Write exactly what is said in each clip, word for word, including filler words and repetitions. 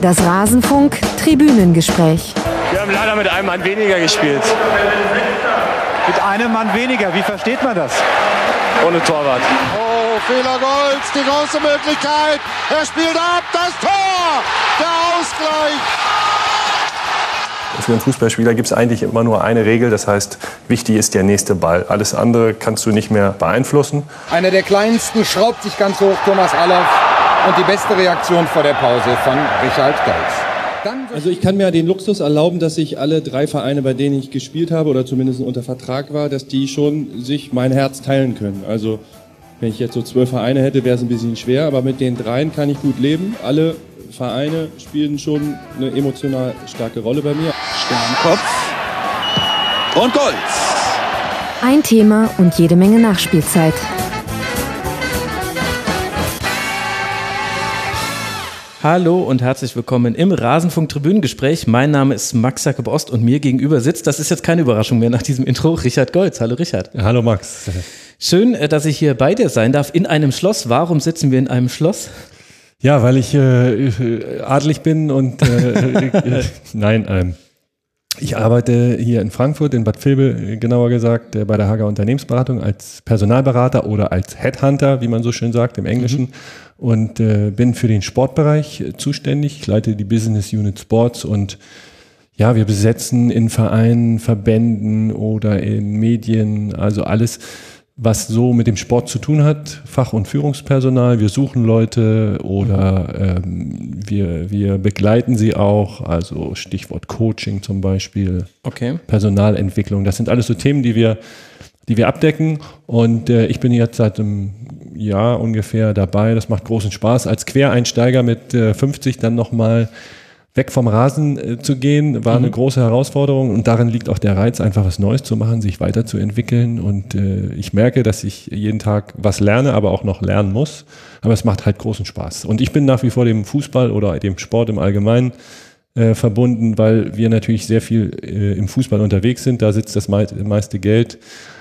Das Rasenfunk-Tribünengespräch. Wir haben leider mit einem Mann weniger gespielt. Mit einem Mann weniger, wie versteht man das? Ohne Torwart. Oh, Fehler Golz, die große Möglichkeit. Er spielt ab, das Tor, der Ausgleich. Für einen Fußballspieler gibt es eigentlich immer nur eine Regel, das heißt, wichtig ist der nächste Ball. Alles andere kannst du nicht mehr beeinflussen. Einer der kleinsten schraubt sich ganz hoch, Thomas Allofs. Und die beste Reaktion vor der Pause von Richard Golz. Also ich kann mir den Luxus erlauben, dass ich alle drei Vereine, bei denen ich gespielt habe oder zumindest unter Vertrag war, dass die schon sich mein Herz teilen können. Also wenn ich jetzt so zwölf Vereine hätte, wäre es ein bisschen schwer, aber mit den dreien kann ich gut leben. Alle Vereine spielen schon eine emotional starke Rolle bei mir. Sternkopf und Golz. Ein Thema und jede Menge Nachspielzeit. Hallo und herzlich willkommen im Rasenfunk-Tribünengespräch. Mein Name ist Max Jakob Ost und mir gegenüber sitzt, das ist jetzt keine Überraschung mehr nach diesem Intro, Richard Golz. Hallo Richard. Ja, hallo Max. Schön, dass ich hier bei dir sein darf in einem Schloss. Warum sitzen wir in einem Schloss? Ja, weil ich äh, adlig bin und äh, äh, nein, ähm, ich arbeite hier in Frankfurt, in Bad Vilbel genauer gesagt, äh, bei der Hager Unternehmensberatung als Personalberater oder als Headhunter, wie man so schön sagt im Englischen. Mhm. Und äh, bin für den Sportbereich äh, zuständig. Ich leite die Business Unit Sports und ja, wir besetzen in Vereinen, Verbänden oder in Medien, also alles, was so mit dem Sport zu tun hat, Fach- und Führungspersonal. Wir suchen Leute oder ähm, wir, wir begleiten sie auch, also Stichwort Coaching zum Beispiel, okay. Personalentwicklung. Das sind alles so Themen, die wir die wir abdecken und äh, ich bin jetzt seit einem Jahr ungefähr dabei. Das macht großen Spaß, als Quereinsteiger mit äh, fünfzig dann nochmal weg vom Rasen äh, zu gehen, war mhm. eine große Herausforderung und darin liegt auch der Reiz, einfach was Neues zu machen, sich weiterzuentwickeln und äh, ich merke, dass ich jeden Tag was lerne, aber auch noch lernen muss, aber es macht halt großen Spaß und ich bin nach wie vor dem Fußball oder dem Sport im Allgemeinen äh, verbunden, weil wir natürlich sehr viel äh, im Fußball unterwegs sind, da sitzt das mei- meiste Geld.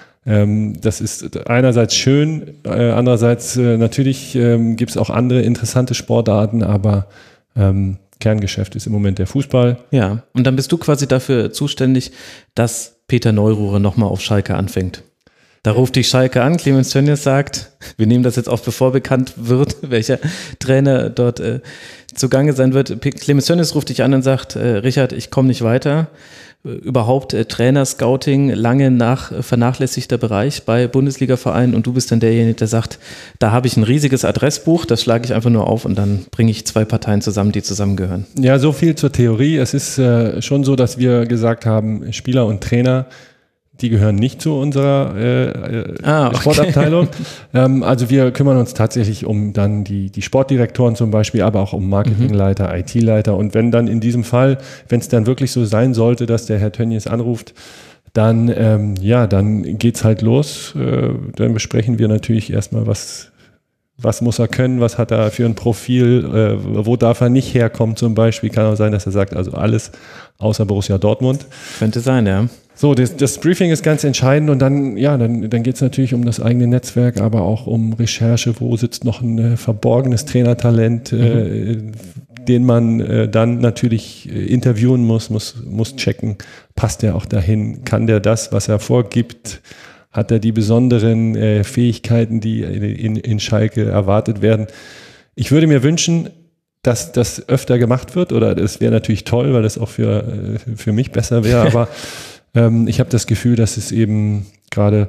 Das ist einerseits schön, andererseits natürlich gibt es auch andere interessante Sportarten, aber ähm, Kerngeschäft ist im Moment der Fußball. Ja, und dann bist du quasi dafür zuständig, dass Peter Neururer nochmal auf Schalke anfängt. Da ruft dich Schalke an, Clemens Tönnies sagt, wir nehmen das jetzt auf, bevor bekannt wird, welcher Trainer dort äh, zugange sein wird. P- Clemens Tönnies ruft dich an und sagt, äh, Richard, ich komme nicht weiter. Überhaupt äh, Trainer-Scouting, lange nach äh, vernachlässigter Bereich bei Bundesliga-Vereinen und du bist dann derjenige, der sagt, da habe ich ein riesiges Adressbuch, das schlage ich einfach nur auf und dann bringe ich zwei Parteien zusammen, die zusammengehören. Ja, so viel zur Theorie. Es ist äh, schon so, dass wir gesagt haben, Spieler und Trainer, die gehören nicht zu unserer äh, ah, okay. Sportabteilung. ähm, also wir kümmern uns tatsächlich um dann die, die Sportdirektoren zum Beispiel, aber auch um Marketingleiter, mhm. I T-Leiter. Und wenn dann in diesem Fall, wenn es dann wirklich so sein sollte, dass der Herr Tönnies anruft, dann ähm, ja, dann geht's halt los. Äh, dann besprechen wir natürlich erstmal, was was muss er können, was hat er für ein Profil, äh, wo darf er nicht herkommen zum Beispiel. Kann auch sein, dass er sagt, also alles außer Borussia Dortmund. Könnte sein, ja. So, das, das Briefing ist ganz entscheidend und dann, ja, dann, dann geht es natürlich um das eigene Netzwerk, aber auch um Recherche, wo sitzt noch ein äh, verborgenes Trainertalent, mhm. äh, den man äh, dann natürlich äh, interviewen muss, muss, muss checken, passt der auch dahin, kann der das, was er vorgibt, hat er die besonderen äh, Fähigkeiten, die in, in Schalke erwartet werden. Ich würde mir wünschen, dass das öfter gemacht wird oder das wäre natürlich toll, weil das auch für, äh, für mich besser wäre, aber ähm, ich habe das Gefühl, dass es eben gerade,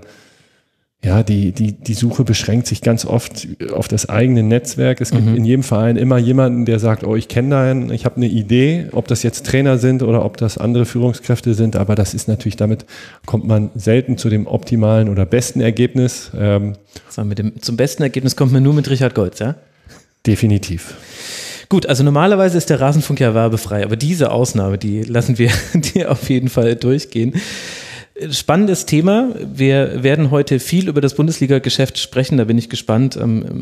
ja, die, die, die Suche beschränkt sich ganz oft auf das eigene Netzwerk. Es gibt mhm. in jedem Verein immer jemanden, der sagt, oh, ich kenne da einen, ich habe eine Idee, ob das jetzt Trainer sind oder ob das andere Führungskräfte sind, aber das ist natürlich, damit kommt man selten zu dem optimalen oder besten Ergebnis. Ähm, so, mit dem, zum besten Ergebnis kommt man nur mit Richard Golz, ja? Definitiv. Gut, also normalerweise ist der Rasenfunk ja werbefrei, aber diese Ausnahme, die lassen wir dir auf jeden Fall durchgehen. Spannendes Thema. Wir werden heute viel über das Bundesliga-Geschäft sprechen. Da bin ich gespannt,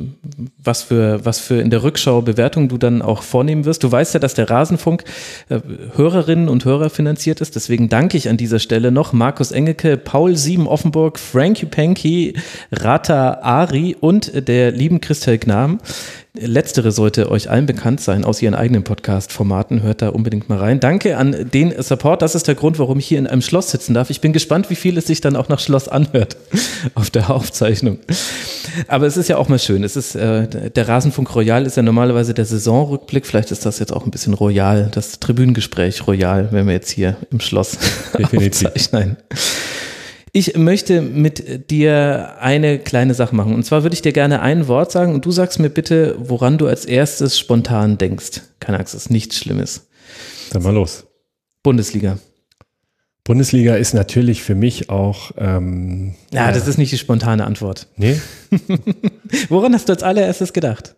was für, was für in der Rückschau Bewertungen du dann auch vornehmen wirst. Du weißt ja, dass der Rasenfunk Hörerinnen und Hörer finanziert ist. Deswegen danke ich an dieser Stelle noch Markus Engelke, Paul Sieben Offenburg, Frankie Panky, Rata Ari und der lieben Christel Gnam. Letztere sollte euch allen bekannt sein aus ihren eigenen Podcast-Formaten. Hört da unbedingt mal rein. Danke an den Support. Das ist der Grund, warum ich hier in einem Schloss sitzen darf. Ich bin gespannt, wie viel es sich dann auch nach Schloss anhört auf der Aufzeichnung. Aber es ist ja auch mal schön. Es ist, äh, der Rasenfunk Royal ist ja normalerweise der Saisonrückblick. Vielleicht ist das jetzt auch ein bisschen royal. Das Tribünengespräch royal, wenn wir jetzt hier im Schloss aufzeichnen. Ich möchte mit dir eine kleine Sache machen. Und zwar würde ich dir gerne ein Wort sagen und du sagst mir bitte, woran du als erstes spontan denkst. Keine Angst, das ist nichts Schlimmes. Dann mal los. Bundesliga. Bundesliga ist natürlich für mich auch... Ähm, ja, das ist nicht die spontane Antwort. Nee. Woran hast du als allererstes gedacht?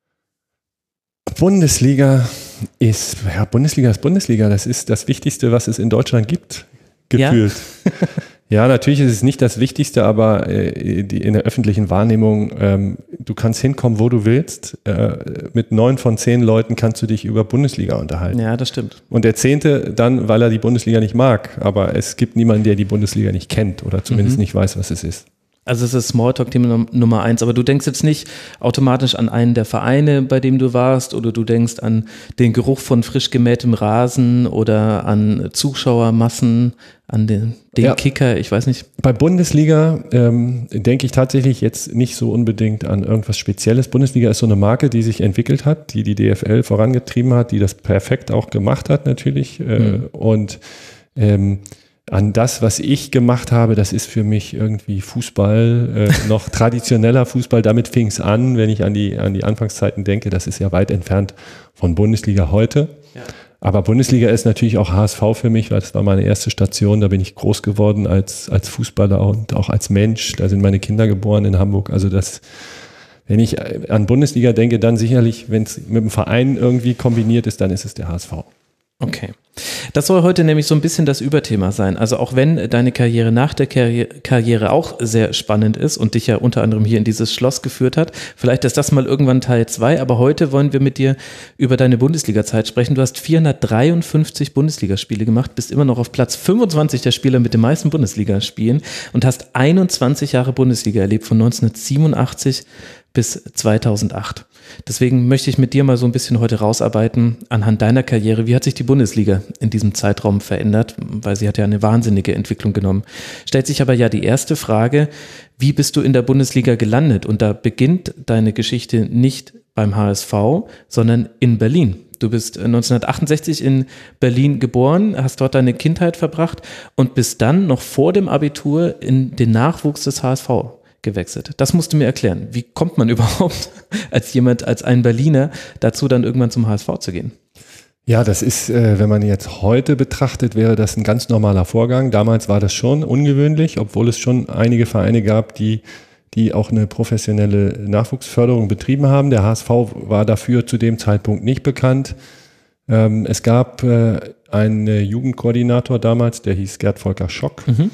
Bundesliga ist, ja, Bundesliga ist Bundesliga. Das ist das Wichtigste, was es in Deutschland gibt, gefühlt. Ja? Ja, natürlich ist es nicht das Wichtigste, aber äh, die, in der öffentlichen Wahrnehmung, ähm, du kannst hinkommen, wo du willst. Äh, mit neun von zehn Leuten kannst du dich über Bundesliga unterhalten. Ja, das stimmt. Und der zehnte dann, weil er die Bundesliga nicht mag. Aber es gibt niemanden, der die Bundesliga nicht kennt oder zumindest mhm. nicht weiß, was es ist. Also es ist Smalltalk-Thema Nummer eins, aber du denkst jetzt nicht automatisch an einen der Vereine, bei dem du warst, oder du denkst an den Geruch von frisch gemähtem Rasen oder an Zuschauermassen, an den, den ja. Kicker, ich weiß nicht. Bei Bundesliga ähm, denke ich tatsächlich jetzt nicht so unbedingt an irgendwas Spezielles. Bundesliga ist so eine Marke, die sich entwickelt hat, die die D F L vorangetrieben hat, die das perfekt auch gemacht hat natürlich äh, mhm. und ähm, an das, was ich gemacht habe, das ist für mich irgendwie Fußball, äh, noch traditioneller Fußball. Damit fing es an, wenn ich an die, an die Anfangszeiten denke. Das ist ja weit entfernt von Bundesliga heute. Ja. Aber Bundesliga ist natürlich auch H S V für mich, weil das war meine erste Station. Da bin ich groß geworden als, als Fußballer und auch als Mensch. Da sind meine Kinder geboren in Hamburg. Also das, wenn ich an Bundesliga denke, dann sicherlich, wenn es mit dem Verein irgendwie kombiniert ist, dann ist es der H S V. Okay. Das soll heute nämlich so ein bisschen das Überthema sein. Also auch wenn deine Karriere nach der Karriere, Karriere auch sehr spannend ist und dich ja unter anderem hier in dieses Schloss geführt hat, vielleicht ist das mal irgendwann Teil zwei, aber heute wollen wir mit dir über deine Bundesliga-Zeit sprechen. Du hast vierhundertdreiundfünfzig Bundesligaspiele gemacht, bist immer noch auf Platz fünfundzwanzig der Spieler mit den meisten Bundesligaspielen und hast einundzwanzig Jahre Bundesliga erlebt, von neunzehnhundertsiebenundachtzig bis zweitausendacht. Deswegen möchte ich mit dir mal so ein bisschen heute rausarbeiten anhand deiner Karriere. Wie hat sich die Bundesliga in diesem Zeitraum verändert? Weil sie hat ja eine wahnsinnige Entwicklung genommen. Stellt sich aber ja die erste Frage, wie bist du in der Bundesliga gelandet? Und da beginnt deine Geschichte nicht beim H S V, sondern in Berlin. Du bist neunzehnhundertachtundsechzig in Berlin geboren, hast dort deine Kindheit verbracht und bist dann noch vor dem Abitur in den Nachwuchs des H S V gewechselt. Das musst du mir erklären. Wie kommt man überhaupt als jemand, als ein Berliner dazu, dann irgendwann zum H S V zu gehen? Ja, das ist, äh, wenn man jetzt heute betrachtet, wäre das ein ganz normaler Vorgang. Damals war das schon ungewöhnlich, obwohl es schon einige Vereine gab, die, die auch eine professionelle Nachwuchsförderung betrieben haben. Der H S V war dafür zu dem Zeitpunkt nicht bekannt. Ähm, es gab äh, einen Jugendkoordinator damals, der hieß Gerd Volker Schock. Mhm.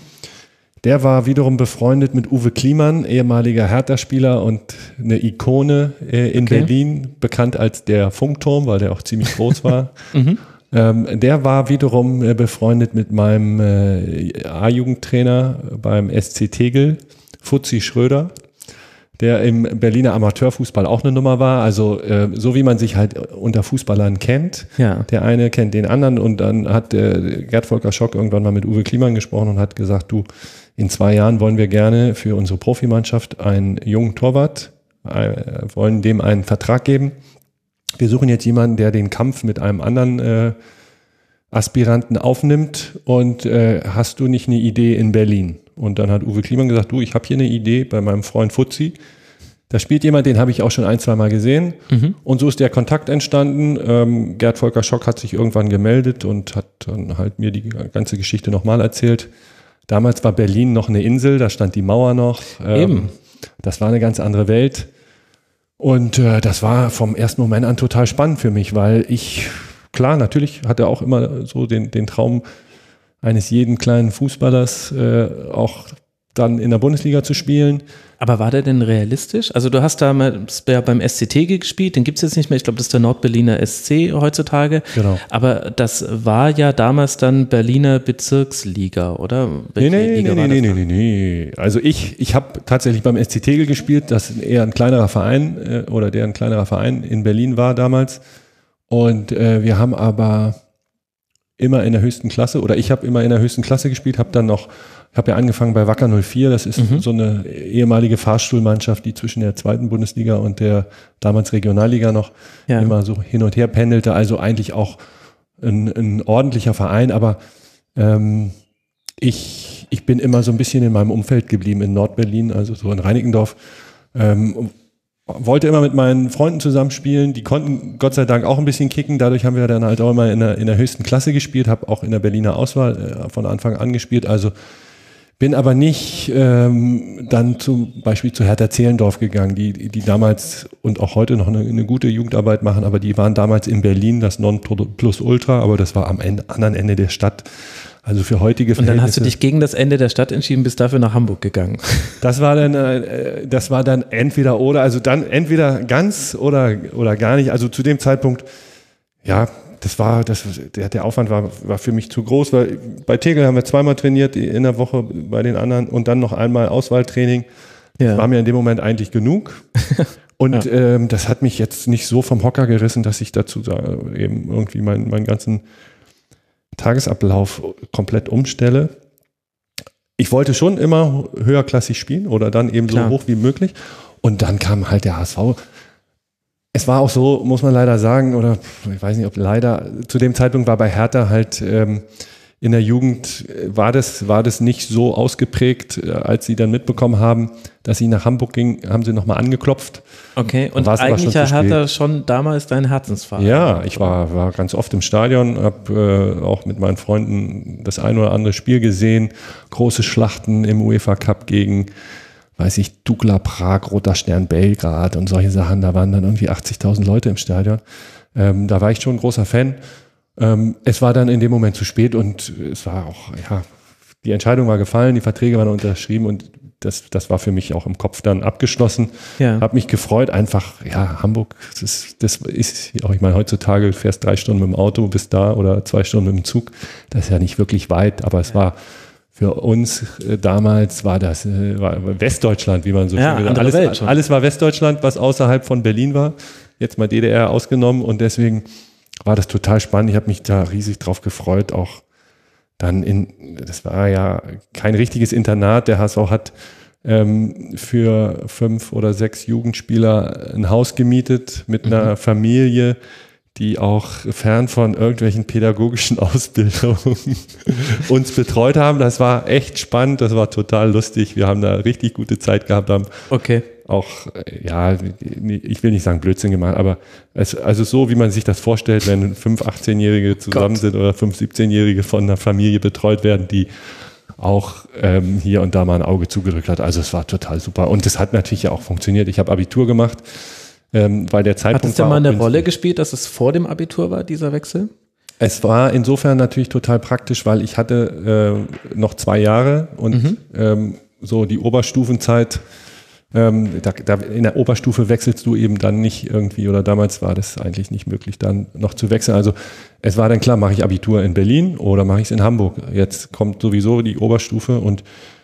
Der war wiederum befreundet mit Uwe Kliemann, ehemaliger Hertha-Spieler und eine Ikone äh, in okay. Berlin, bekannt als der Funkturm, weil der auch ziemlich groß war. mhm. ähm, der war wiederum äh, befreundet mit meinem äh, A-Jugendtrainer beim S C Tegel, Fuzzi Schröder, der im Berliner Amateurfußball auch eine Nummer war. Also äh, so wie man sich halt unter Fußballern kennt. Ja. Der eine kennt den anderen und dann hat äh, Gerd Volker Schock irgendwann mal mit Uwe Kliemann gesprochen und hat gesagt, du, in zwei Jahren wollen wir gerne für unsere Profimannschaft einen jungen Torwart, äh, wollen dem einen Vertrag geben. Wir suchen jetzt jemanden, der den Kampf mit einem anderen äh, Aspiranten aufnimmt und äh, hast du nicht eine Idee in Berlin? Und dann hat Uwe Kliemann gesagt, du, ich habe hier eine Idee bei meinem Freund Fuzzi. Da spielt jemand, den habe ich auch schon ein, zwei Mal gesehen. Mhm. Und so ist der Kontakt entstanden. Ähm, Gerd Volker Schock hat sich irgendwann gemeldet und hat dann halt mir die ganze Geschichte nochmal erzählt. Damals war Berlin noch eine Insel, da stand die Mauer noch. Ähm, Eben. Das war eine ganz andere Welt. Und äh, das war vom ersten Moment an total spannend für mich, weil ich, klar, natürlich hatte auch immer so den, den Traum eines jeden kleinen Fußballers, äh, auch dann in der Bundesliga zu spielen. Aber war der denn realistisch? Also du hast damals ja beim S C T G gespielt, den gibt es jetzt nicht mehr, ich glaube, das ist der Nordberliner S C heutzutage. Genau. Aber das war ja damals dann Berliner Bezirksliga, oder? Welche nee, nee, Liga nee, nee, nee, nee, nee. Also ich, ich habe tatsächlich beim S C Tegel gespielt, das eher ein kleinerer Verein äh, oder der ein kleinerer Verein in Berlin war damals. Und äh, wir haben aber immer in der höchsten Klasse, oder ich habe immer in der höchsten Klasse gespielt, habe dann noch Ich habe ja angefangen bei Wacker null vier, das ist mhm. so eine ehemalige Fahrstuhlmannschaft, die zwischen der zweiten Bundesliga und der damals Regionalliga noch ja. immer so hin und her pendelte, also eigentlich auch ein, ein ordentlicher Verein, aber ähm, ich, ich bin immer so ein bisschen in meinem Umfeld geblieben, in Nordberlin, also so in Reinickendorf, ähm, wollte immer mit meinen Freunden zusammenspielen, die konnten Gott sei Dank auch ein bisschen kicken, dadurch haben wir dann halt auch immer in der, in der höchsten Klasse gespielt, habe auch in der Berliner Auswahl äh, von Anfang an gespielt, also bin aber nicht ähm, dann zum Beispiel zu Hertha Zehlendorf gegangen, die, die damals und auch heute noch eine, eine gute Jugendarbeit machen, aber die waren damals in Berlin das Nonplusultra, aber das war am Ende, anderen Ende der Stadt. Also für heutige Verhältnisse. Und dann hast du dich gegen das Ende der Stadt entschieden, bist dafür nach Hamburg gegangen. Das war dann, äh, das war dann entweder oder, also dann entweder ganz oder, oder gar nicht. Also zu dem Zeitpunkt, ja, das war, das, der, der Aufwand war, war für mich zu groß, weil bei Tegel haben wir zweimal trainiert in der Woche bei den anderen und dann noch einmal Auswahltraining. Ja. Das war mir in dem Moment eigentlich genug. Und ja. ähm, das hat mich jetzt nicht so vom Hocker gerissen, dass ich dazu äh, eben irgendwie meinen, meinen ganzen Tagesablauf komplett umstelle. Ich wollte schon immer höherklassig spielen oder dann eben Klar. so hoch wie möglich. Und dann kam halt der H S V. Es war auch so, muss man leider sagen, oder ich weiß nicht, ob leider, zu dem Zeitpunkt war bei Hertha halt ähm, in der Jugend, war das, war das nicht so ausgeprägt, als sie dann mitbekommen haben, dass sie nach Hamburg ging, haben sie nochmal angeklopft. Okay, und eigentlich hat Hertha schon damals dein Herzensverein. Ja, ich war, war ganz oft im Stadion, habe äh, auch mit meinen Freunden das ein oder andere Spiel gesehen, große Schlachten im UEFA Cup gegen weiß ich, Dukla Prag, Roter Stern Belgrad und solche Sachen, da waren dann irgendwie achtzigtausend Leute im Stadion. Ähm, da war ich schon ein großer Fan. Ähm, es war dann in dem Moment zu spät und es war auch, ja, die Entscheidung war gefallen, die Verträge waren unterschrieben und das, das war für mich auch im Kopf dann abgeschlossen. Ja. Hab mich gefreut, einfach, ja, Hamburg, das ist, das ist auch, ich meine, heutzutage du fährst drei Stunden mit dem Auto bis da oder zwei Stunden mit dem Zug, das ist ja nicht wirklich weit, aber es war für uns äh, damals war das äh, war Westdeutschland, wie man so ja, schön gesagt hat. Alles, alles war Westdeutschland, was außerhalb von Berlin war. Jetzt mal D D R ausgenommen und deswegen war das total spannend. Ich habe mich da riesig drauf gefreut. Auch dann in, das war ja kein richtiges Internat. Der H S V hat ähm, für fünf oder sechs Jugendspieler ein Haus gemietet mit mhm. einer Familie, die auch fern von irgendwelchen pädagogischen Ausbildungen uns betreut haben. Das war echt spannend, das war total lustig. Wir haben da richtig gute Zeit gehabt, haben okay. auch, ja, ich will nicht sagen Blödsinn gemacht, aber es, also so, wie man sich das vorstellt, wenn fünf achtzehnjährige zusammen Gott. sind oder fünf siebzehnjährige von einer Familie betreut werden, die auch ähm, hier und da mal ein Auge zugedrückt hat. Also es war total super. Und es hat natürlich ja auch funktioniert. Ich habe Abitur gemacht. Ähm, weil der Zeitpunkt Hat es denn mal eine Rolle gespielt, dass es vor dem Abitur war, dieser Wechsel? Es war insofern natürlich total praktisch, weil ich hatte äh, noch zwei Jahre und mhm. ähm, so die Oberstufenzeit, ähm, da, da in der Oberstufe wechselst du eben dann nicht irgendwie, oder damals war das eigentlich nicht möglich, dann noch zu wechseln. Also es war dann klar, mache ich Abitur in Berlin oder mache ich es in Hamburg. Jetzt kommt sowieso die Oberstufe und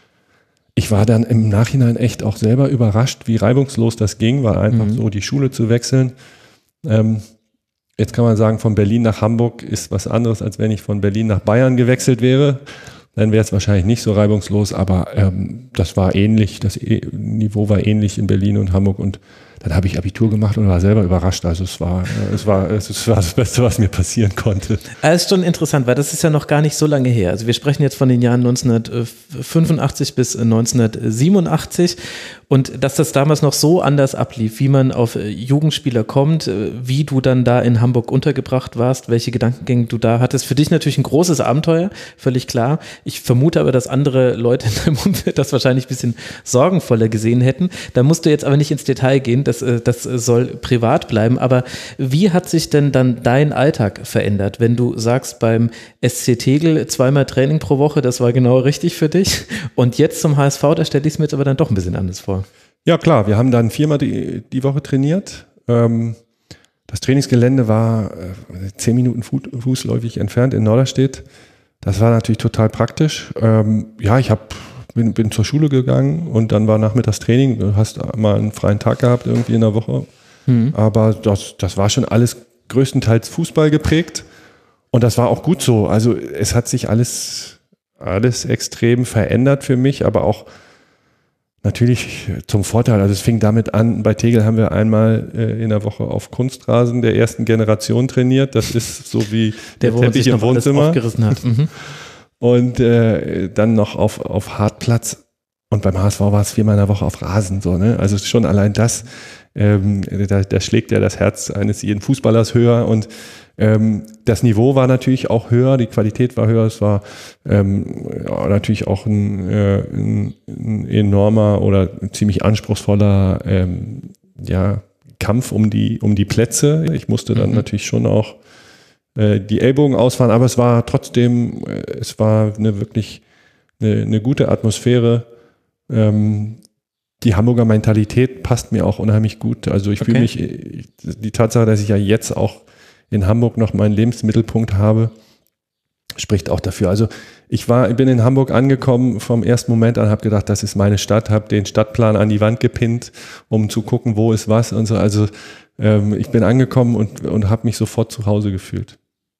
ich war dann im Nachhinein echt auch selber überrascht, wie reibungslos das ging, weil einfach mhm. so die Schule zu wechseln. Ähm, jetzt kann man sagen, von Berlin nach Hamburg ist was anderes, als wenn ich von Berlin nach Bayern gewechselt wäre. Dann wäre es wahrscheinlich nicht so reibungslos, aber ähm, das war ähnlich, das e- Niveau war ähnlich in Berlin und Hamburg und dann habe ich Abitur gemacht und war selber überrascht. Also es war, es war, es war das Beste, was mir passieren konnte. Das ist schon interessant, weil das ist ja noch gar nicht so lange her. Also wir sprechen jetzt von den Jahren neunzehnhundertfünfundachtzig bis neunzehnhundertsiebenundachtzig und dass das damals noch so anders ablief, wie man auf Jugendspieler kommt, wie du dann da in Hamburg untergebracht warst, welche Gedankengänge du da hattest. Für dich natürlich ein großes Abenteuer, völlig klar. Ich vermute aber, dass andere Leute in deinem Umfeld das wahrscheinlich ein bisschen sorgenvoller gesehen hätten. Da musst du jetzt aber nicht ins Detail gehen. das, das soll privat bleiben. Aber wie hat sich denn dann dein Alltag verändert, wenn du sagst, beim S C Tegel zweimal Training pro Woche, das war genau richtig für dich, und jetzt zum H S V, da stelle ich es mir jetzt aber dann doch ein bisschen anders vor. Ja klar, wir haben dann viermal die, die Woche trainiert. Ähm, das Trainingsgelände war äh, zehn Minuten fußläufig entfernt in Norderstedt. Das war natürlich total praktisch. Ähm, ja, ich hab, bin, bin zur Schule gegangen und dann war nachmittags Training. Du hast mal einen freien Tag gehabt irgendwie in der Woche. Mhm. Aber das, das war schon alles größtenteils Fußball geprägt. Und das war auch gut so. Also es hat sich alles, alles extrem verändert für mich, aber auch natürlich zum Vorteil. Also es fing damit an, bei Tegel haben wir einmal äh, in der Woche auf Kunstrasen der ersten Generation trainiert. Das ist so wie der, der Teppich im Wohnzimmer. Aufgerissen hat. Mhm. Und äh, dann noch auf, auf Hartplatz. Und beim H S V war es viermal in der Woche auf Rasen. So, ne? Also schon allein das, ähm, da, da schlägt ja das Herz eines jeden Fußballers höher. Und ähm, das Niveau war natürlich auch höher, die Qualität war höher. Es war ähm, ja, natürlich auch ein, äh, ein, ein enormer oder ein ziemlich anspruchsvoller ähm, ja, Kampf um die, um die Plätze. Ich musste dann mhm. natürlich schon auch äh, die Ellbogen ausfahren, aber es war trotzdem, äh, es war eine wirklich eine, eine gute Atmosphäre. Ähm, die Hamburger Mentalität passt mir auch unheimlich gut. Also ich okay. fühle mich, die Tatsache, dass ich ja jetzt auch in Hamburg noch meinen Lebensmittelpunkt habe, spricht auch dafür. Also ich war, bin in Hamburg angekommen vom ersten Moment an, habe gedacht, das ist meine Stadt, habe den Stadtplan an die Wand gepinnt, um zu gucken, wo ist was und so. Also ähm, ich bin angekommen und, und habe mich sofort zu Hause gefühlt.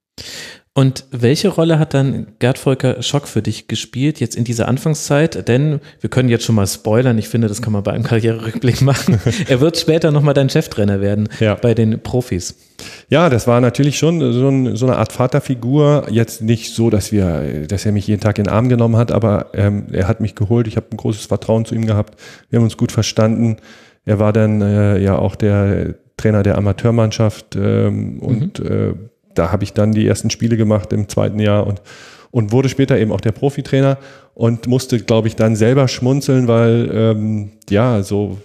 Und welche Rolle hat dann Gerd Volker Schock für dich gespielt, jetzt in dieser Anfangszeit? Denn wir können jetzt schon mal spoilern, ich finde, das kann man bei einem Karriererückblick machen. Er wird später nochmal dein Cheftrainer werden ja. bei den Profis. Ja, das war natürlich schon so, ein, so eine Art Vaterfigur. Jetzt nicht so, dass wir, dass er mich jeden Tag in den Arm genommen hat, aber ähm, er hat mich geholt. Ich habe ein großes Vertrauen zu ihm gehabt. Wir haben uns gut verstanden. Er war dann äh, ja auch der Trainer der Amateurmannschaft ähm, und mhm. äh, da habe ich dann die ersten Spiele gemacht im zweiten Jahr und, und wurde später eben auch der Profitrainer und musste, glaube ich, dann selber schmunzeln, weil, ähm, ja, so,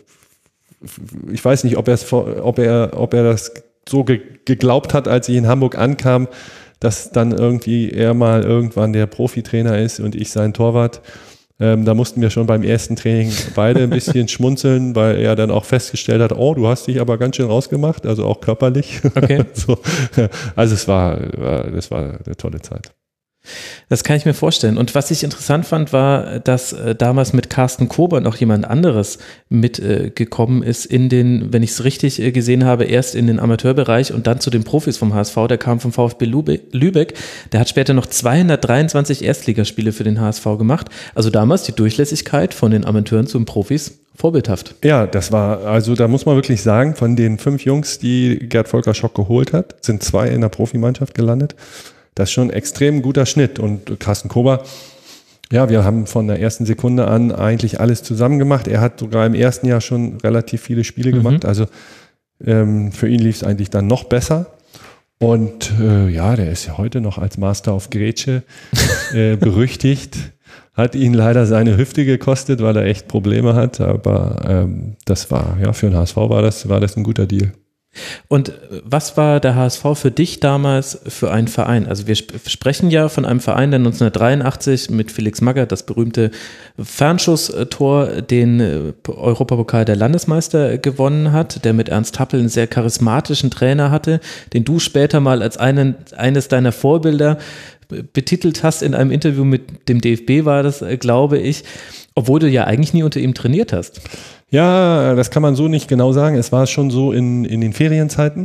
ich weiß nicht, ob, ob, er, ob er das so ge- geglaubt hat, als ich in Hamburg ankam, dass dann irgendwie er mal irgendwann der Profitrainer ist und ich sein Torwart. Ähm, da mussten wir schon beim ersten Training beide ein bisschen schmunzeln, weil er dann auch festgestellt hat, oh, du hast dich aber ganz schön rausgemacht, also auch körperlich. Okay. so. Also es war, war, das war eine tolle Zeit. Das kann ich mir vorstellen. Und was ich interessant fand, war, dass äh, damals mit Carsten Kober noch jemand anderes mitgekommen äh, ist in den, wenn ich es richtig äh, gesehen habe, erst in den Amateurbereich und dann zu den Profis vom H S V. Der kam vom VfB Lübeck. Der hat später noch zweihundertdreiundzwanzig Erstligaspiele für den H S V gemacht. Also damals die Durchlässigkeit von den Amateuren zu den Profis vorbildhaft. Ja, das war, also da muss man wirklich sagen, von den fünf Jungs, die Gerd Volker Schock geholt hat, sind zwei in der Profimannschaft gelandet. Das ist schon ein extrem guter Schnitt. Und Carsten Kober, ja, wir haben von der ersten Sekunde an eigentlich alles zusammen gemacht. Er hat sogar im ersten Jahr schon relativ viele Spiele mhm. gemacht. Also ähm, für ihn lief es eigentlich dann noch besser. Und äh, ja, der ist ja heute noch als Master of Grätsche äh, berüchtigt. Hat ihn leider seine Hüfte gekostet, weil er echt Probleme hat. Aber ähm, das war, ja, für den H S V war das, war das ein guter Deal. Und was war der H S V für dich damals für ein Verein? Also wir sp- sprechen ja von einem Verein, der neunzehnhundertdreiundachtzig mit Felix Magath das berühmte Fernschusstor, den äh, Europapokal der Landesmeister gewonnen hat, der mit Ernst Happel einen sehr charismatischen Trainer hatte, den du später mal als einen, eines deiner Vorbilder betitelt hast in einem Interview mit dem D F B, war das, äh, glaube ich, obwohl du ja eigentlich nie unter ihm trainiert hast. Ja, das kann man so nicht genau sagen. Es war schon so in, in den Ferienzeiten.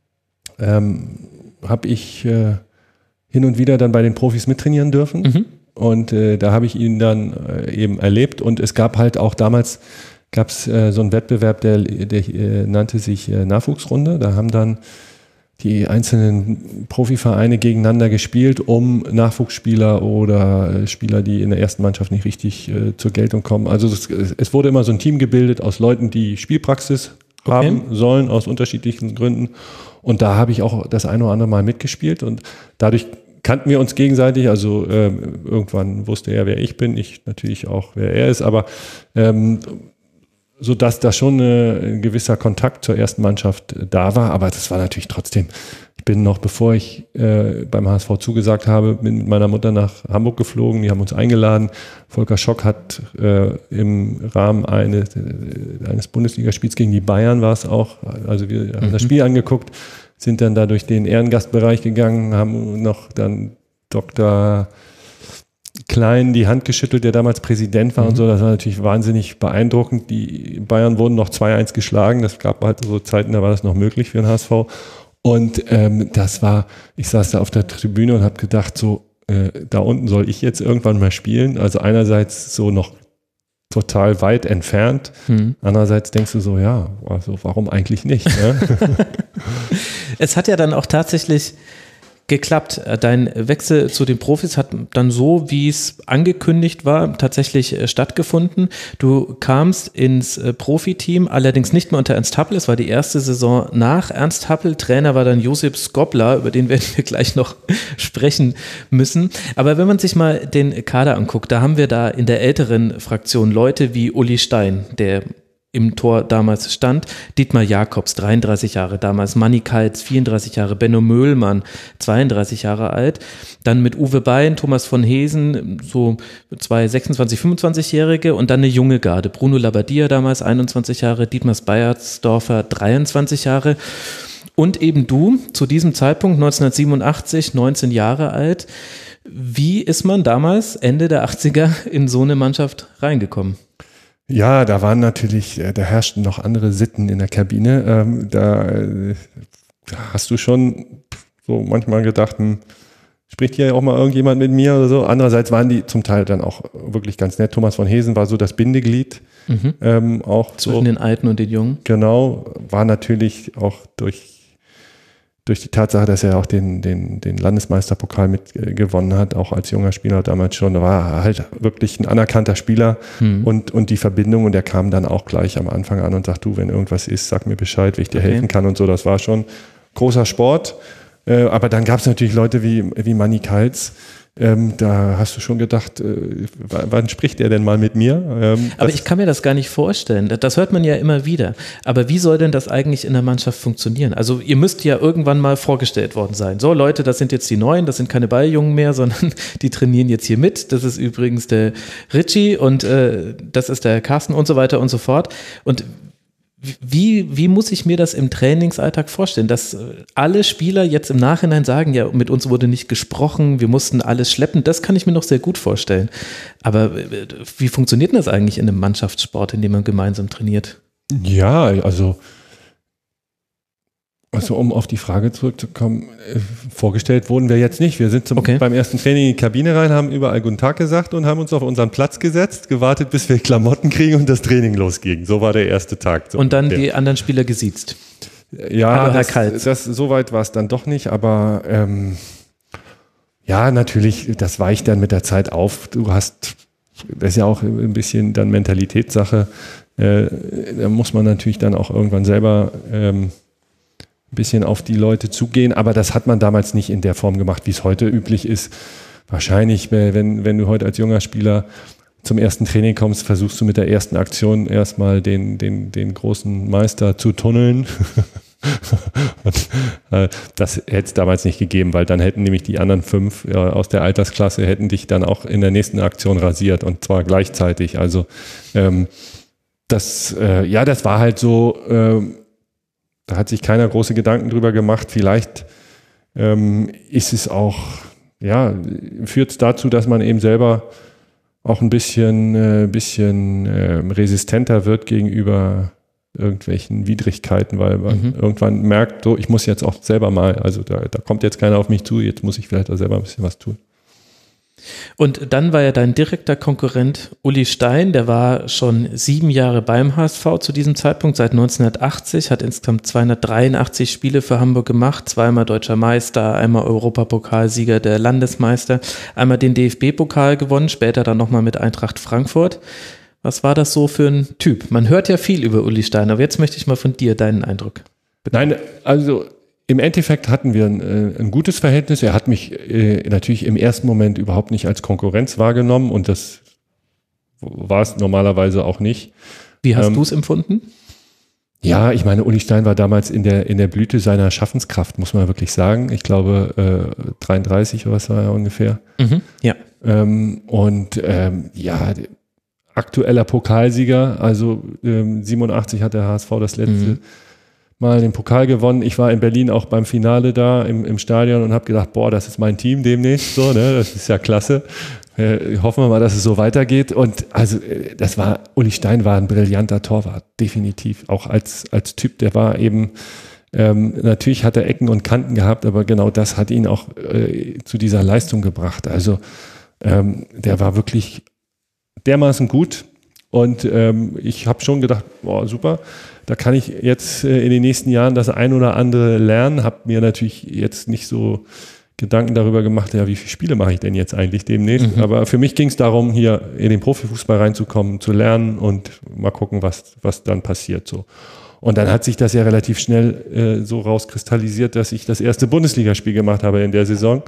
Ähm, habe ich äh, hin und wieder dann bei den Profis mittrainieren dürfen. Mhm. Und äh, da habe ich ihn dann äh, eben erlebt. Und es gab halt auch damals, gab es äh, so einen Wettbewerb, der, der äh, nannte sich äh, Nachwuchsrunde. Da haben dann die einzelnen Profivereine gegeneinander gespielt, um Nachwuchsspieler oder Spieler, die in der ersten Mannschaft nicht richtig äh, zur Geltung kommen. Also es, es wurde immer so ein Team gebildet aus Leuten, die Spielpraxis okay. haben sollen, aus unterschiedlichen Gründen. Und da habe ich auch das eine oder andere Mal mitgespielt und dadurch kannten wir uns gegenseitig. Also ähm, irgendwann wusste er, wer ich bin, ich natürlich auch, wer er ist, aber ähm, sodass da schon eine, ein gewisser Kontakt zur ersten Mannschaft da war. Aber das war natürlich trotzdem, ich bin noch, bevor ich äh, beim H S V zugesagt habe, bin mit meiner Mutter nach Hamburg geflogen. Die haben uns eingeladen. Volker Schock hat äh, im Rahmen eine, äh, eines Bundesligaspiels gegen die Bayern war es auch, also wir haben mhm. das Spiel angeguckt, sind dann da durch den Ehrengastbereich gegangen, haben noch dann Doktor Klein die Hand geschüttelt, der damals Präsident war mhm. und so. Das war natürlich wahnsinnig beeindruckend. Die Bayern wurden noch zwei eins geschlagen. Das gab halt so Zeiten, da war das noch möglich für den H S V. Und ähm, das war, ich saß da auf der Tribüne und habe gedacht, so, äh, da unten soll ich jetzt irgendwann mal spielen. Also einerseits so noch total weit entfernt. Mhm. Andererseits denkst du so, ja, also warum eigentlich nicht? Ne? Es hat ja dann auch tatsächlich geklappt. Dein Wechsel zu den Profis hat dann so, wie es angekündigt war, tatsächlich stattgefunden. Du kamst ins Profiteam, allerdings nicht mehr unter Ernst Happel. Es war die erste Saison nach Ernst Happel. Trainer war dann Josip Skoblar, über den werden wir gleich noch sprechen müssen. Aber wenn man sich mal den Kader anguckt, da haben wir da in der älteren Fraktion Leute wie Uli Stein, der im Tor damals stand, Dietmar Jakobs, dreiunddreißig Jahre damals, Manni Kaltz, vierunddreißig Jahre, Benno Möhlmann, zweiunddreißig Jahre alt, dann mit Uwe Bein, Thomas von Hesen, so zwei sechsundzwanzig-, fünfundzwanzigjährige und dann eine junge Garde, Bruno Labbadia damals, einundzwanzig Jahre, Dietmar Beiersdorfer, dreiundzwanzig Jahre und eben du, zu diesem Zeitpunkt neunzehnhundertsiebenundachtzig, neunzehn Jahre alt. Wie ist man damals, Ende der achtziger, in so eine Mannschaft reingekommen? Ja, da waren natürlich, da herrschten noch andere Sitten in der Kabine. Ähm, da, da hast du schon so manchmal gedacht, hm, spricht hier auch mal irgendjemand mit mir oder so. Andererseits waren die zum Teil dann auch wirklich ganz nett. Thomas von Hesen war so das Bindeglied. Mhm. Ähm, auch zwischen so, den Alten und den Jungen. Genau, war natürlich auch durch durch die Tatsache, dass er auch den, den, den Landesmeisterpokal mit äh, gewonnen hat, auch als junger Spieler damals schon, da war er halt wirklich ein anerkannter Spieler hm. und, und die Verbindung und der kam dann auch gleich am Anfang an und sagt, du, wenn irgendwas ist, sag mir Bescheid, wie ich dir okay. helfen kann und so, das war schon großer Sport, äh, aber dann gab es natürlich Leute wie, wie Manni Kaltz, Ähm, da hast du schon gedacht, äh, wann spricht er denn mal mit mir? Ähm, Aber ich kann mir das gar nicht vorstellen. Das hört man ja immer wieder. Aber wie soll denn das eigentlich in der Mannschaft funktionieren? Also ihr müsst ja irgendwann mal vorgestellt worden sein. So Leute, das sind jetzt die Neuen, das sind keine Balljungen mehr, sondern die trainieren jetzt hier mit. Das ist übrigens der Richie und äh, das ist der Carsten und so weiter und so fort. Und Wie, wie muss ich mir das im Trainingsalltag vorstellen, dass alle Spieler jetzt im Nachhinein sagen, ja, mit uns wurde nicht gesprochen, wir mussten alles schleppen, das kann ich mir noch sehr gut vorstellen. Aber wie funktioniert denn das eigentlich in einem Mannschaftssport, in dem man gemeinsam trainiert? Ja, also, also um auf die Frage zurückzukommen, äh, vorgestellt wurden wir jetzt nicht. Wir sind zum, okay. beim ersten Training in die Kabine rein, haben überall Guten Tag gesagt und haben uns auf unseren Platz gesetzt, gewartet, bis wir Klamotten kriegen und das Training losging. So war der erste Tag. So und dann der. die anderen Spieler gesiezt? Ja, Hallo, Herr Kaltz. Das, das, so weit war es dann doch nicht, aber ähm, ja, natürlich, das weicht dann mit der Zeit auf. Du hast, das ist ja auch ein bisschen dann Mentalitätssache. Äh, da muss man natürlich dann auch irgendwann selber ähm, ein bisschen auf die Leute zugehen, aber das hat man damals nicht in der Form gemacht, wie es heute üblich ist. Wahrscheinlich, wenn, wenn du heute als junger Spieler zum ersten Training kommst, versuchst du mit der ersten Aktion erstmal den, den, den großen Meister zu tunneln. Und, äh, das hätte es damals nicht gegeben, weil dann hätten nämlich die anderen fünf äh, aus der Altersklasse hätten dich dann auch in der nächsten Aktion rasiert und zwar gleichzeitig. Also ähm, das, äh, ja, das war halt so, äh, da hat sich keiner große Gedanken drüber gemacht. Vielleicht ähm, ist es auch, ja, führt es dazu, dass man eben selber auch ein bisschen, äh, bisschen äh, resistenter wird gegenüber irgendwelchen Widrigkeiten, weil man mhm. irgendwann merkt, so, ich muss jetzt auch selber mal, also da, da kommt jetzt keiner auf mich zu, jetzt muss ich vielleicht auch selber ein bisschen was tun. Und dann war ja dein direkter Konkurrent Uli Stein, der war schon sieben Jahre beim H S V zu diesem Zeitpunkt, seit neunzehnhundertachtzig, hat insgesamt zweihundertdreiundachtzig Spiele für Hamburg gemacht, zweimal Deutscher Meister, einmal Europapokalsieger, der Landesmeister, einmal den D F B-Pokal gewonnen, später dann nochmal mit Eintracht Frankfurt. Was war das so für ein Typ? Man hört ja viel über Uli Stein, aber jetzt möchte ich mal von dir deinen Eindruck bekommen. Nein, also im Endeffekt hatten wir ein, ein gutes Verhältnis. Er hat mich äh, natürlich im ersten Moment überhaupt nicht als Konkurrenz wahrgenommen und das war es normalerweise auch nicht. Wie hast ähm, du es empfunden? Ja, ich meine, Uli Stein war damals in der, in der Blüte seiner Schaffenskraft, muss man wirklich sagen. Ich glaube, äh, dreiunddreißig oder was war er ungefähr. Mhm, ja. Ähm, und ähm, ja, aktueller Pokalsieger, also ähm, siebenundachtzig hat der H S V das letzte mhm. Mal den Pokal gewonnen. Ich war in Berlin auch beim Finale da im, im Stadion und habe gedacht, boah, das ist mein Team demnächst, so, ne? Das ist ja klasse. Äh, hoffen wir mal, dass es so weitergeht. Und also das war, Uli Stein war ein brillanter Torwart, definitiv. Auch als, als Typ, der war eben, ähm, natürlich hat er Ecken und Kanten gehabt, aber genau das hat ihn auch äh, zu dieser Leistung gebracht. Also ähm, der war wirklich dermaßen gut. Und ähm, ich habe schon gedacht, boah, super, da kann ich jetzt äh, in den nächsten Jahren das ein oder andere lernen. Habe mir natürlich jetzt nicht so Gedanken darüber gemacht, ja, wie viele Spiele mache ich denn jetzt eigentlich demnächst. Mhm. Aber für mich ging es darum, hier in den Profifußball reinzukommen, zu lernen und mal gucken, was, was dann passiert. So. Und dann hat sich das ja relativ schnell äh, so rauskristallisiert, dass ich das erste Bundesligaspiel gemacht habe in der Saison.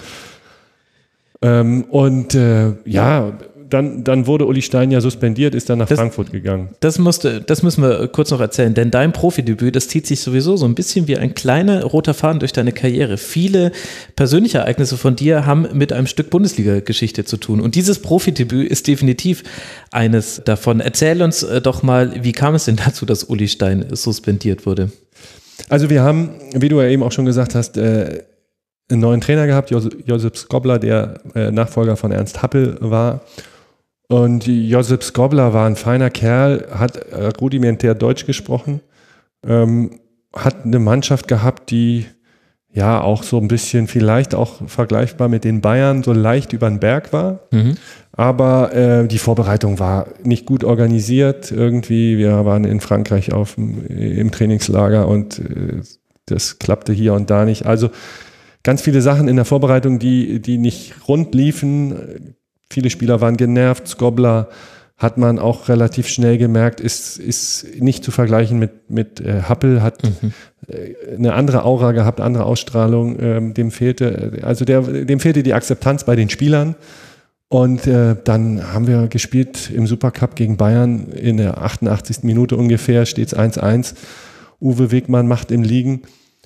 Ähm, und äh, ja, Dann, dann wurde Uli Stein ja suspendiert, ist dann nach das, Frankfurt gegangen. Das, musste, das müssen wir kurz noch erzählen, denn dein Profidebüt, das zieht sich sowieso so ein bisschen wie ein kleiner roter Faden durch deine Karriere. Viele persönliche Ereignisse von dir haben mit einem Stück Bundesliga-Geschichte zu tun. Und dieses Profidebüt ist definitiv eines davon. Erzähl uns doch mal, wie kam es denn dazu, dass Uli Stein suspendiert wurde? Also wir haben, wie du ja eben auch schon gesagt hast, äh, einen neuen Trainer gehabt, Jos- Josip Skobler, der äh, Nachfolger von Ernst Happel war. Und Josip Skobler war ein feiner Kerl, hat rudimentär Deutsch gesprochen, ähm, hat eine Mannschaft gehabt, die ja auch so ein bisschen vielleicht auch vergleichbar mit den Bayern so leicht über den Berg war. Mhm. Aber äh, die Vorbereitung war nicht gut organisiert irgendwie. Wir waren in Frankreich auf dem, im Trainingslager und äh, das klappte hier und da nicht. Also ganz viele Sachen in der Vorbereitung, die, die nicht rund liefen. Viele Spieler waren genervt. Skobler hat man auch relativ schnell gemerkt, ist, ist nicht zu vergleichen mit, mit äh, Happel, hat mhm. äh, eine andere Aura gehabt, andere Ausstrahlung. Ähm, dem fehlte, also der, dem fehlte die Akzeptanz bei den Spielern. Und äh, dann haben wir gespielt im Supercup gegen Bayern in der achtundachtzigsten Minute ungefähr, steht's eins eins. Uwe Wegmann macht im Liegen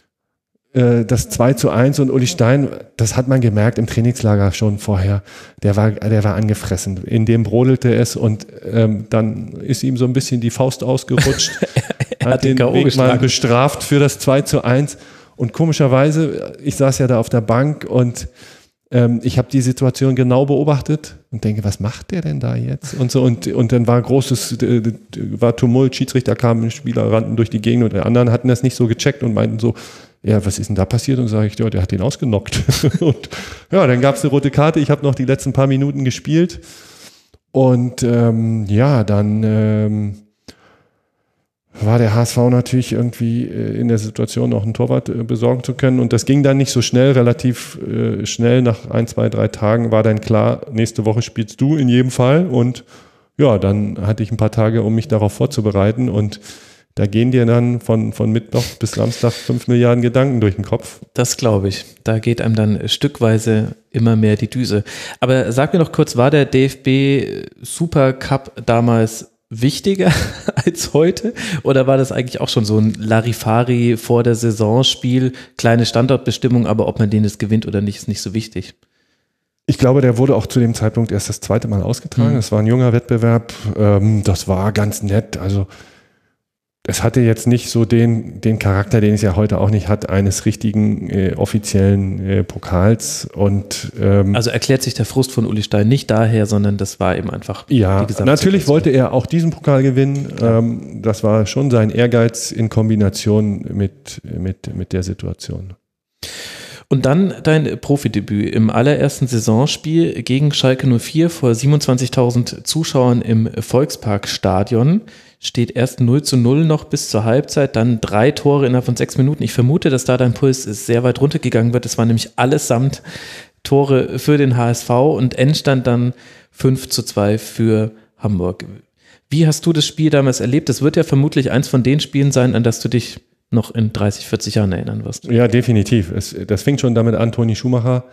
das zwei zu eins und Uli Stein, das hat man gemerkt im Trainingslager schon vorher, der war, der war angefressen. In dem brodelte es und ähm, dann ist ihm so ein bisschen die Faust ausgerutscht. er hat, hat den, den Wegmann bestraft für das zwei zu eins und komischerweise, ich saß ja da auf der Bank und ähm, ich habe die Situation genau beobachtet und denke, was macht der denn da jetzt? Und so und, und dann war großes, äh, war Tumult, Schiedsrichter kamen, Spieler rannten durch die Gegend und die anderen hatten das nicht so gecheckt und meinten so, ja, was ist denn da passiert? Und sage ich, ja, der hat den ausgenockt. Und ja, dann gab es eine rote Karte. Ich habe noch die letzten paar Minuten gespielt. Und ähm, ja, dann ähm, war der H S V natürlich irgendwie äh, in der Situation, noch einen Torwart äh, besorgen zu können. Und das ging dann nicht so schnell. Relativ äh, schnell, nach ein, zwei, drei Tagen war dann klar, nächste Woche spielst du in jedem Fall. Und ja, dann hatte ich ein paar Tage, um mich darauf vorzubereiten. Und da gehen dir dann von, von Mittwoch bis Samstag fünf Milliarden Gedanken durch den Kopf. Das glaube ich. Da geht einem dann stückweise immer mehr die Düse. Aber sag mir noch kurz, war der D F B Supercup damals wichtiger als heute? Oder war das eigentlich auch schon so ein Larifari vor der Saisonspiel, kleine Standortbestimmung, aber ob man den jetzt gewinnt oder nicht, ist nicht so wichtig? Ich glaube, der wurde auch zu dem Zeitpunkt erst das zweite Mal ausgetragen. Mhm. Das war ein junger Wettbewerb. Das war ganz nett. Also es hatte jetzt nicht so den, den Charakter, den es ja heute auch nicht hat, eines richtigen äh, offiziellen äh, Pokals. Und ähm, also erklärt sich der Frust von Uli Stein nicht daher, sondern das war eben einfach ja, die gesamte natürlich Situation. wollte er auch diesen Pokal gewinnen. Ähm, das war schon sein Ehrgeiz in Kombination mit, mit, mit der Situation. Und dann dein Profidebüt im allerersten Saisonspiel gegen Schalke null vier vor siebenundzwanzigtausend Zuschauern im Volksparkstadion. Steht erst null zu null noch bis zur Halbzeit, dann drei Tore innerhalb von sechs Minuten. Ich vermute, dass da dein Puls sehr weit runtergegangen wird. Das waren nämlich allesamt Tore für den H S V und Endstand dann fünf zu zwei für Hamburg. Wie hast du das Spiel damals erlebt? Das wird ja vermutlich eins von den Spielen sein, an das du dich noch in dreißig, vierzig Jahren erinnern wirst. Ja, definitiv. Es, das fing schon damit an, Toni Schumacher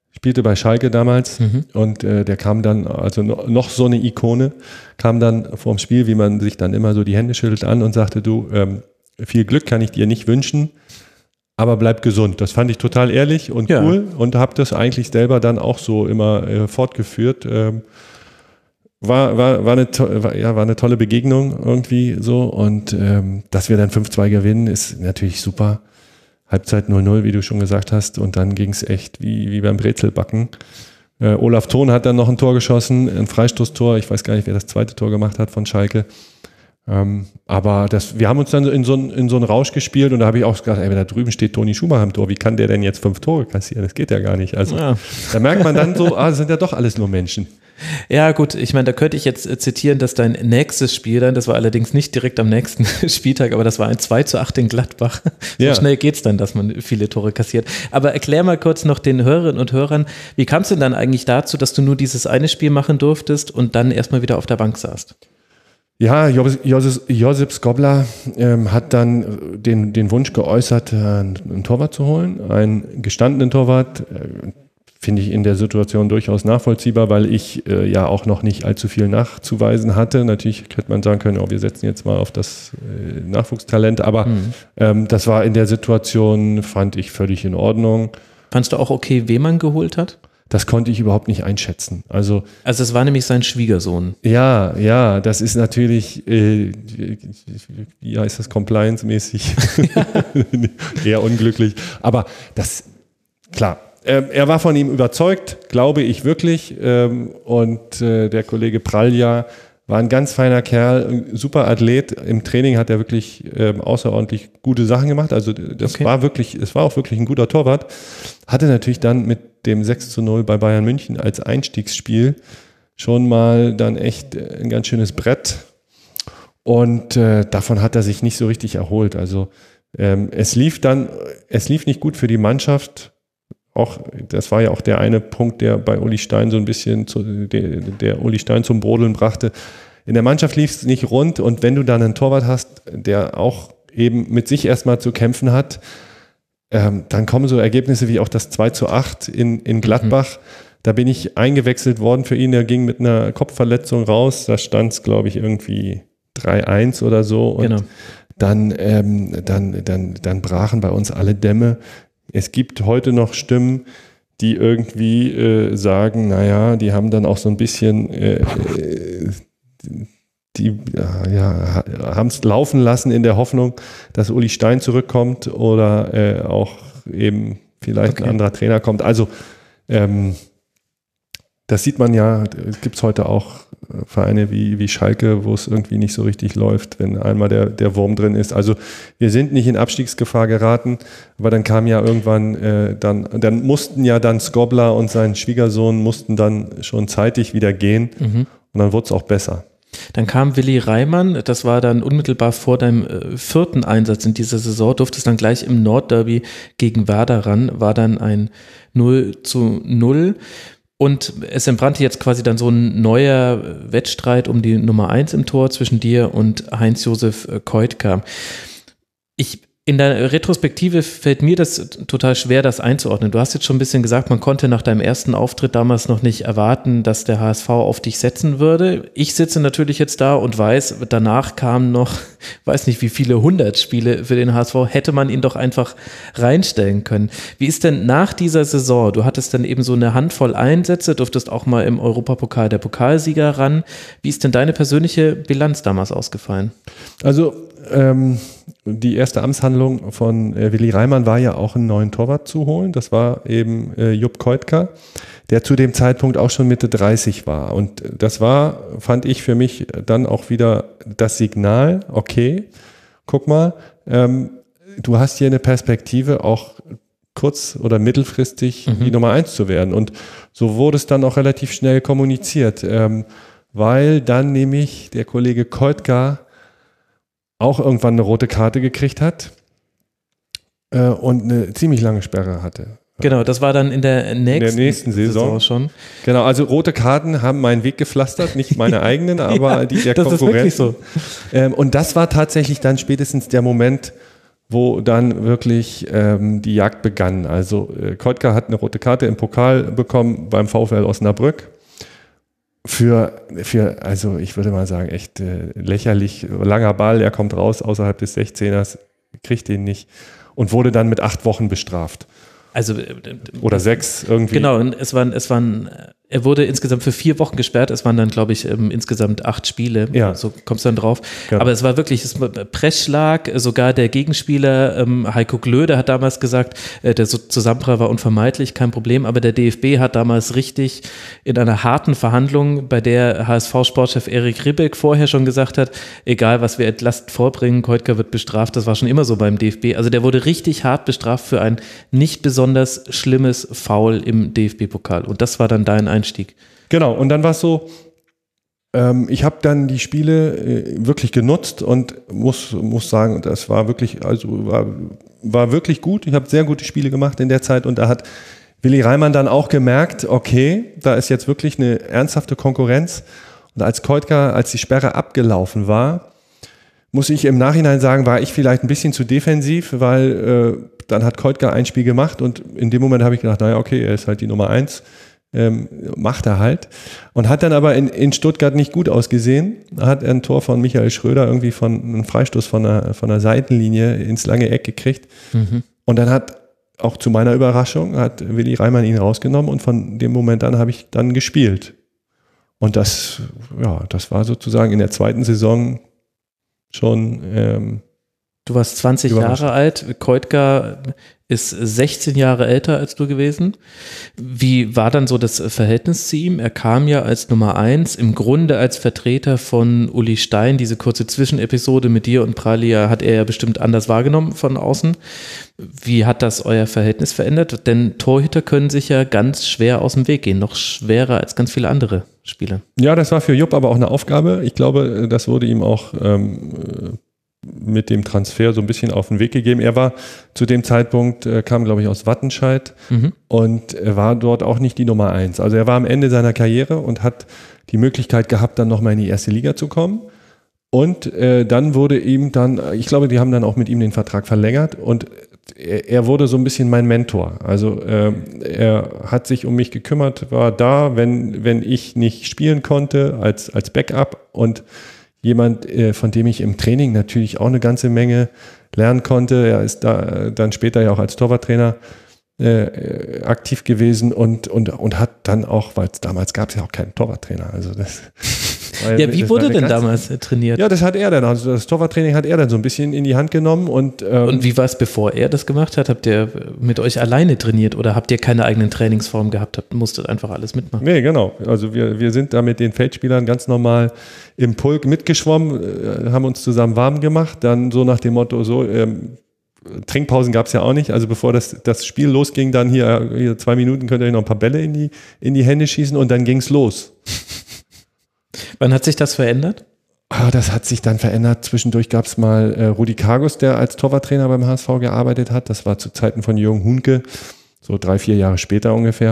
spielte bei Schalke damals Mhm. und äh, der kam dann, also no, noch so eine Ikone, kam dann vorm Spiel, wie man sich dann immer so die Hände schüttelt, an und sagte, du, ähm, viel Glück kann ich dir nicht wünschen, aber bleib gesund. Das fand ich total ehrlich und Ja. cool und habe das eigentlich selber dann auch so immer äh, fortgeführt. Ähm, war, war, war, eine to- war, ja, war eine tolle Begegnung irgendwie so und ähm, dass wir dann fünf zwei gewinnen, ist natürlich super. Halbzeit null null, wie du schon gesagt hast, und dann ging es echt wie, wie beim Brezelbacken. Äh, Olaf Thon hat dann noch ein Tor geschossen, ein Freistoßtor. Ich weiß gar nicht, wer das zweite Tor gemacht hat von Schalke. Ähm, aber das, wir haben uns dann in so, einen, in so einen Rausch gespielt und da habe ich auch gesagt, ey, da drüben steht Toni Schumacher im Tor, wie kann der denn jetzt fünf Tore kassieren? Das geht ja gar nicht. Also Ja. da merkt man dann so, ah, das sind ja doch alles nur Menschen. Ja gut, ich meine, da könnte ich jetzt äh, zitieren, dass dein nächstes Spiel dann, das war allerdings nicht direkt am nächsten Spieltag, aber das war ein zwei zu acht in Gladbach. So Ja. schnell geht's dann, dass man viele Tore kassiert. Aber erklär mal kurz noch den Hörerinnen und Hörern, wie kam es denn dann eigentlich dazu, dass du nur dieses eine Spiel machen durftest und dann erstmal wieder auf der Bank saßt? Ja, Josip, Josip, Josip Skobla ähm, hat dann den, den Wunsch geäußert, äh, einen Torwart zu holen, einen gestandenen Torwart. Äh, Finde ich in der Situation durchaus nachvollziehbar, weil ich äh, ja auch noch nicht allzu viel nachzuweisen hatte. Natürlich hätte man sagen können, oh, wir setzen jetzt mal auf das äh, Nachwuchstalent, aber Mhm. ähm, das war in der Situation, fand ich völlig in Ordnung. Fandst du auch okay, wen man geholt hat? Das konnte ich überhaupt nicht einschätzen. Also Also es war nämlich sein Schwiegersohn. ja, ja, das ist natürlich, äh, wie heißt das, compliance-mäßig eher unglücklich. Aber das, klar, ähm, er war von ihm überzeugt, glaube ich wirklich. Ähm, und äh, der Kollege Pralja war ein ganz feiner Kerl, ein super Athlet. Im Training hat er wirklich ähm, außerordentlich gute Sachen gemacht. Also das Okay. war wirklich, es war auch wirklich ein guter Torwart. Hatte natürlich dann mit dem sechs zu null bei Bayern München als Einstiegsspiel schon mal dann echt ein ganz schönes Brett. Und äh, davon hat er sich nicht so richtig erholt. Also ähm, es lief dann, es lief nicht gut für die Mannschaft. Auch, das war ja auch der eine Punkt, der bei Uli Stein so ein bisschen, zu, der, der Uli Stein zum Brodeln brachte. In der Mannschaft lief es nicht rund und wenn du dann einen Torwart hast, der auch eben mit sich erstmal zu kämpfen hat, ähm, dann kommen so Ergebnisse wie auch das zwei zu acht in, in Gladbach. Mhm. Da bin ich eingewechselt worden für ihn, der ging mit einer Kopfverletzung raus, da stand es, glaube ich, irgendwie drei eins oder so und Genau. dann, ähm, dann, dann, dann brachen bei uns alle Dämme. Es gibt heute noch Stimmen, die irgendwie äh, sagen, naja, die haben dann auch so ein bisschen äh, äh, die ja, haben es laufen lassen in der Hoffnung, dass Uli Stein zurückkommt oder äh, auch eben vielleicht Okay. ein anderer Trainer kommt. Also ähm, das sieht man ja, es gibt heute auch Vereine wie, wie Schalke, wo es irgendwie nicht so richtig läuft, wenn einmal der, der Wurm drin ist. Also wir sind nicht in Abstiegsgefahr geraten, aber dann kam ja irgendwann, äh, dann, dann mussten ja dann Skobla und sein Schwiegersohn mussten dann schon zeitig wieder gehen Mhm. und dann wurde es auch besser. Dann kam Willi Reimann, das war dann unmittelbar vor deinem äh, vierten Einsatz in dieser Saison, durftest dann gleich im Nordderby gegen Werder ran, war dann ein null zu null. Und es entbrannte jetzt quasi dann so ein neuer Wettstreit um die Nummer eins im Tor zwischen dir und Heinz-Josef Keutka. Ich, in der Retrospektive fällt mir das total schwer, das einzuordnen. Du hast jetzt schon ein bisschen gesagt, man konnte nach deinem ersten Auftritt damals noch nicht erwarten, dass der H S V auf dich setzen würde. Ich sitze natürlich jetzt da und weiß, danach kamen noch, weiß nicht wie viele hundert Spiele für den H S V, hätte man ihn doch einfach reinstellen können. Wie ist denn nach dieser Saison, du hattest dann eben so eine Handvoll Einsätze, durftest auch mal im Europapokal der Pokalsieger ran. Wie ist denn deine persönliche Bilanz damals ausgefallen? Also ähm, die erste Amtshandlung von äh, Willi Reimann war ja auch einen neuen Torwart zu holen. Das war eben äh, Jupp Keutka, der zu dem Zeitpunkt auch schon Mitte dreißig war. Und das war, fand ich für mich dann auch wieder das Signal, okay, guck mal, ähm, du hast hier eine Perspektive, auch kurz- oder mittelfristig Mhm. die Nummer eins zu werden. Und so wurde es dann auch relativ schnell kommuniziert, ähm, weil dann nämlich der Kollege Keutka auch irgendwann eine rote Karte gekriegt hat äh, und eine ziemlich lange Sperre hatte. Genau, das war dann in der nächsten, In der nächsten Saison. Saison schon. Genau, also rote Karten haben meinen Weg gepflastert, nicht meine eigenen, aber Ja, die der das ist Konkurrenz. wirklich so. Ähm, und das war tatsächlich dann spätestens der Moment, wo dann wirklich ähm, die Jagd begann. Also äh, Koitka hat eine rote Karte im Pokal bekommen beim VfL Osnabrück. Für, für, also ich würde mal sagen, echt äh, lächerlich, langer Ball, er kommt raus außerhalb des sechzehners, kriegt ihn nicht und wurde dann mit acht Wochen bestraft. Also, oder sechs irgendwie. Genau, es waren, es waren, er wurde insgesamt für vier Wochen gesperrt. Es waren dann, glaube ich, insgesamt acht Spiele. Ja. So kommst du dann drauf. Genau. Aber es war wirklich es war Pressschlag. Sogar der Gegenspieler ähm, Heiko Glöde hat damals gesagt, äh, der so Zusammenprall war unvermeidlich, kein Problem. Aber der D F B hat damals richtig in einer harten Verhandlung, bei der H S V-Sportchef Erik Ribbeck vorher schon gesagt hat, egal was wir entlastend vorbringen, Koitka wird bestraft. Das war schon immer so beim D F B. Also der wurde richtig hart bestraft für ein nicht besonders schlimmes Foul im D F B-Pokal. Und das war dann dein Einstieg. Genau, und dann war es so, ähm, ich habe dann die Spiele äh, wirklich genutzt und muss, muss sagen, das war wirklich, also war, war wirklich gut. Ich habe sehr gute Spiele gemacht in der Zeit und da hat Willi Reimann dann auch gemerkt, okay, da ist jetzt wirklich eine ernsthafte Konkurrenz. Und als Koitka, als die Sperre abgelaufen war, muss ich im Nachhinein sagen, war ich vielleicht ein bisschen zu defensiv, weil äh, dann hat Koitka ein Spiel gemacht und in dem Moment habe ich gedacht, naja, okay, er ist halt die Nummer eins, ähm, macht er halt. Und hat dann aber in, in Stuttgart nicht gut ausgesehen. Da hat er ein Tor von Michael Schröder irgendwie von einem Freistoß von der, von der Seitenlinie ins lange Eck gekriegt. Mhm. Und dann hat, auch zu meiner Überraschung, hat Willi Reimann ihn rausgenommen und von dem Moment an habe ich dann gespielt. Und das, ja, das war sozusagen in der zweiten Saison schon ähm, Du warst zwanzig Jahre alt, Koitka ist sechzehn Jahre älter als du gewesen. Wie war dann so das Verhältnis zu ihm? Er kam ja als Nummer eins, im Grunde als Vertreter von Uli Stein. Diese kurze Zwischenepisode mit dir und Pralia hat er ja bestimmt anders wahrgenommen von außen. Wie hat das euer Verhältnis verändert? Denn Torhüter können sich ja ganz schwer aus dem Weg gehen, noch schwerer als ganz viele andere Spieler. Ja, das war für Jupp aber auch eine Aufgabe. Ich glaube, das wurde ihm auch ähm, mit dem Transfer so ein bisschen auf den Weg gegeben. Er war zu dem Zeitpunkt, äh, kam glaube ich aus Wattenscheid mhm. und er war dort auch nicht die Nummer eins. Also er war am Ende seiner Karriere und hat die Möglichkeit gehabt, dann nochmal in die erste Liga zu kommen. Und äh, dann wurde ihm dann, ich glaube, die haben dann auch mit ihm den Vertrag verlängert und er, er wurde so ein bisschen mein Mentor. Also äh, er hat sich um mich gekümmert, war da, wenn, wenn ich nicht spielen konnte, als, als Backup und jemand, von dem ich im Training natürlich auch eine ganze Menge lernen konnte. Er ist da dann später ja auch als Torwarttrainer äh, aktiv gewesen und, und, und hat dann auch, weil damals gab es ja auch keinen Torwarttrainer. Also das, ja, wie wurde denn damals trainiert? Ja, das hat er dann. Also das Torwarttraining hat er dann so ein bisschen in die Hand genommen. Und, ähm, und wie war es, bevor er das gemacht hat? Habt ihr mit euch alleine trainiert oder habt ihr keine eigenen Trainingsformen gehabt? Habt, musstet einfach alles mitmachen? Nee, genau. Also wir, wir sind da mit den Feldspielern ganz normal im Pulk mitgeschwommen, haben uns zusammen warm gemacht, dann so nach dem Motto, so ähm, Trinkpausen gab es ja auch nicht, also bevor das, das Spiel losging, dann hier, hier zwei Minuten könnt ihr euch noch ein paar Bälle in die, in die Hände schießen und dann ging es los. Wann hat sich das verändert? Ah, das hat sich dann verändert. Zwischendurch gab es mal äh, Rudi Kargus, der als Torwarttrainer beim H S V gearbeitet hat. Das war zu Zeiten von Jürgen Hunke, so drei, vier Jahre später ungefähr.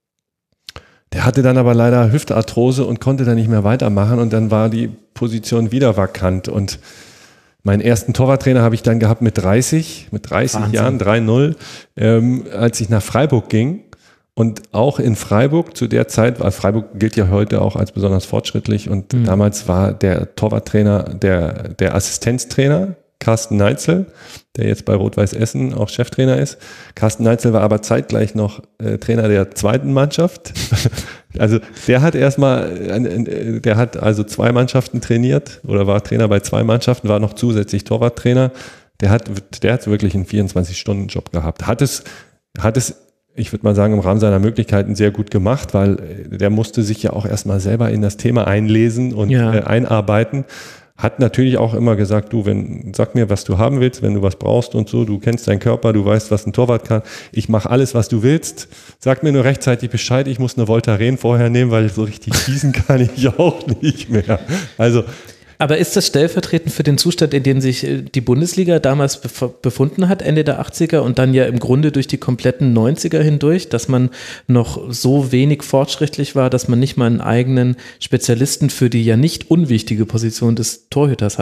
Der hatte dann aber leider Hüftarthrose und konnte dann nicht mehr weitermachen und dann war die Position wieder vakant und meinen ersten Torwarttrainer habe ich dann gehabt mit dreißig, mit dreißig Wahnsinn. Jahren, drei null, ähm, als ich nach Freiburg ging. Und auch in Freiburg zu der Zeit, weil Freiburg gilt ja heute auch als besonders fortschrittlich und mhm. damals war der Torwarttrainer der, der Assistenztrainer, Carsten Neitzel, der jetzt bei Rot-Weiß Essen auch Cheftrainer ist. Carsten Neitzel war aber zeitgleich noch äh, Trainer der zweiten Mannschaft. Also der hat erstmal, äh, der hat also zwei Mannschaften trainiert oder war Trainer bei zwei Mannschaften, war noch zusätzlich Torwarttrainer. Der hat, der hat wirklich einen vierundzwanzig-Stunden-Job gehabt. Hat es, hat es ich würde mal sagen, im Rahmen seiner Möglichkeiten sehr gut gemacht, weil der musste sich ja auch erstmal selber in das Thema einlesen und ja. äh, einarbeiten. Hat natürlich auch immer gesagt, du, wenn, sag mir, was du haben willst, wenn du was brauchst und so, du kennst deinen Körper, du weißt, was ein Torwart kann. Ich mache alles, was du willst. Sag mir nur rechtzeitig Bescheid, ich muss eine Voltaren vorher nehmen, weil so richtig schießen kann ich auch nicht mehr. Also Aber ist das stellvertretend für den Zustand, in dem sich die Bundesliga damals befunden hat, Ende der achtziger und dann ja im Grunde durch die kompletten neunziger hindurch, dass man noch so wenig fortschrittlich war, dass man nicht mal einen eigenen Spezialisten für die ja nicht unwichtige Position des Torhüters hatte?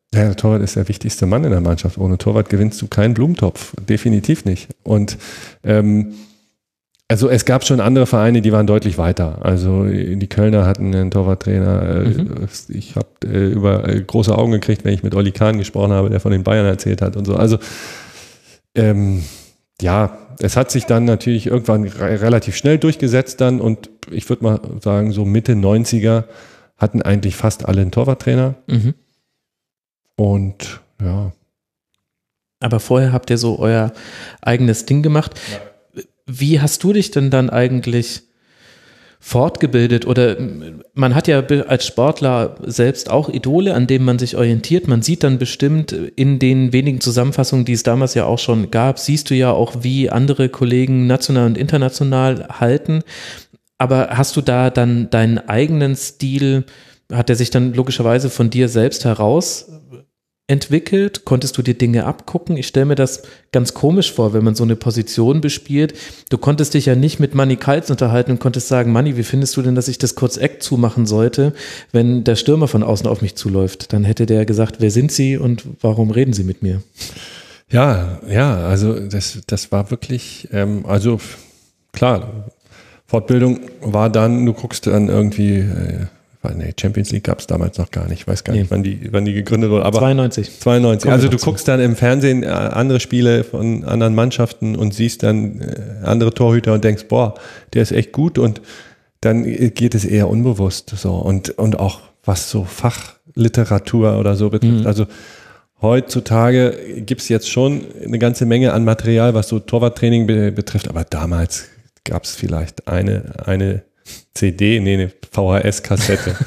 Ja, der Torwart ist der wichtigste Mann in der Mannschaft. Ohne Torwart gewinnst du keinen Blumentopf. Definitiv nicht. Und ähm, also es gab schon andere Vereine, die waren deutlich weiter. Also die Kölner hatten einen Torwarttrainer. Mhm. Ich habe äh, über äh, große Augen gekriegt, wenn ich mit Olli Kahn gesprochen habe, der von den Bayern erzählt hat und so. Also ähm, ja, es hat sich dann natürlich irgendwann re- relativ schnell durchgesetzt dann und ich würde mal sagen, so Mitte neunziger hatten eigentlich fast alle einen Torwarttrainer. Mhm. Und ja. Aber vorher habt ihr so euer eigenes Ding gemacht. Ja. Wie hast du dich denn dann eigentlich fortgebildet? Oder man hat ja als Sportler selbst auch Idole, an denen man sich orientiert. Man sieht dann bestimmt in den wenigen Zusammenfassungen, die es damals ja auch schon gab, siehst du ja auch, wie andere Kollegen national und international halten. Aber hast du da dann deinen eigenen Stil, hat der sich dann logischerweise von dir selbst heraus entwickelt? Konntest du dir Dinge abgucken? Ich stelle mir das ganz komisch vor, wenn man so eine Position bespielt. Du konntest dich ja nicht mit Manni Kaltz unterhalten und konntest sagen, Manni, wie findest du denn, dass ich das kurz Eck zumachen sollte, wenn der Stürmer von außen auf mich zuläuft? Dann hätte der gesagt, wer sind Sie und warum reden Sie mit mir? Ja, ja, also das, das war wirklich, ähm, also klar, Fortbildung war dann, du guckst dann irgendwie, äh, nee, Champions League gab es damals noch gar nicht. Ich weiß gar nee. nicht, wann die, wann die gegründet wurde. Aber zweiundneunzig. zweiundneunzig. Also du guckst dann im Fernsehen äh, andere Spiele von anderen Mannschaften und siehst dann äh, andere Torhüter und denkst, boah, der ist echt gut und dann geht es eher unbewusst so. Und, und auch was so Fachliteratur oder so betrifft. Mhm. Also heutzutage gibt es jetzt schon eine ganze Menge an Material, was so Torwarttraining be- betrifft. Aber damals gab es vielleicht eine, eine C D, nee, eine V H S-Kassette.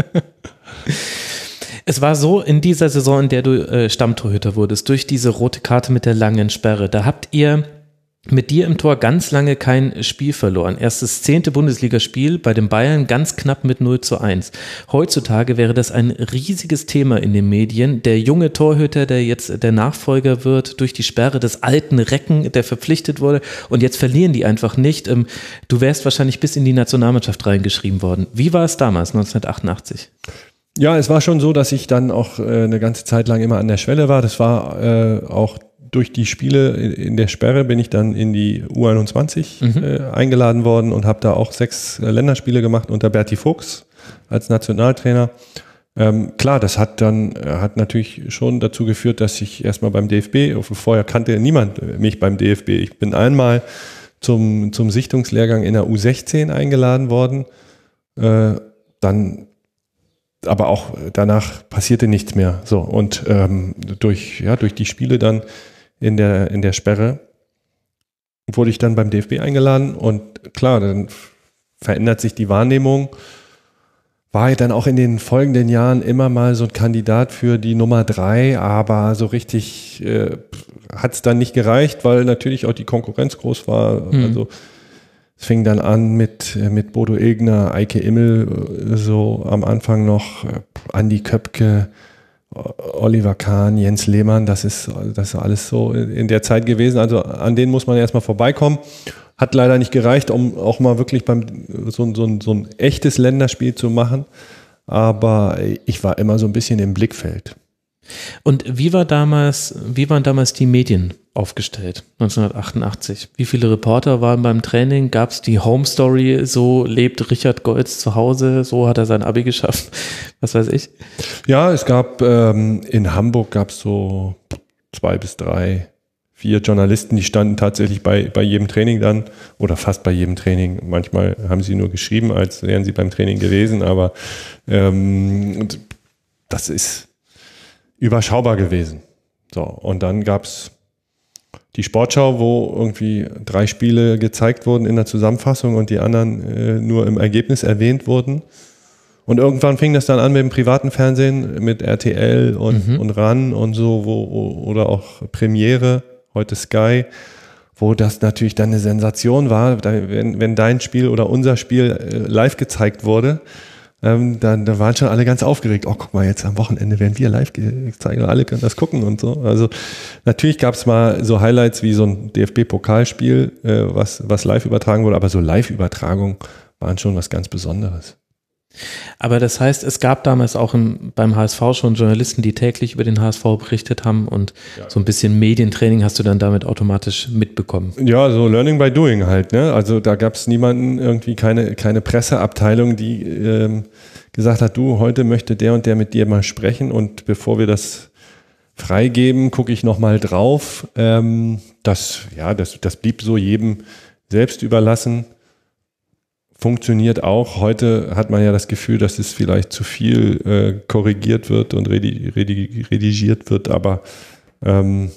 Es war so, in dieser Saison, in der du äh, Stammtorhüter wurdest, durch diese rote Karte mit der langen Sperre, da habt ihr mit dir im Tor ganz lange kein Spiel verloren. Erst das zehnte Bundesligaspiel bei den Bayern ganz knapp mit null zu eins. Heutzutage wäre das ein riesiges Thema in den Medien. Der junge Torhüter, der jetzt der Nachfolger wird, durch die Sperre des alten Recken, der verpflichtet wurde und jetzt verlieren die einfach nicht. Du wärst wahrscheinlich bis in die Nationalmannschaft reingeschrieben worden. Wie war es damals, neunzehnhundertachtundachtzig? Ja, es war schon so, dass ich dann auch äh, eine ganze Zeit lang immer an der Schwelle war. Das war äh, auch durch die Spiele in der Sperre bin ich dann in die U einundzwanzig mhm. äh, eingeladen worden und habe da auch sechs äh, Länderspiele gemacht unter Berti Fuchs als Nationaltrainer. Ähm, klar, das hat dann äh, hat natürlich schon dazu geführt, dass ich erstmal beim D F B, vorher kannte niemand mich beim D F B. Ich bin einmal zum, zum Sichtungslehrgang in der U sechzehn eingeladen worden. Äh, dann aber auch danach passierte nichts mehr. So, und ähm, durch, ja, durch die Spiele dann in der, in der Sperre wurde ich dann beim D F B eingeladen und klar, dann verändert sich die Wahrnehmung. War ich dann auch in den folgenden Jahren immer mal so ein Kandidat für die Nummer drei, aber so richtig äh, hat es dann nicht gereicht, weil natürlich auch die Konkurrenz groß war. Mhm. Also es fing dann an mit, mit Bodo Ilgner, Eike Immel, so am Anfang noch, Andi Köpke, Oliver Kahn, Jens Lehmann, das ist, das ist alles so in der Zeit gewesen. Also an denen muss man erstmal vorbeikommen. Hat leider nicht gereicht, um auch mal wirklich beim so, so, so ein echtes Länderspiel zu machen. Aber ich war immer so ein bisschen im Blickfeld. Und wie war damals, wie waren damals die Medien aufgestellt, neunzehnhundertachtundachtzig? Wie viele Reporter waren beim Training? Gab es die Home Story, so lebt Richard Goltz zu Hause, so hat er sein Abi geschafft, was weiß ich? Ja, es gab, ähm, in Hamburg gab es so zwei bis drei, vier Journalisten, die standen tatsächlich bei, bei jedem Training dann oder fast bei jedem Training. Manchmal haben sie nur geschrieben, als wären sie beim Training gewesen, aber ähm, das ist überschaubar gewesen. So, und dann gab es die Sportschau, wo irgendwie drei Spiele gezeigt wurden in der Zusammenfassung und die anderen äh, nur im Ergebnis erwähnt wurden. Und irgendwann fing das dann an mit dem privaten Fernsehen, mit R T L und, mhm. und R A N und so, wo, oder auch Premiere, heute Sky, wo das natürlich dann eine Sensation war, wenn, wenn dein Spiel oder unser Spiel äh, live gezeigt wurde. Ähm, dann, da waren schon alle ganz aufgeregt. Oh, guck mal, jetzt am Wochenende werden wir live gezeigt und alle können das gucken und so. Also natürlich gab es mal so Highlights wie so ein D F B-Pokalspiel, äh, was, was live übertragen wurde, aber so Live-Übertragungen waren schon was ganz Besonderes. Aber das heißt, es gab damals auch im, beim H S V schon Journalisten, die täglich über den H S V berichtet haben und ja. so ein bisschen Medientraining hast du dann damit automatisch mitbekommen. Ja, so Learning by Doing halt, ne? Also da gab es niemanden, irgendwie keine, keine Presseabteilung, die ähm, gesagt hat, du, heute möchte der und der mit dir mal sprechen und bevor wir das freigeben, gucke ich nochmal drauf. Ähm, das, ja, das, das blieb so jedem selbst überlassen. Funktioniert auch. Heute hat man ja das Gefühl, dass es vielleicht zu viel äh, korrigiert wird und redi- redi- redigiert wird, aber ähm,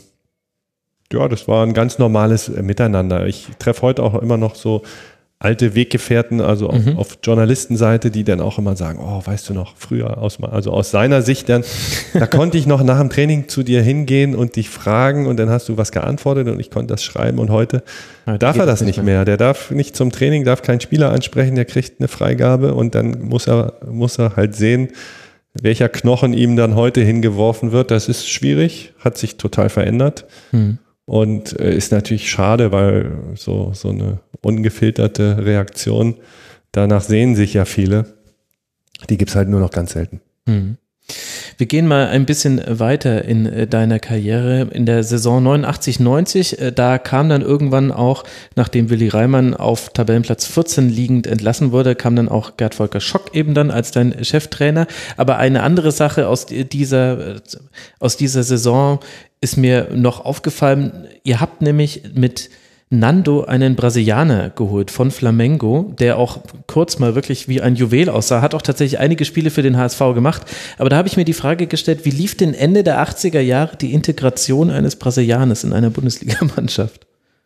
ja, das war ein ganz normales äh, Miteinander. Ich treffe heute auch immer noch so alte Weggefährten, also auf, mhm. auf Journalistenseite, die dann auch immer sagen, oh, weißt du noch, früher, aus, also aus seiner Sicht dann, da konnte ich noch nach dem Training zu dir hingehen und dich fragen und dann hast du was geantwortet und ich konnte das schreiben und heute ja, darf er das nicht mehr. mehr. Der darf nicht zum Training, darf keinen Spieler ansprechen, der kriegt eine Freigabe und dann muss er, muss er halt sehen, welcher Knochen ihm dann heute hingeworfen wird. Das ist schwierig, hat sich total verändert. Mhm. Und äh, ist natürlich schade, weil so, so eine ungefilterte Reaktion, danach sehen sich ja viele, die gibt es halt nur noch ganz selten. Mhm. Wir gehen mal ein bisschen weiter in äh, deiner Karriere. In der Saison neunundachtzig neunzig, äh, da kam dann irgendwann auch, nachdem Willi Reimann auf Tabellenplatz vierzehn liegend entlassen wurde, kam dann auch Gerd Volker Schock eben dann als dein Cheftrainer. Aber eine andere Sache aus dieser, äh, aus dieser Saison ist mir noch aufgefallen. Ihr habt nämlich mit Nando einen Brasilianer geholt von Flamengo, der auch kurz mal wirklich wie ein Juwel aussah, hat auch tatsächlich einige Spiele für den H S V gemacht, aber da habe ich mir die Frage gestellt, wie lief denn Ende der achtziger Jahre die Integration eines Brasilianers in einer Bundesligamannschaft?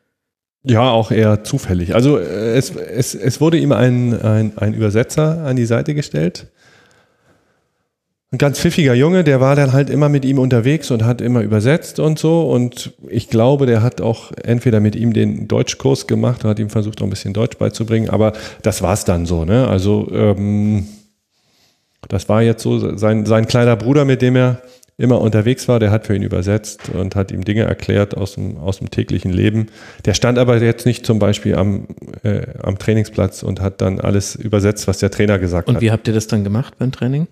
Ja, auch eher zufällig. Also es, es, es wurde ihm ein, ein, ein Übersetzer an die Seite gestellt. Ein ganz pfiffiger Junge, der war dann halt immer mit ihm unterwegs und hat immer übersetzt und so. Und ich glaube, der hat auch entweder mit ihm den Deutschkurs gemacht, hat ihm versucht, auch ein bisschen Deutsch beizubringen. Aber das war's dann so, ne? Also ähm, das war jetzt so sein, sein kleiner Bruder, mit dem er immer unterwegs war. Der hat für ihn übersetzt und hat ihm Dinge erklärt aus dem, aus dem täglichen Leben. Der stand aber jetzt nicht zum Beispiel am, äh, am Trainingsplatz und hat dann alles übersetzt, was der Trainer gesagt und hat. Und wie habt ihr das dann gemacht beim Training?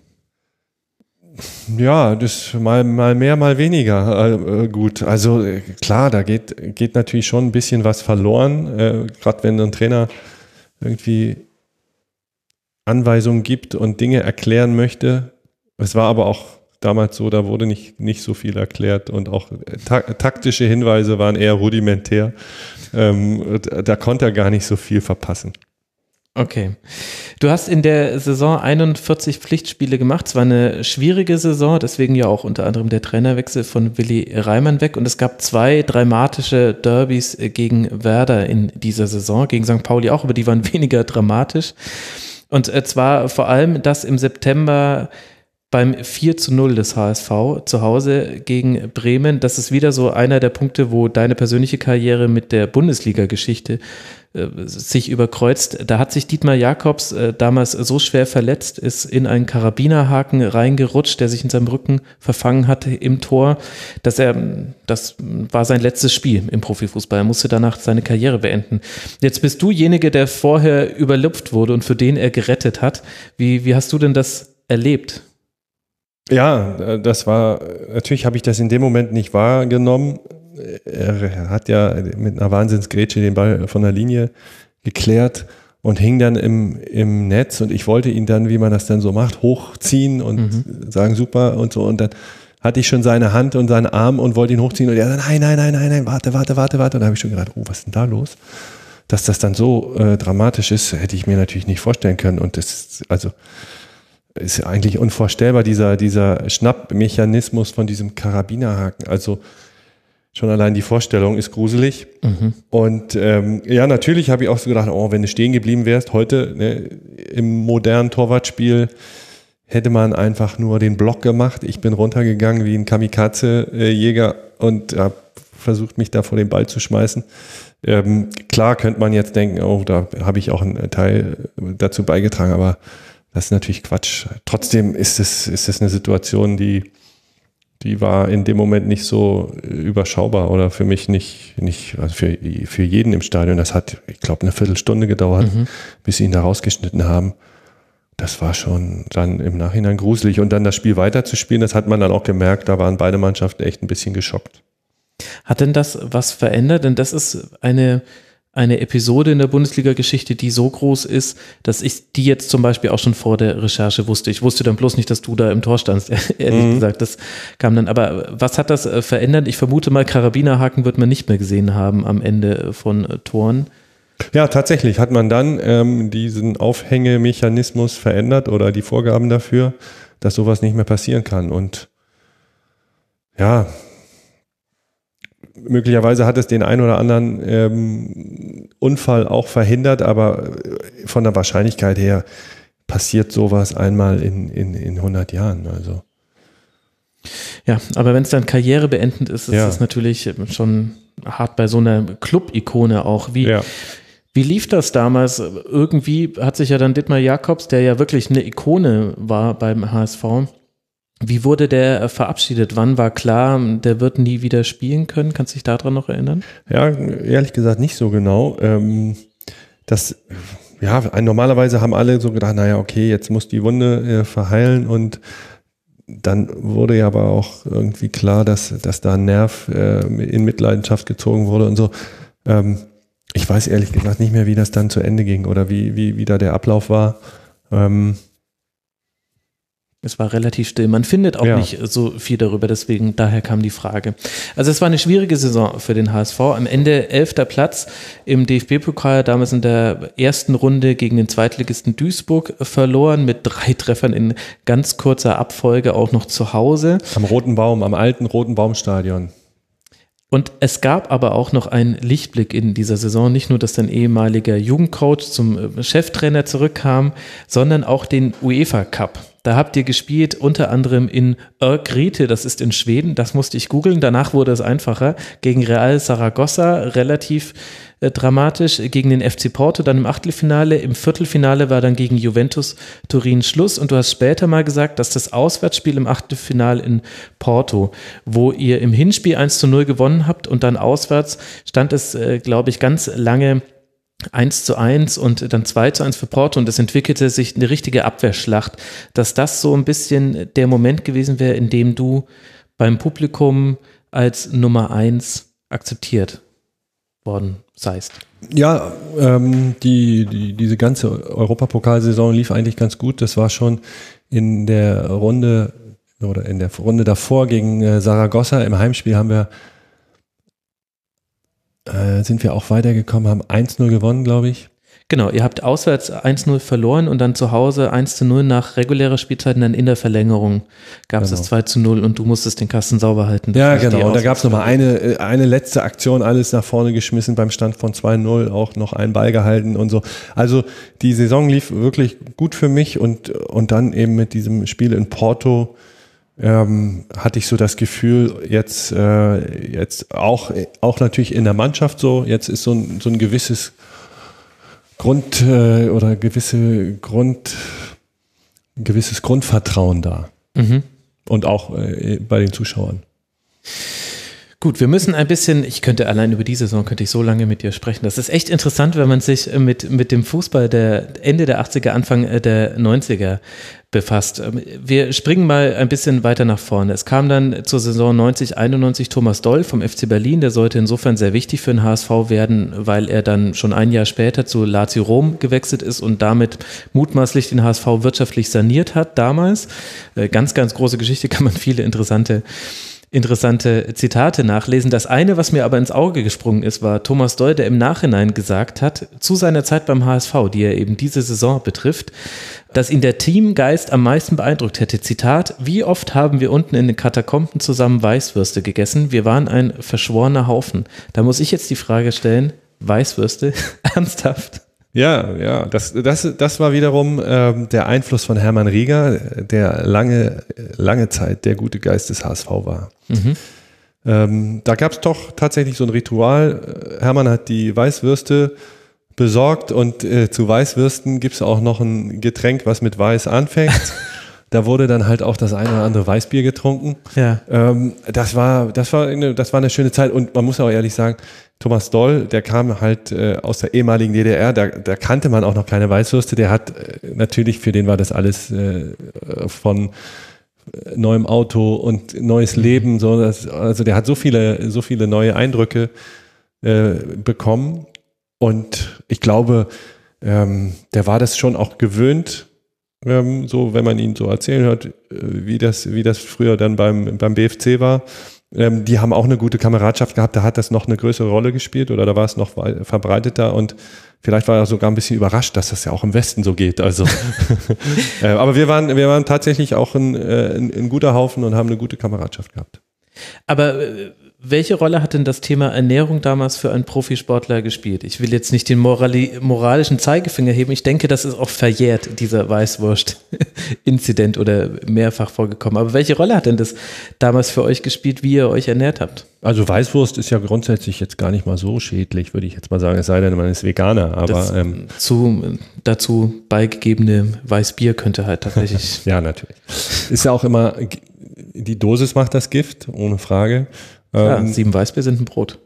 Ja, das mal, mal mehr, mal weniger äh, gut. Also äh, klar, da geht, geht natürlich schon ein bisschen was verloren, äh, gerade wenn ein Trainer irgendwie Anweisungen gibt und Dinge erklären möchte. Es war aber auch damals so, da wurde nicht, nicht so viel erklärt und auch ta- taktische Hinweise waren eher rudimentär. Ähm, da konnte er gar nicht so viel verpassen. Okay. Du hast in der Saison einundvierzig Pflichtspiele gemacht. Es war eine schwierige Saison, deswegen ja auch unter anderem der Trainerwechsel von Willi Reimann weg. Und es gab zwei dramatische Derbys gegen Werder in dieser Saison, gegen Sankt Pauli auch, aber die waren weniger dramatisch. Und zwar vor allem das im September beim vier zu null des H S V zu Hause gegen Bremen. Das ist wieder so einer der Punkte, wo deine persönliche Karriere mit der Bundesliga-Geschichte äh, sich überkreuzt. Da hat sich Dietmar Jakobs äh, damals so schwer verletzt, ist in einen Karabinerhaken reingerutscht, der sich in seinem Rücken verfangen hatte im Tor, dass er, das war sein letztes Spiel im Profifußball. Er musste danach seine Karriere beenden. Jetzt bist du derjenige, der vorher überlupft wurde und für den er gerettet hat. Wie, wie hast du denn das erlebt? Ja, das war, natürlich habe ich das in dem Moment nicht wahrgenommen. Er hat ja mit einer Wahnsinnsgrätsche den Ball von der Linie geklärt und hing dann im, im Netz und ich wollte ihn dann, wie man das dann so macht, hochziehen und mhm. sagen super und so und dann hatte ich schon seine Hand und seinen Arm und wollte ihn hochziehen und er sagt, nein, nein, nein, nein, nein, warte, warte, warte, warte und da habe ich schon gedacht, oh, was ist denn da los? Dass das dann so äh, dramatisch ist, hätte ich mir natürlich nicht vorstellen können und das, also ist ja eigentlich unvorstellbar, dieser, dieser Schnappmechanismus von diesem Karabinerhaken. Also schon allein die Vorstellung ist gruselig. Mhm. Und ähm, ja, natürlich habe ich auch so gedacht, oh, wenn du stehen geblieben wärst, heute ne, im modernen Torwartspiel hätte man einfach nur den Block gemacht. Ich bin runtergegangen wie ein Kamikaze-Jäger und habe versucht, mich da vor den Ball zu schmeißen. Ähm, klar könnte man jetzt denken, oh, da habe ich auch einen Teil dazu beigetragen, aber das ist natürlich Quatsch. Trotzdem ist es, ist es eine Situation, die, die war in dem Moment nicht so überschaubar oder für mich nicht, nicht also für, für jeden im Stadion. Das hat, ich glaube, eine Viertelstunde gedauert, mhm. bis sie ihn da rausgeschnitten haben. das war schon dann im Nachhinein gruselig. Und dann das Spiel weiterzuspielen, das hat man dann auch gemerkt, da waren beide Mannschaften echt ein bisschen geschockt. Hat denn das was verändert? Denn das ist eine, eine Episode in der Bundesliga-Geschichte, die so groß ist, dass ich die jetzt zum Beispiel auch schon vor der Recherche wusste. Ich wusste dann bloß nicht, dass du da im Tor standst, ehrlich mhm. gesagt. Das kam dann. Aber was hat das verändert? Ich vermute mal, Karabinerhaken wird man nicht mehr gesehen haben am Ende von Toren. Ja, tatsächlich hat man dann ähm, diesen Aufhängemechanismus verändert oder die Vorgaben dafür, dass sowas nicht mehr passieren kann. Und ja, möglicherweise hat es den einen oder anderen ähm, Unfall auch verhindert, aber von der Wahrscheinlichkeit her passiert sowas einmal in, in, in hundert Jahren. Also. Ja, aber wenn es dann karrierebeendend ist, ist ja. es natürlich schon hart bei so einer Club-Ikone auch. Wie, ja. wie lief das damals? Irgendwie hat sich ja dann Dietmar Jacobs, der ja wirklich eine Ikone war beim H S V, wie wurde der verabschiedet? Wann war klar, der wird nie wieder spielen können? Kannst du dich daran noch erinnern? Ja, ehrlich gesagt nicht so genau. Ähm, das, ja, normalerweise haben alle so gedacht, naja, okay, jetzt muss die Wunde äh, verheilen, und dann wurde ja aber auch irgendwie klar, dass, dass da ein Nerv äh, in Mitleidenschaft gezogen wurde und so. Ähm, ich weiß ehrlich gesagt nicht mehr, wie das dann zu Ende ging oder wie, wie, wie da der Ablauf war. Ähm, Es war relativ still. Man findet auch ja. nicht so viel darüber, deswegen daher kam die Frage. Also es war eine schwierige Saison für den H S V. Am Ende elfter Platz im D F B-Pokal, damals in der ersten Runde gegen den Zweitligisten Duisburg verloren, mit drei Treffern in ganz kurzer Abfolge, auch noch zu Hause. Am Roten Baum, am alten Roten Baumstadion. Und es gab aber auch noch einen Lichtblick in dieser Saison, nicht nur, dass dein ehemaliger Jugendcoach zum Cheftrainer zurückkam, sondern auch den UEFA Cup. Da habt ihr gespielt, unter anderem in Örgryte, das ist in Schweden, das musste ich googeln, danach wurde es einfacher, gegen Real Saragossa, relativ äh, dramatisch, gegen den F C Porto, dann im Achtelfinale, im Viertelfinale war dann gegen Juventus Turin Schluss, und du hast später mal gesagt, dass das Auswärtsspiel im Achtelfinale in Porto, wo ihr im Hinspiel eins zu null gewonnen habt und dann auswärts stand es, äh, glaube ich, ganz lange eins zu eins und dann zwei zu eins für Porto, und es entwickelte sich eine richtige Abwehrschlacht, dass das so ein bisschen der Moment gewesen wäre, in dem du beim Publikum als Nummer eins akzeptiert worden seist. Ja, ähm, die, die, diese ganze Europapokalsaison lief eigentlich ganz gut. Das war schon in der Runde oder in der Runde davor gegen äh, Saragossa. Im Heimspiel haben wir Äh, sind wir auch weitergekommen, haben eins null gewonnen, glaube ich. Genau, ihr habt auswärts eins null verloren und dann zu Hause eins zu null nach regulärer Spielzeit, und dann in der Verlängerung gab es genau. das zwei zu null und du musstest den Kasten sauber halten. Ja, genau, und da gab es nochmal eine, eine letzte Aktion, alles nach vorne geschmissen beim Stand von zwei null, auch noch einen Ball gehalten und so. Also die Saison lief wirklich gut für mich, und, und dann eben mit diesem Spiel in Porto Ähm, hatte ich so das Gefühl, jetzt, äh, jetzt auch, auch natürlich in der Mannschaft so, jetzt ist so ein, so ein gewisses Grund äh, oder gewisse Grund, ein gewisses Grundvertrauen da. Mhm. Und auch äh, bei den Zuschauern. Gut, wir müssen ein bisschen, ich könnte allein über die Saison, könnte ich so lange mit dir sprechen. Das ist echt interessant, wenn man sich mit, mit dem Fußball der Ende der achtziger, Anfang der neunziger befasst. Wir springen mal ein bisschen weiter nach vorne. Es kam dann zur Saison neunzig einundneunzig Thomas Doll vom F C Berlin. Der sollte insofern sehr wichtig für den H S V werden, weil er dann schon ein Jahr später zu Lazio Rom gewechselt ist und damit mutmaßlich den H S V wirtschaftlich saniert hat damals. Ganz, ganz große Geschichte, kann man viele interessante interessante Zitate nachlesen. Das eine, was mir aber ins Auge gesprungen ist, war Thomas Doll, der im Nachhinein gesagt hat, zu seiner Zeit beim H S V, die er eben diese Saison betrifft, dass ihn der Teamgeist am meisten beeindruckt hätte. Zitat: Wie oft haben wir unten in den Katakomben zusammen Weißwürste gegessen? Wir waren ein verschworener Haufen. Da muss ich jetzt die Frage stellen, Weißwürste? Ernsthaft? Ja, ja, das, das, das war wiederum ähm, der Einfluss von Hermann Rieger, der lange, lange Zeit der gute Geist des H S V war. Mhm. Ähm, da gab es doch tatsächlich so ein Ritual. Hermann hat die Weißwürste besorgt, und äh, zu Weißwürsten gibt es auch noch ein Getränk, was mit Weiß anfängt. da wurde dann halt auch das eine oder andere Weißbier getrunken. Ja. Ähm, das war, das war eine, das war eine schöne Zeit und man muss auch ehrlich sagen, Thomas Doll, der kam halt äh, aus der ehemaligen D D R, da, da kannte man auch noch keine Weißwürste, der hat äh, natürlich, für den war das alles äh, von neuem Auto und neues Leben, so, das, also der hat so viele, so viele neue Eindrücke äh, bekommen und ich glaube, ähm, der war das schon auch gewöhnt, ähm, so wenn man ihn so erzählen hört, äh, wie das, wie das früher dann beim, beim B F C war. Ähm, die haben auch eine gute Kameradschaft gehabt, da hat das noch eine größere Rolle gespielt oder da war es noch verbreiteter und vielleicht war er sogar ein bisschen überrascht, dass das ja auch im Westen so geht. Also, äh, aber wir waren, wir waren tatsächlich auch ein, ein, ein guter Haufen und haben eine gute Kameradschaft gehabt. Aber äh, welche Rolle hat denn das Thema Ernährung damals für einen Profisportler gespielt? Ich will jetzt nicht den morali- moralischen Zeigefinger heben. Ich denke, das ist auch verjährt, dieser Weißwurst-Inzident oder mehrfach vorgekommen. Aber welche Rolle hat denn das damals für euch gespielt, wie ihr euch ernährt habt? Also Weißwurst ist ja grundsätzlich jetzt gar nicht mal so schädlich, würde ich jetzt mal sagen, es sei denn, man ist Veganer. Aber das ähm, zu, dazu beigegebene Weißbier könnte halt tatsächlich... ja, natürlich. Ist ja auch immer, die Dosis macht das Gift, ohne Frage. Ja, ähm, sieben Weißbier sind ein Brot.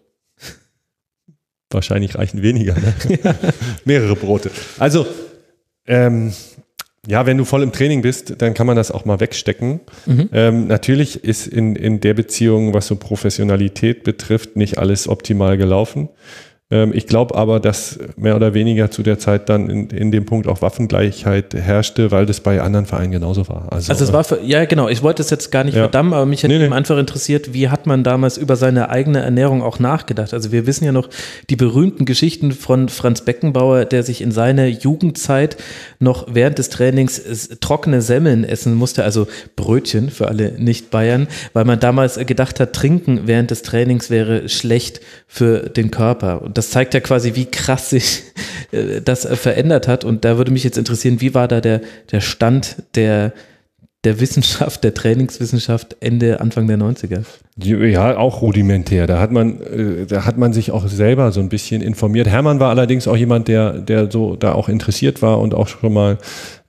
Wahrscheinlich reichen weniger, ne? Ja. Mehrere Brote. Also, ähm, ja, wenn du voll im Training bist, dann kann man das auch mal wegstecken. Mhm. Ähm, natürlich ist in, in der Beziehung, was so Professionalität betrifft, nicht alles optimal gelaufen. Ähm, ich glaube aber, dass mehr oder weniger zu der Zeit dann in, in dem Punkt auch Waffengleichheit herrschte, weil das bei anderen Vereinen genauso war. Also, also es war, für, ja genau, ich wollte es jetzt gar nicht ja. verdammen, aber mich hätte nee, nee. einfach interessiert, wie hat man damals über seine eigene Ernährung auch nachgedacht? Also wir wissen ja noch die berühmten Geschichten von Franz Beckenbauer, der sich in seiner Jugendzeit noch während des Trainings trockene Semmeln essen musste, also Brötchen für alle Nicht-Bayern, weil man damals gedacht hat, trinken während des Trainings wäre schlecht für den Körper. Und das zeigt ja quasi, wie krass sich äh, das äh, verändert hat. Und da würde mich jetzt interessieren, wie war da der, der Stand der, der Wissenschaft, der Trainingswissenschaft Ende, Anfang der neunziger? Ja, auch rudimentär. Da hat man, äh, da hat man sich auch selber so ein bisschen informiert. Hermann war allerdings auch jemand, der, der so da auch interessiert war und auch schon mal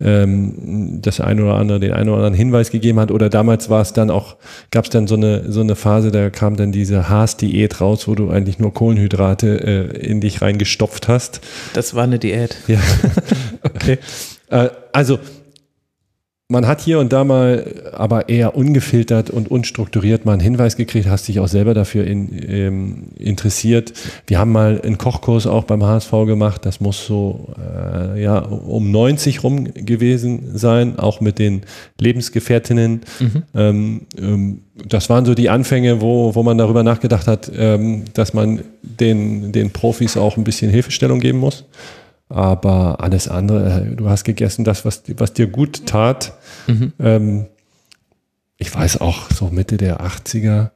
ähm, das ein oder andere, den einen oder anderen Hinweis gegeben hat. Oder damals war es dann auch, gab es dann so eine, so eine Phase, da kam dann diese Haas-Diät raus, wo du eigentlich nur Kohlenhydrate äh, in dich reingestopft hast. Das war eine Diät. Ja. Okay. äh, also, man hat hier und da mal aber eher ungefiltert und unstrukturiert mal einen Hinweis gekriegt, hast dich auch selber dafür in, ähm, interessiert. Wir haben mal einen Kochkurs auch beim H S V gemacht, das muss so äh, ja um neunzig rum gewesen sein, auch mit den Lebensgefährtinnen. Mhm. Ähm, ähm, das waren so die Anfänge, wo, wo man darüber nachgedacht hat, ähm, dass man den, den Profis auch ein bisschen Hilfestellung geben muss. Aber alles andere, du hast gegessen, das, was, was dir gut tat. Mhm. Ähm, ich weiß auch, so Mitte der achtziger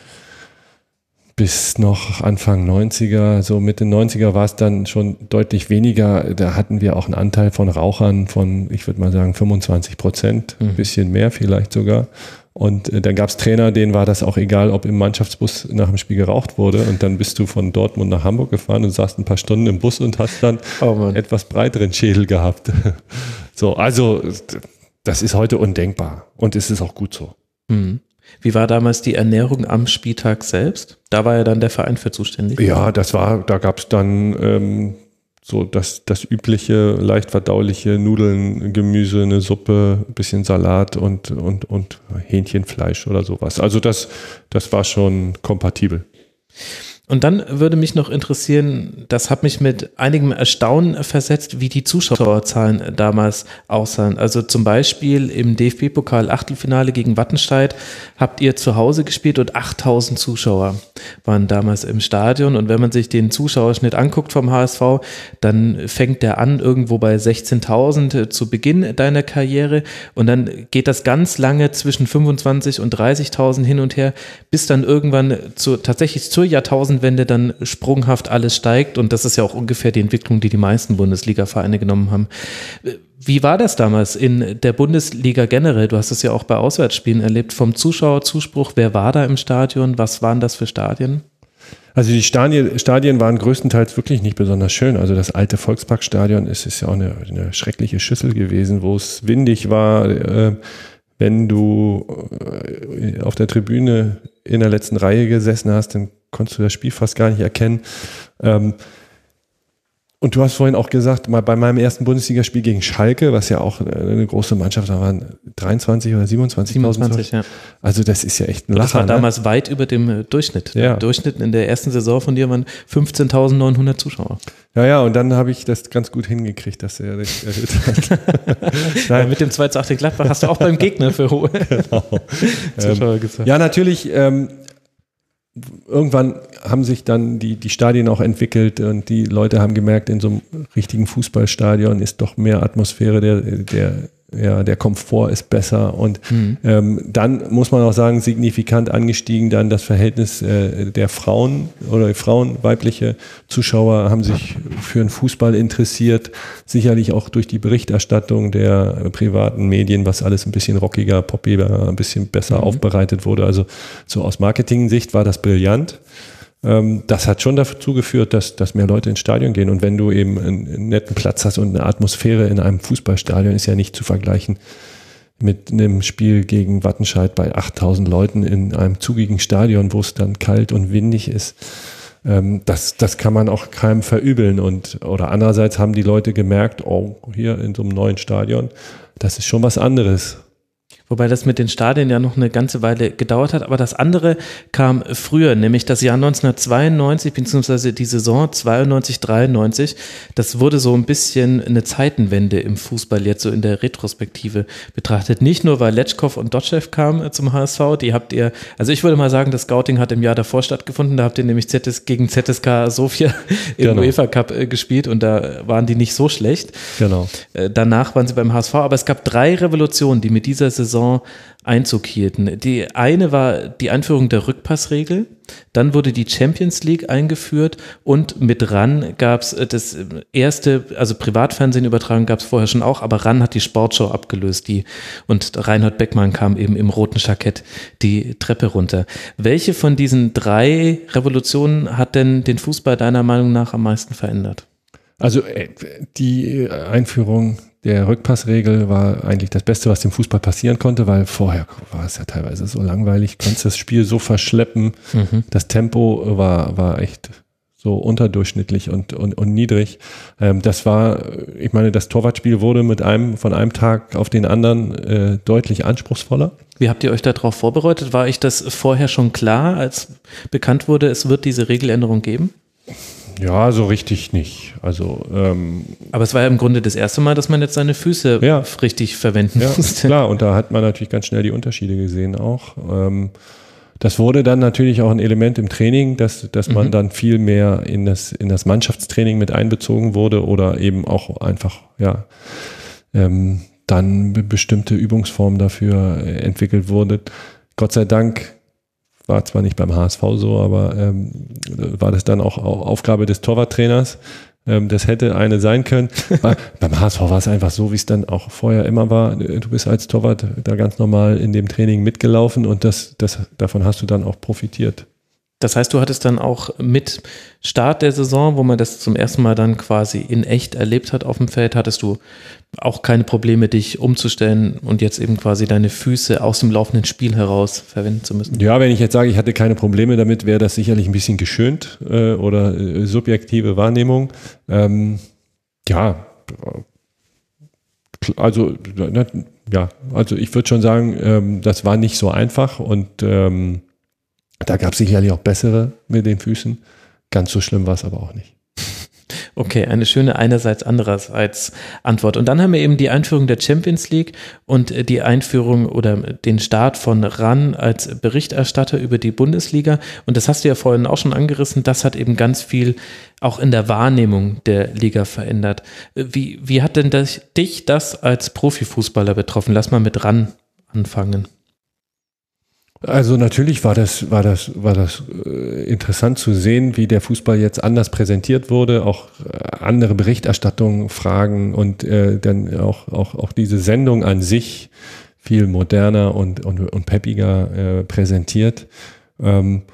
bis noch Anfang neunziger, so Mitte neunziger war es dann schon deutlich weniger. Da hatten wir auch einen Anteil von Rauchern von, ich würde mal sagen, fünfundzwanzig Prozent, ein mhm. bisschen mehr vielleicht sogar. Und äh, dann gab es Trainer, denen war das auch egal, ob im Mannschaftsbus nach dem Spiel geraucht wurde. Und dann bist du von Dortmund nach Hamburg gefahren und saßt ein paar Stunden im Bus und hast dann oh etwas breiteren Schädel gehabt. So, also das ist heute undenkbar und es ist auch gut so. Mhm. Wie war damals die Ernährung am Spieltag selbst? Da war ja dann der Verein für zuständig. Ja, das war, da gab es dann ähm, so das, das übliche, leicht verdauliche Nudeln, Gemüse, eine Suppe, ein bisschen Salat und, und, und Hähnchenfleisch oder sowas. Also das, das war schon kompatibel. Und dann würde mich noch interessieren, das hat mich mit einigem Erstaunen versetzt, wie die Zuschauerzahlen damals aussahen. Also zum Beispiel im D F B-Pokal Achtelfinale gegen Wattenscheid habt ihr zu Hause gespielt und achttausend Zuschauer waren damals im Stadion. Und wenn man sich den Zuschauerschnitt anguckt vom H S V, dann fängt der an irgendwo bei sechzehntausend zu Beginn deiner Karriere und dann geht das ganz lange zwischen fünfundzwanzig und dreißigtausend hin und her, bis dann irgendwann zu, tatsächlich zur Jahrtausend Wende dann sprunghaft alles steigt und das ist ja auch ungefähr die Entwicklung, die die meisten Bundesliga-Vereine genommen haben. Wie war das damals in der Bundesliga generell? Du hast es ja auch bei Auswärtsspielen erlebt, vom Zuschauerzuspruch. Wer war da im Stadion? Was waren das für Stadien? Also die Stadien, Stadien waren größtenteils wirklich nicht besonders schön. Also das alte Volksparkstadion ist, ist ja auch eine, eine schreckliche Schüssel gewesen, wo es windig war. Äh, wenn du äh, auf der Tribüne in der letzten Reihe gesessen hast, dann konntest du das Spiel fast gar nicht erkennen. Ähm, Und du hast vorhin auch gesagt, mal bei meinem ersten Bundesligaspiel gegen Schalke, was ja auch eine große Mannschaft, da waren dreiundzwanzig oder siebenundzwanzigtausend. siebenundzwanzig, ja. Also das ist ja echt ein Lacher. Das war damals ne? weit über dem Durchschnitt. Ja. Der Durchschnitt in der ersten Saison von dir waren fünfzehntausendneunhundert Zuschauer. Ja, ja, und dann habe ich das ganz gut hingekriegt, dass er das erhöht hat. Ja, mit dem zwei zu acht in Gladbach hast du auch beim Gegner für hohe genau. Zuschauer ähm, gesagt. Ja, natürlich, ähm, irgendwann haben sich dann die, die Stadien auch entwickelt und die Leute haben gemerkt, in so einem richtigen Fußballstadion ist doch mehr Atmosphäre, der, der, ja, der Komfort ist besser und mhm. ähm, dann muss man auch sagen, signifikant angestiegen dann das Verhältnis äh, der Frauen oder Frauen, weibliche Zuschauer haben sich für den Fußball interessiert, sicherlich auch durch die Berichterstattung der äh, privaten Medien, was alles ein bisschen rockiger, poppiger, ein bisschen besser mhm. aufbereitet wurde, also so aus Marketing-Sicht war das brillant. Das hat schon dazu geführt, dass, dass mehr Leute ins Stadion gehen. Und wenn du eben einen netten Platz hast und eine Atmosphäre in einem Fußballstadion, ist ja nicht zu vergleichen mit einem Spiel gegen Wattenscheid bei achttausend Leuten in einem zugigen Stadion, wo es dann kalt und windig ist. Das, das kann man auch keinem verübeln. Und, oder andererseits haben die Leute gemerkt, oh, hier in so einem neuen Stadion, das ist schon was anderes. Wobei das mit den Stadien ja noch eine ganze Weile gedauert hat, aber das andere kam früher, nämlich das Jahr neunzehnhundertzweiundneunzig beziehungsweise die Saison zweiundneunzig, dreiundneunzig. Das wurde so ein bisschen eine Zeitenwende im Fußball jetzt so in der Retrospektive betrachtet. Nicht nur, weil Letschkow und Dotschew kamen zum H S V, die habt ihr, also ich würde mal sagen, das Scouting hat im Jahr davor stattgefunden, da habt ihr nämlich Z S gegen Z S K Sofia im genau. UEFA Cup gespielt und da waren die nicht so schlecht. Genau. Danach waren sie beim H S V, aber es gab drei Revolutionen, die mit dieser Saison Einzug hielten. Die eine war die Einführung der Rückpassregel, dann wurde die Champions League eingeführt und mit RAN gab es das erste, also Privatfernsehen übertragen gab es vorher schon auch, aber RAN hat die Sportschau abgelöst, die und Reinhard Beckmann kam eben im roten Jackett die Treppe runter. Welche von diesen drei Revolutionen hat denn den Fußball deiner Meinung nach am meisten verändert? Also die Einführung der Rückpassregel war eigentlich das Beste, was dem Fußball passieren konnte, weil vorher war es ja teilweise so langweilig, konntest das Spiel so verschleppen, mhm. das Tempo war, war echt so unterdurchschnittlich und, und, und niedrig. Ähm, das war, ich meine, das Torwartspiel wurde mit einem, von einem Tag auf den anderen äh, deutlich anspruchsvoller. Wie habt ihr euch darauf vorbereitet? War euch das vorher schon klar, als bekannt wurde, es wird diese Regeländerung geben? Ja, so richtig nicht. Also, ähm, aber es war ja im Grunde das erste Mal, dass man jetzt seine Füße ja, richtig verwenden ja, musste. Klar, und da hat man natürlich ganz schnell die Unterschiede gesehen auch. Ähm, das wurde dann natürlich auch ein Element im Training, dass, dass man mhm. dann viel mehr in das, in das Mannschaftstraining mit einbezogen wurde oder eben auch einfach, ja, ähm, dann bestimmte Übungsformen dafür entwickelt wurde. Gott sei Dank war zwar nicht beim H S V so, aber ähm, war das dann auch Aufgabe des Torwarttrainers. Ähm, das hätte eine sein können. Bei, beim H S V war es einfach so, wie es dann auch vorher immer war. Du bist als Torwart da ganz normal in dem Training mitgelaufen und das, das, davon hast du dann auch profitiert. Das heißt, du hattest dann auch mit Start der Saison, wo man das zum ersten Mal dann quasi in echt erlebt hat auf dem Feld, hattest du auch keine Probleme, dich umzustellen und jetzt eben quasi deine Füße aus dem laufenden Spiel heraus verwenden zu müssen? Ja, wenn ich jetzt sage, ich hatte keine Probleme damit, wäre das sicherlich ein bisschen geschönt äh, oder äh, subjektive Wahrnehmung. Ähm, ja, also ne, ja, also ich würde schon sagen, ähm, das war nicht so einfach und ähm, da gab es sicherlich auch bessere mit den Füßen. Ganz so schlimm war es aber auch nicht. Okay, eine schöne einerseits, andererseits Antwort. Und dann haben wir eben die Einführung der Champions League und die Einführung oder den Start von RAN als Berichterstatter über die Bundesliga. Und das hast du ja vorhin auch schon angerissen. Das hat eben ganz viel auch in der Wahrnehmung der Liga verändert. Wie, wie hat denn das, dich das als Profifußballer betroffen? Lass mal mit RAN anfangen. Also natürlich war das, war das, war das äh, interessant zu sehen, wie der Fußball jetzt anders präsentiert wurde, auch äh, andere Berichterstattungen, Fragen und äh, dann auch, auch, auch diese Sendung an sich viel moderner und, und, und peppiger äh, präsentiert. Ähm,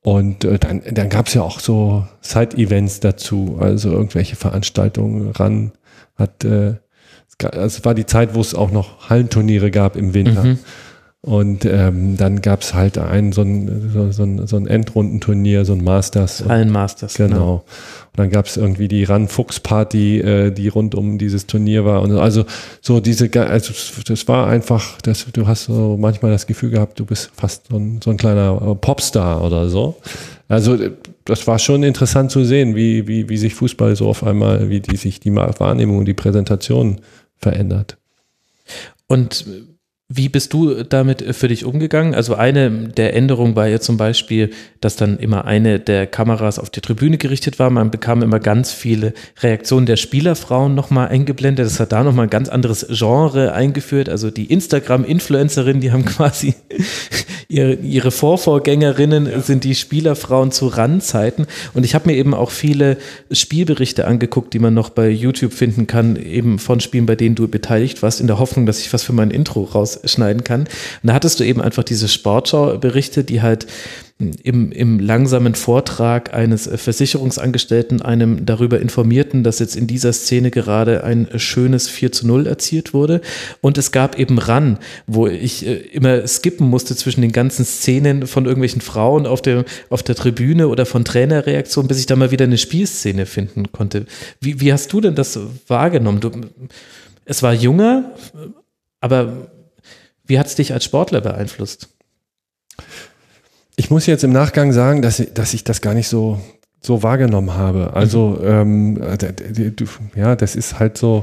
Und äh, dann, dann gab es ja auch so Side-Events dazu, also irgendwelche Veranstaltungen ran. Hat, äh, es, gab, es war die Zeit, wo es auch noch Hallenturniere gab im Winter. Mhm. Und ähm, dann gab es halt ein so ein, so, so ein, so ein Endrundenturnier, so ein Masters. Hallenmasters, genau. genau. Und dann gab es irgendwie die Ran-Fuchs-Party, äh, die rund um dieses Turnier war. Und also so diese, also das war einfach, das, du hast so manchmal das Gefühl gehabt, du bist fast so ein, so ein kleiner Popstar oder so. Also das war schon interessant zu sehen, wie, wie, wie sich Fußball so auf einmal, wie die sich die Wahrnehmung und die Präsentation verändert. Und wie bist du damit für dich umgegangen? Also eine der Änderungen war ja zum Beispiel, dass dann immer eine der Kameras auf die Tribüne gerichtet war. Man bekam immer ganz viele Reaktionen der Spielerfrauen nochmal eingeblendet. Das hat da nochmal ein ganz anderes Genre eingeführt. Also die Instagram-Influencerinnen, die haben quasi ihre, ihre Vorvorgängerinnen ja. sind die Spielerfrauen zu Randzeiten. Und ich habe mir eben auch viele Spielberichte angeguckt, die man noch bei YouTube finden kann, eben von Spielen, bei denen du beteiligt warst, in der Hoffnung, dass ich was für mein Intro raus schneiden kann. Und da hattest du eben einfach diese Sportschau-Berichte, die halt im, im langsamen Vortrag eines Versicherungsangestellten einem darüber informierten, dass jetzt in dieser Szene gerade ein schönes vier zu null erzielt wurde. Und es gab eben Ran, wo ich äh, immer skippen musste zwischen den ganzen Szenen von irgendwelchen Frauen auf der, auf der Tribüne oder von Trainerreaktionen, bis ich da mal wieder eine Spielszene finden konnte. Wie, wie hast du denn das wahrgenommen? Du, es war jünger, aber wie hat es dich als Sportler beeinflusst? Ich muss jetzt im Nachgang sagen, dass ich, dass ich das gar nicht so, so wahrgenommen habe. Also, mhm. ähm, du, ja, das ist halt so,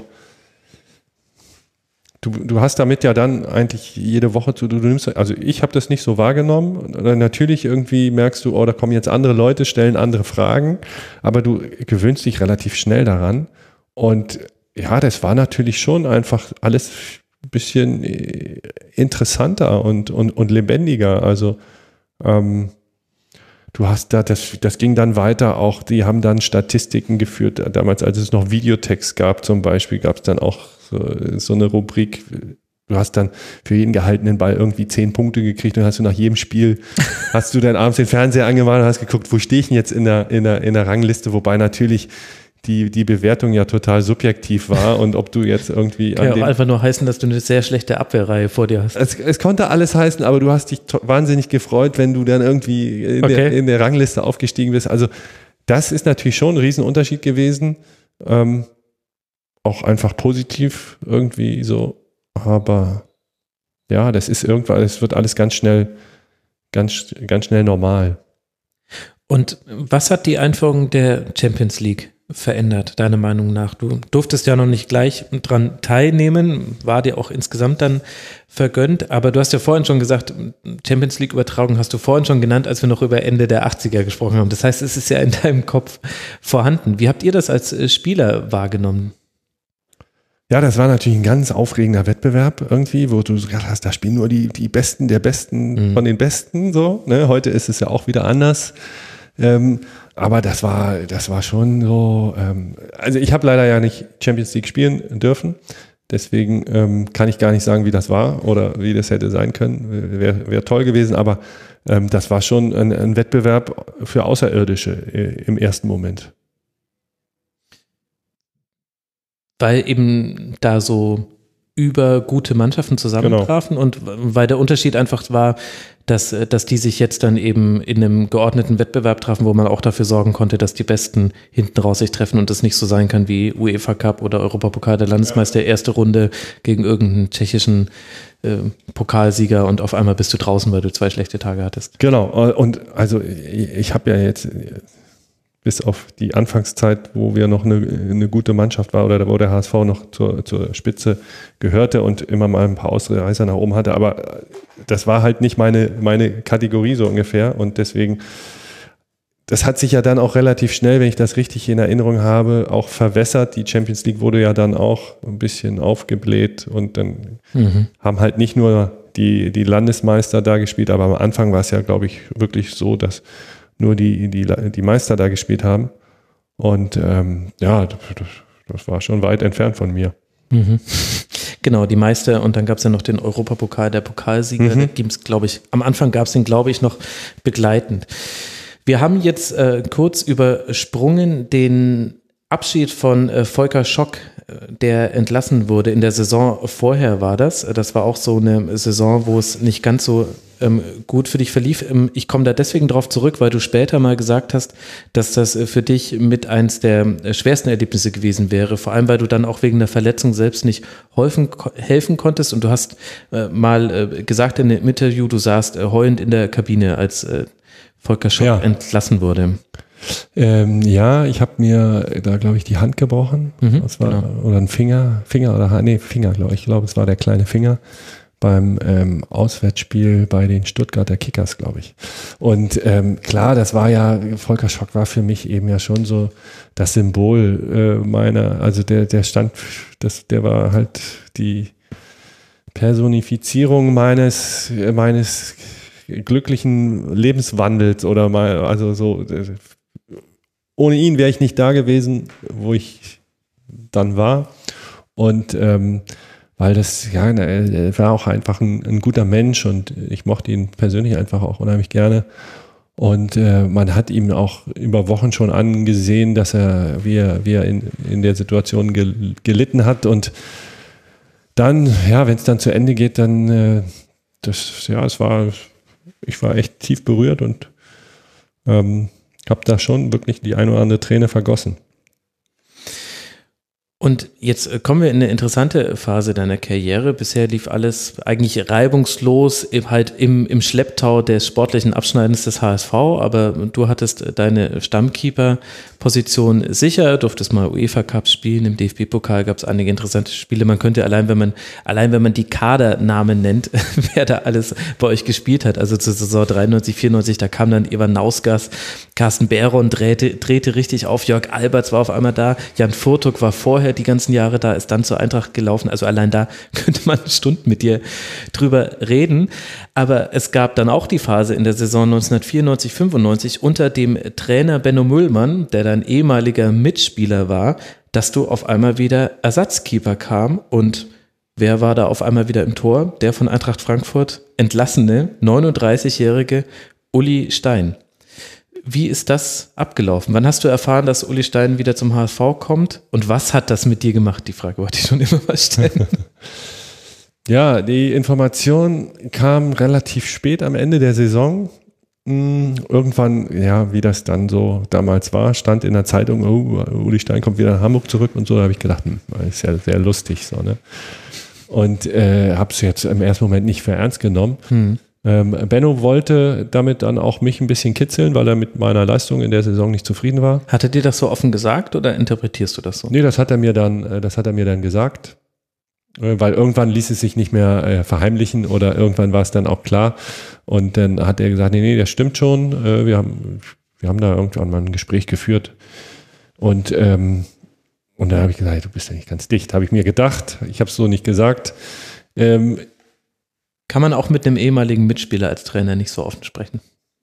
du, du hast damit ja dann eigentlich jede Woche zu, du, du nimmst, also ich habe das nicht so wahrgenommen. Natürlich irgendwie merkst du, oh, da kommen jetzt andere Leute, stellen andere Fragen, aber du gewöhnst dich relativ schnell daran. Und ja, das war natürlich schon einfach alles ein bisschen interessanter und, und, und lebendiger. Also ähm, du hast da, das, das ging dann weiter auch, die haben dann Statistiken geführt. Damals, als es noch Videotext gab zum Beispiel, gab es dann auch so, so eine Rubrik, du hast dann für jeden gehaltenen Ball irgendwie zehn Punkte gekriegt und hast du nach jedem Spiel, hast du dann abends den Fernseher angemacht und hast geguckt, wo stehe ich denn jetzt in der, in der, in der Rangliste, wobei natürlich die, die Bewertung ja total subjektiv war und ob du jetzt irgendwie Kann an ja auch einfach nur heißen, dass du eine sehr schlechte Abwehrreihe vor dir hast. Es, es konnte alles heißen, aber du hast dich to- wahnsinnig gefreut, wenn du dann irgendwie in, okay. der, in der Rangliste aufgestiegen bist. Also das ist natürlich schon ein Riesenunterschied gewesen. Ähm, auch einfach positiv irgendwie so. Aber ja, das ist irgendwann, es wird alles ganz schnell, ganz, ganz schnell normal. Und was hat die Einführung der Champions League verändert, deiner Meinung nach? Du durftest ja noch nicht gleich dran teilnehmen, war dir auch insgesamt dann vergönnt, aber du hast ja vorhin schon gesagt, Champions League Übertragung hast du vorhin schon genannt, als wir noch über Ende der achtziger gesprochen haben. Das heißt, es ist ja in deinem Kopf vorhanden. Wie habt ihr das als Spieler wahrgenommen? Ja, das war natürlich ein ganz aufregender Wettbewerb irgendwie, wo du gesagt hast, da spielen nur die, die Besten der Besten mhm. von den Besten, so, ne? Heute ist es ja auch wieder anders. Ähm, aber das war, das war schon so, ähm, also ich habe leider ja nicht Champions League spielen dürfen, deswegen ähm, kann ich gar nicht sagen, wie das war oder wie das hätte sein können, wäre wär toll gewesen, aber ähm, das war schon ein, ein Wettbewerb für Außerirdische äh, im ersten Moment. Weil eben da so über gute Mannschaften zusammentrafen, genau. Und weil der Unterschied einfach war, dass, dass die sich jetzt dann eben in einem geordneten Wettbewerb trafen, wo man auch dafür sorgen konnte, dass die Besten hinten raus sich treffen und es nicht so sein kann wie UEFA Cup oder Europapokal der Landesmeister, ja. Erste Runde gegen irgendeinen tschechischen äh, Pokalsieger und auf einmal bist du draußen, weil du zwei schlechte Tage hattest. Genau, und also ich habe ja jetzt bis auf die Anfangszeit, wo wir noch eine, eine gute Mannschaft war oder wo der H S V noch zur, zur Spitze gehörte und immer mal ein paar Ausreißer nach oben hatte, aber das war halt nicht meine, meine Kategorie so ungefähr und deswegen, das hat sich ja dann auch relativ schnell, wenn ich das richtig in Erinnerung habe, auch verwässert. Die Champions League wurde ja dann auch ein bisschen aufgebläht und dann mhm. haben halt nicht nur die, die Landesmeister da gespielt, aber am Anfang war es ja, glaube ich, wirklich so, dass nur die, die, die Meister da gespielt haben. Und ähm, ja, das, das war schon weit entfernt von mir. Mhm. Genau, die Meister und dann gab es ja noch den Europapokal, der Pokalsieger. Mhm. Da gibt's, glaube ich, am Anfang gab es den, glaube ich, noch begleitend. Wir haben jetzt äh, kurz übersprungen den Abschied von äh, Volker Schock, äh, der entlassen wurde. In der Saison vorher war das. Das war auch so eine Saison, wo es nicht ganz so ähm, gut für dich verlief. Ähm, ich komme da deswegen drauf zurück, weil du später mal gesagt hast, dass das äh, für dich mit eins der äh, schwersten Erlebnisse gewesen wäre. Vor allem, weil du dann auch wegen der Verletzung selbst nicht helfen, helfen konntest. Und du hast äh, mal äh, gesagt in einem Interview, du saßt äh, heulend in der Kabine, als äh, Volker Schock ja. entlassen wurde. Ähm, ja, ich habe mir da, glaube ich, die Hand gebrochen. Mhm, das war, genau. Oder ein Finger, Finger oder nee, Finger, glaube ich. Ich glaube, es war der kleine Finger beim ähm, Auswärtsspiel bei den Stuttgarter Kickers, glaube ich. Und ähm, klar, das war ja, Volker Schock war für mich eben ja schon so das Symbol äh, meiner, also der, der stand, das, der war halt die Personifizierung meines, meines glücklichen Lebenswandels oder mal, also so, ohne ihn wäre ich nicht da gewesen, wo ich dann war. Und ähm, weil das, ja, er war auch einfach ein, ein guter Mensch und ich mochte ihn persönlich einfach auch unheimlich gerne. Und äh, man hat ihm auch über Wochen schon angesehen, dass er, wie er, wie er in, in der Situation gel, gelitten hat. Und dann, ja, wenn es dann zu Ende geht, dann, äh, das, ja, es war, ich war echt tief berührt und ähm, habe da schon wirklich die ein oder andere Träne vergossen. Und jetzt kommen wir in eine interessante Phase deiner Karriere. Bisher lief alles eigentlich reibungslos, halt im, im Schlepptau des sportlichen Abschneidens des H S V, aber du hattest deine Stammkeeper-Position sicher, durftest mal UEFA Cup spielen, im D F B-Pokal gab es einige interessante Spiele. Man könnte allein, wenn man, allein wenn man die Kadernamen nennt, wer da alles bei euch gespielt hat, also zur Saison dreiundneunzig, vierundneunzig, da kam dann Ivan Nausgas, Carsten Behron drehte, drehte richtig auf, Jörg Alberts war auf einmal da, Jan Furtuk war vorher die ganzen Jahre da, ist dann zur Eintracht gelaufen. Also allein da könnte man Stunden mit dir drüber reden. Aber es gab dann auch die Phase in der Saison neunzehnhundertvierundneunzig, fünfundneunzig unter dem Trainer Benno Müllmann, der dein ehemaliger Mitspieler war, dass du auf einmal wieder Ersatzkeeper kam. Und wer war da auf einmal wieder im Tor? Der von Eintracht Frankfurt entlassene neununddreißigjährige Uli Stein. Wie ist das abgelaufen? Wann hast du erfahren, dass Uli Stein wieder zum H S V kommt? Und was hat das mit dir gemacht? Die Frage wollte ich schon immer mal stellen. Ja, die Information kam relativ spät am Ende der Saison. Irgendwann, ja, wie das dann so damals war, stand in der Zeitung, oh, Uli Stein kommt wieder nach Hamburg zurück und so. Da habe ich gedacht, hm, ist ja sehr lustig. So, ne? Und äh, habe es jetzt im ersten Moment nicht für ernst genommen. Hm. Ähm, Benno wollte damit dann auch mich ein bisschen kitzeln, weil er mit meiner Leistung in der Saison nicht zufrieden war. Hat er dir das so offen gesagt oder interpretierst du das so? Nee, das hat er mir dann, das hat er mir dann gesagt, weil irgendwann ließ es sich nicht mehr äh, verheimlichen oder irgendwann war es dann auch klar. Und dann hat er gesagt, nee, nee, das stimmt schon. Äh, wir haben, wir haben da irgendwann mal ein Gespräch geführt. Und, ähm, und dann habe ich gesagt, du bist ja nicht ganz dicht, habe ich mir gedacht. Ich habe es so nicht gesagt. Ähm, Kann man auch mit einem ehemaligen Mitspieler als Trainer nicht so offen sprechen?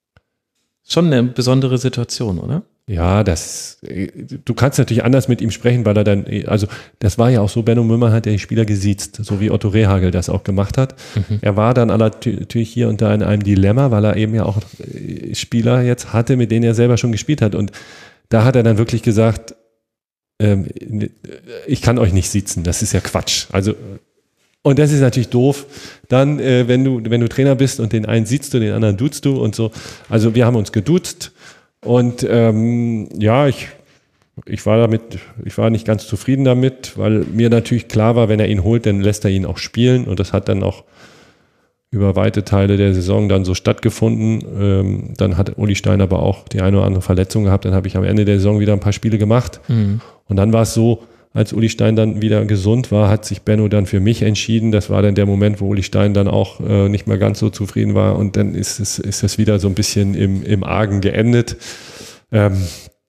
Schon eine besondere Situation, oder? Ja, das, du kannst natürlich anders mit ihm sprechen, weil er dann, also das war ja auch so, Benno Müllmann hat ja die Spieler gesiezt, so wie Otto Rehhagel das auch gemacht hat. Mhm. Er war dann natürlich hier und da in einem Dilemma, weil er eben ja auch Spieler jetzt hatte, mit denen er selber schon gespielt hat. Und da hat er dann wirklich gesagt, ähm, ich kann euch nicht siezen, das ist ja Quatsch. Also und das ist natürlich doof, dann, äh, wenn du, wenn du Trainer bist und den einen siehst du, den anderen duzt du und so. Also wir haben uns geduzt und ähm, ja, ich, ich war damit, ich war nicht ganz zufrieden damit, weil mir natürlich klar war, wenn er ihn holt, dann lässt er ihn auch spielen und das hat dann auch über weite Teile der Saison dann so stattgefunden. Ähm, dann hat Uli Stein aber auch die eine oder andere Verletzung gehabt, dann habe ich am Ende der Saison wieder ein paar Spiele gemacht mhm. und dann war es so, als Uli Stein dann wieder gesund war, hat sich Benno dann für mich entschieden. Das war dann der Moment, wo Uli Stein dann auch äh, nicht mehr ganz so zufrieden war. Und dann ist es, ist es wieder so ein bisschen im, im Argen geendet. Ähm,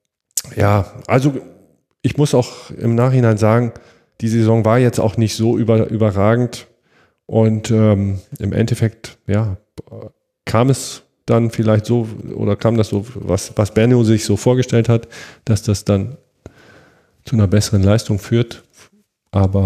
ja, also ich muss auch im Nachhinein sagen, die Saison war jetzt auch nicht so über, überragend. Und ähm, im Endeffekt, ja, kam es dann vielleicht so, oder kam das so, was, was Benno sich so vorgestellt hat, dass das dann zu einer besseren Leistung führt, aber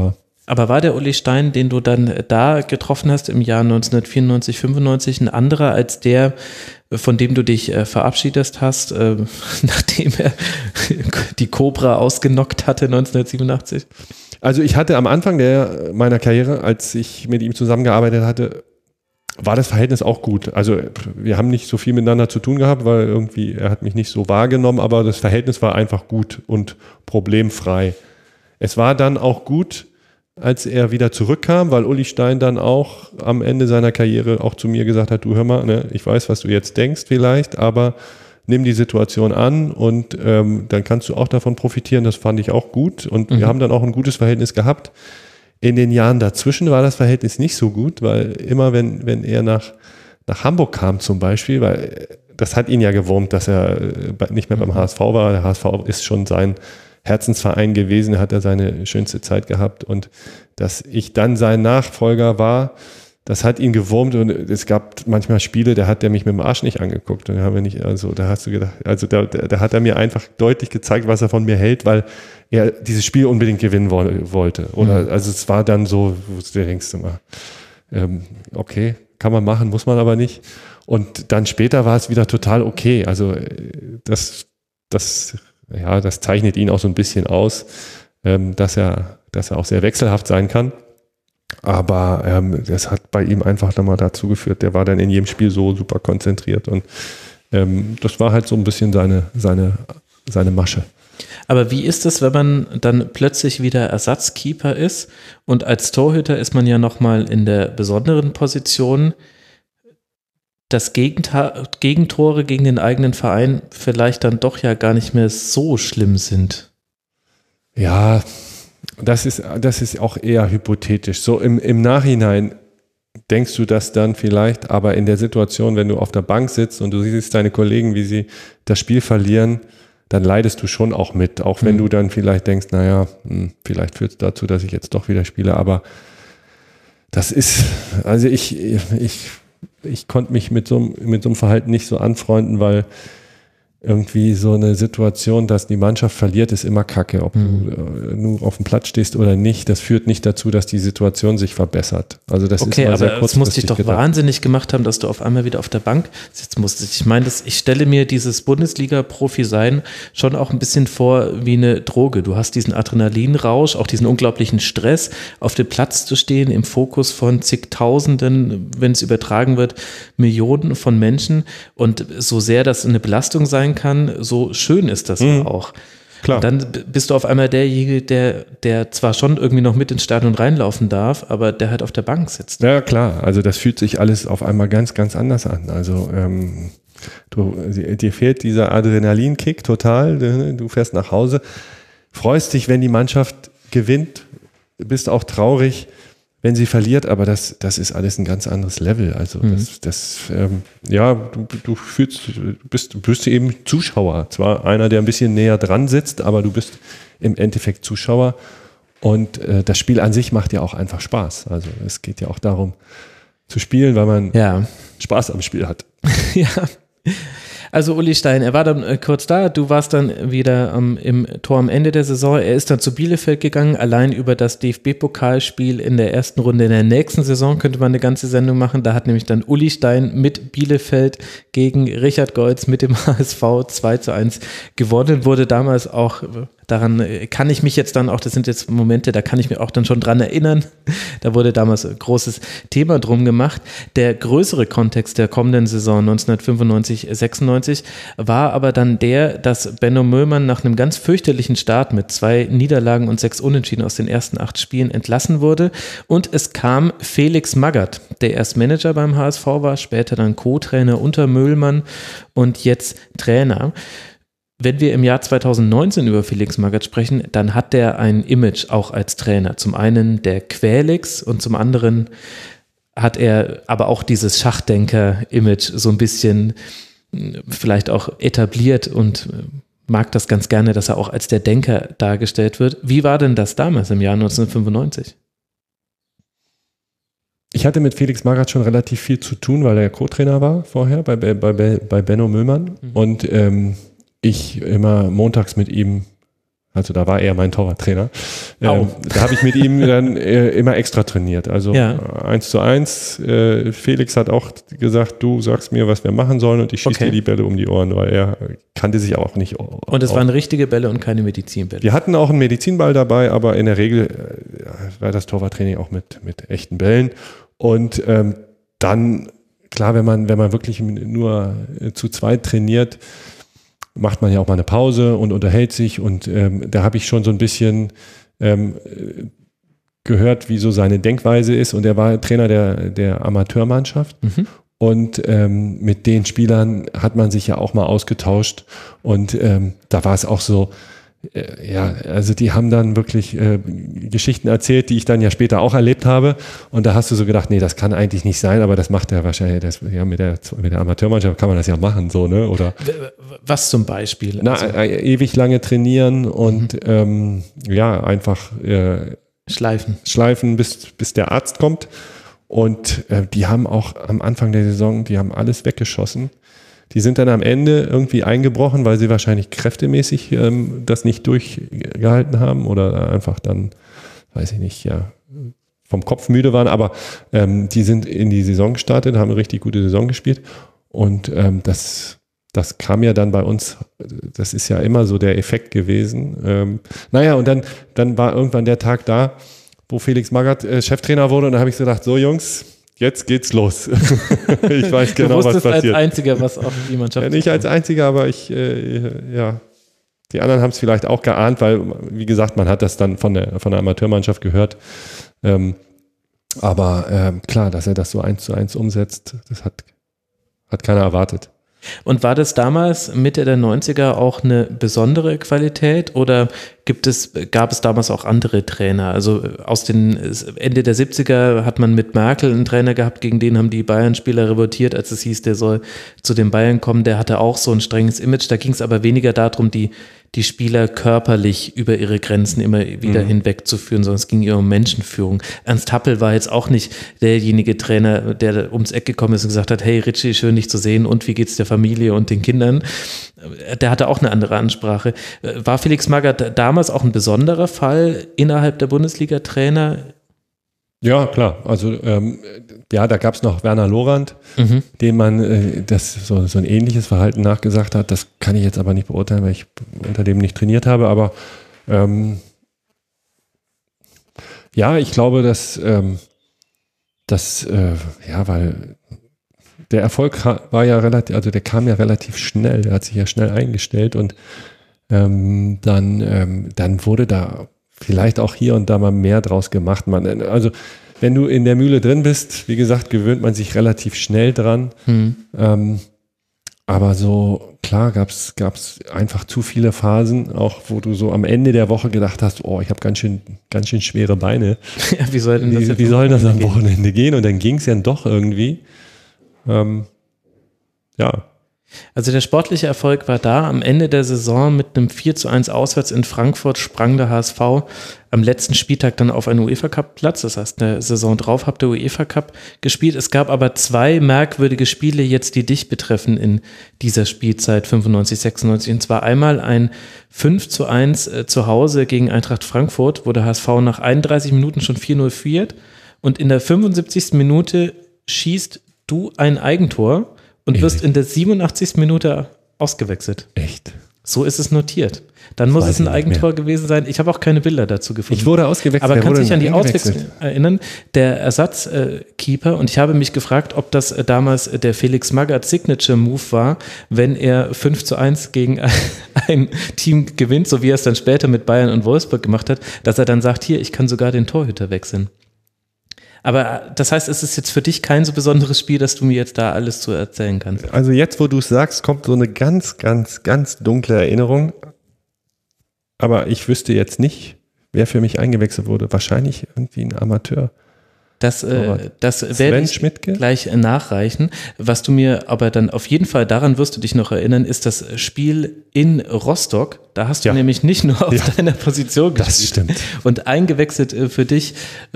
Aber war der Uli Stein, den du dann da getroffen hast im Jahr neunzehnhundertvierundneunzig, fünfundneunzig, ein anderer als der, von dem du dich äh, verabschiedet hast, äh, nachdem er die Cobra ausgenockt hatte neunzehnhundertsiebenundachtzig? Also ich hatte am Anfang der, meiner Karriere, als ich mit ihm zusammengearbeitet hatte, war das Verhältnis auch gut. Also wir haben nicht so viel miteinander zu tun gehabt, weil irgendwie er hat mich nicht so wahrgenommen, aber das Verhältnis war einfach gut und problemfrei. Es war dann auch gut, als er wieder zurückkam, weil Uli Stein dann auch am Ende seiner Karriere auch zu mir gesagt hat, du hör mal, ne, ich weiß, was du jetzt denkst vielleicht, aber nimm die Situation an und ähm, dann kannst du auch davon profitieren. Das fand ich auch gut und mhm. wir haben dann auch ein gutes Verhältnis gehabt. In den Jahren dazwischen war das Verhältnis nicht so gut, weil immer wenn, wenn er nach, nach Hamburg kam zum Beispiel, weil das hat ihn ja gewurmt, dass er nicht mehr beim H S V war. Der H S V ist schon sein Herzensverein gewesen, da hat er seine schönste Zeit gehabt und dass ich dann sein Nachfolger war, das hat ihn gewurmt und es gab manchmal Spiele, da hat er mich mit dem Arsch nicht angeguckt und da haben wir nicht, also da hast du gedacht, also da, da hat er mir einfach deutlich gezeigt, was er von mir hält, weil er dieses Spiel unbedingt gewinnen wo- wollte oder mhm. also es war dann so, wo du denkst immer, ähm, okay, kann man machen, muss man aber nicht und dann später war es wieder total okay, also das, das ja, das zeichnet ihn auch so ein bisschen aus, ähm, dass er, dass er auch sehr wechselhaft sein kann. Aber ähm, das hat bei ihm einfach nochmal dazu geführt, der war dann in jedem Spiel so super konzentriert und ähm, das war halt so ein bisschen seine, seine, seine Masche. Aber wie ist es, wenn man dann plötzlich wieder Ersatzkeeper ist und als Torhüter ist man ja nochmal in der besonderen Position, dass Gegenta- Gegentore gegen den eigenen Verein vielleicht dann doch ja gar nicht mehr so schlimm sind. Ja, das ist, das ist auch eher hypothetisch. So im, im Nachhinein denkst du das dann vielleicht, aber in der Situation, wenn du auf der Bank sitzt und du siehst deine Kollegen, wie sie das Spiel verlieren, dann leidest du schon auch mit, auch wenn mhm. du dann vielleicht denkst, naja, vielleicht führt es dazu, dass ich jetzt doch wieder spiele, aber das ist, also ich, ich Ich konnte mich mit so, mit so einem Verhalten nicht so anfreunden, weil irgendwie so eine Situation, dass die Mannschaft verliert, ist immer Kacke. Ob mhm. du nur auf dem Platz stehst oder nicht, das führt nicht dazu, dass die Situation sich verbessert. Also das okay, ist mal sehr aber es muss dich doch gedacht. wahnsinnig gemacht haben, dass du auf einmal wieder auf der Bank sitzen musstest. Ich meine, das, ich stelle mir dieses Bundesliga-Profi-Sein schon auch ein bisschen vor wie eine Droge. Du hast diesen Adrenalinrausch, auch diesen unglaublichen Stress, auf dem Platz zu stehen, im Fokus von zigtausenden, wenn es übertragen wird, Millionen von Menschen. Und so sehr das eine Belastung sein kann, so schön ist das mhm. auch. Klar. Und dann bist du auf einmal derjenige, der, der zwar schon irgendwie noch mit ins Stadion reinlaufen darf, aber der halt auf der Bank sitzt. Ja, klar. Also das fühlt sich alles auf einmal ganz, ganz anders an. Also ähm, du, dir fehlt dieser Adrenalinkick total. Du fährst nach Hause, freust dich, wenn die Mannschaft gewinnt, bist auch traurig, wenn sie verliert, aber das, das ist alles ein ganz anderes Level. Also mhm. das, das ähm, ja, du, du fühlst, du bist, du bist eben Zuschauer. Zwar einer, der ein bisschen näher dran sitzt, aber du bist im Endeffekt Zuschauer. Und äh, das Spiel an sich macht ja auch einfach Spaß. Also es geht ja auch darum zu spielen, weil man ja. Spaß am Spiel hat. Ja. Also Uli Stein, er war dann äh, kurz da, du warst dann wieder ähm, im Tor am Ende der Saison, er ist dann zu Bielefeld gegangen, allein über das D F B-Pokalspiel in der ersten Runde in der nächsten Saison könnte man eine ganze Sendung machen, da hat nämlich dann Uli Stein mit Bielefeld gegen Richard Goltz mit dem H S V zwei zu eins gewonnen, wurde damals auch, daran kann ich mich jetzt dann auch, das sind jetzt Momente, da kann ich mich auch dann schon dran erinnern, da wurde damals ein großes Thema drum gemacht. Der größere Kontext der kommenden Saison neunzehnhundertfünfundneunzig sechsundneunzig war aber dann der, dass Benno Möllmann nach einem ganz fürchterlichen Start mit zwei Niederlagen und sechs Unentschieden aus den ersten acht Spielen entlassen wurde und es kam Felix Magath, der erst Manager beim H S V war, später dann Co-Trainer unter Möllmann und jetzt Trainer. Wenn wir im Jahr zweitausendneunzehn über Felix Magath sprechen, dann hat der ein Image auch als Trainer. Zum einen der Quälix und zum anderen hat er aber auch dieses Schachdenker-Image so ein bisschen vielleicht auch etabliert und mag das ganz gerne, dass er auch als der Denker dargestellt wird. Wie war denn das damals im Jahr neunzehnhundertfünfundneunzig? Ich hatte mit Felix Magath schon relativ viel zu tun, weil er Co-Trainer war vorher bei, bei, bei, bei Benno Möllmann mhm. und ähm, ich immer montags mit ihm Also da war er mein Torwarttrainer. Ähm, da habe ich mit ihm dann äh, immer extra trainiert. Also ja. eins zu eins. Äh, Felix hat auch gesagt, du sagst mir, was wir machen sollen und ich schieße okay. dir die Bälle um die Ohren, weil er kannte sich auch nicht. Und es waren richtige Bälle und keine Medizinbälle. Wir hatten auch einen Medizinball dabei, aber in der Regel äh, war das Torwarttraining auch mit, mit echten Bällen. Und ähm, dann, klar, wenn man, wenn man wirklich nur äh, zu zweit trainiert, macht man ja auch mal eine Pause und unterhält sich und ähm, da habe ich schon so ein bisschen ähm, gehört, wie so seine Denkweise ist und er war Trainer der, der Amateurmannschaft mhm. und ähm, mit den Spielern hat man sich ja auch mal ausgetauscht und ähm, da war es auch so, äh, ja, also die haben dann wirklich äh, Geschichten erzählt, die ich dann ja später auch erlebt habe und da hast du so gedacht, nee, das kann eigentlich nicht sein, aber das macht er wahrscheinlich, das, ja, mit der, mit der Amateurmannschaft kann man das ja machen, so, ne, oder was zum Beispiel? Na, also, äh, ewig lange trainieren und mhm. ähm, ja, einfach äh, schleifen. Schleifen, bis, bis der Arzt kommt. Und äh, die haben auch am Anfang der Saison, die haben alles weggeschossen. Die sind dann am Ende irgendwie eingebrochen, weil sie wahrscheinlich kräftemäßig ähm, das nicht durchgehalten haben oder einfach dann, weiß ich nicht, ja, vom Kopf müde waren. Aber ähm, die sind in die Saison gestartet, haben eine richtig gute Saison gespielt. Und ähm, das Das kam ja dann bei uns, das ist ja immer so der Effekt gewesen. Ähm, naja, und dann, dann war irgendwann der Tag da, wo Felix Magath äh, Cheftrainer wurde und da habe ich so gedacht, so Jungs, jetzt geht's los. Ich weiß genau, was passiert. Du als Einziger, was auf die Mannschaft ja, nicht als Einziger, aber ich, äh, ja, die anderen haben es vielleicht auch geahnt, weil, wie gesagt, man hat das dann von der, von der Amateurmannschaft gehört. Ähm, aber ähm, klar, dass er das so eins zu eins umsetzt, das hat, hat keiner erwartet. Und war das damals Mitte der neunziger auch eine besondere Qualität oder gibt es, gab es damals auch andere Trainer? Also aus den Ende der siebziger hat man mit Merkel einen Trainer gehabt, gegen den haben die Bayern-Spieler revoltiert, als es hieß, der soll zu den Bayern kommen. Der hatte auch so ein strenges Image. Da ging es aber weniger darum, die, die Spieler körperlich über ihre Grenzen immer wieder mhm. hinwegzuführen, sondern es ging eher um Menschenführung. Ernst Happel war jetzt auch nicht derjenige Trainer, der ums Eck gekommen ist und gesagt hat, hey Richie, schön dich zu sehen und wie geht's der Familie und den Kindern? Der hatte auch eine andere Ansprache. War Felix Magath damals auch ein besonderer Fall innerhalb der Bundesliga-Trainer? Ja, klar. Also ähm, ja, da gab es noch Werner Lorand, mhm. dem man äh, das so, so ein ähnliches Verhalten nachgesagt hat. Das kann ich jetzt aber nicht beurteilen, weil ich unter dem nicht trainiert habe. Aber ähm, ja, ich glaube, dass ähm, das, äh, ja, weil der Erfolg war ja relativ, also der kam ja relativ schnell, der hat sich ja schnell eingestellt und ähm, dann, ähm, dann wurde da vielleicht auch hier und da mal mehr draus gemacht. Man, also wenn du in der Mühle drin bist, wie gesagt, gewöhnt man sich relativ schnell dran. Hm. Ähm, aber so, klar, gab's gab's einfach zu viele Phasen, auch wo du so am Ende der Woche gedacht hast, oh, ich habe ganz schön, ganz schön schwere Beine. Ja, wie soll denn das, wie, wie soll das am Wochenende gehen? Und dann ging es ja doch irgendwie. Ähm, ja. Also der sportliche Erfolg war da. Am Ende der Saison mit einem vier zu eins auswärts in Frankfurt sprang der H S V am letzten Spieltag dann auf einen UEFA-Cup-Platz. Das heißt, in der Saison drauf habt ihr UEFA-Cup gespielt. Es gab aber zwei merkwürdige Spiele jetzt, die dich betreffen in dieser Spielzeit fünfundneunzig, sechsundneunzig. Und zwar einmal ein fünf zu eins äh, zu Hause gegen Eintracht Frankfurt, wo der H S V nach einunddreißig Minuten schon vier null führt. Und in der fünfundsiebzigsten Minute schießt du ein Eigentor und wirst in der siebenundachtzigsten Minute ausgewechselt. Echt? So ist es notiert. Dann das muss es ein Eigentor gewesen sein. Ich habe auch keine Bilder dazu gefunden. Ich wurde ausgewechselt. Aber kannst du dich an die Auswechslung erinnern? Der Ersatzkeeper, äh, und ich habe mich gefragt, ob das äh, damals der Felix Magath Signature Move war, wenn er fünf zu eins gegen ein Team gewinnt, so wie er es dann später mit Bayern und Wolfsburg gemacht hat, dass er dann sagt, hier, ich kann sogar den Torhüter wechseln. Aber das heißt, es ist jetzt für dich kein so besonderes Spiel, dass du mir jetzt da alles zu erzählen kannst. Also jetzt, wo du es sagst, kommt so eine ganz, ganz, ganz dunkle Erinnerung. Aber ich wüsste jetzt nicht, wer für mich eingewechselt wurde. Wahrscheinlich irgendwie ein Amateur. Das, äh, das werde ich Schmidtke? gleich nachreichen. Was du mir aber dann auf jeden Fall, daran wirst du dich noch erinnern, ist das Spiel in Rostock. Da hast du ja. nämlich nicht nur auf ja. deiner Position gespielt. Das stimmt. Und eingewechselt für dich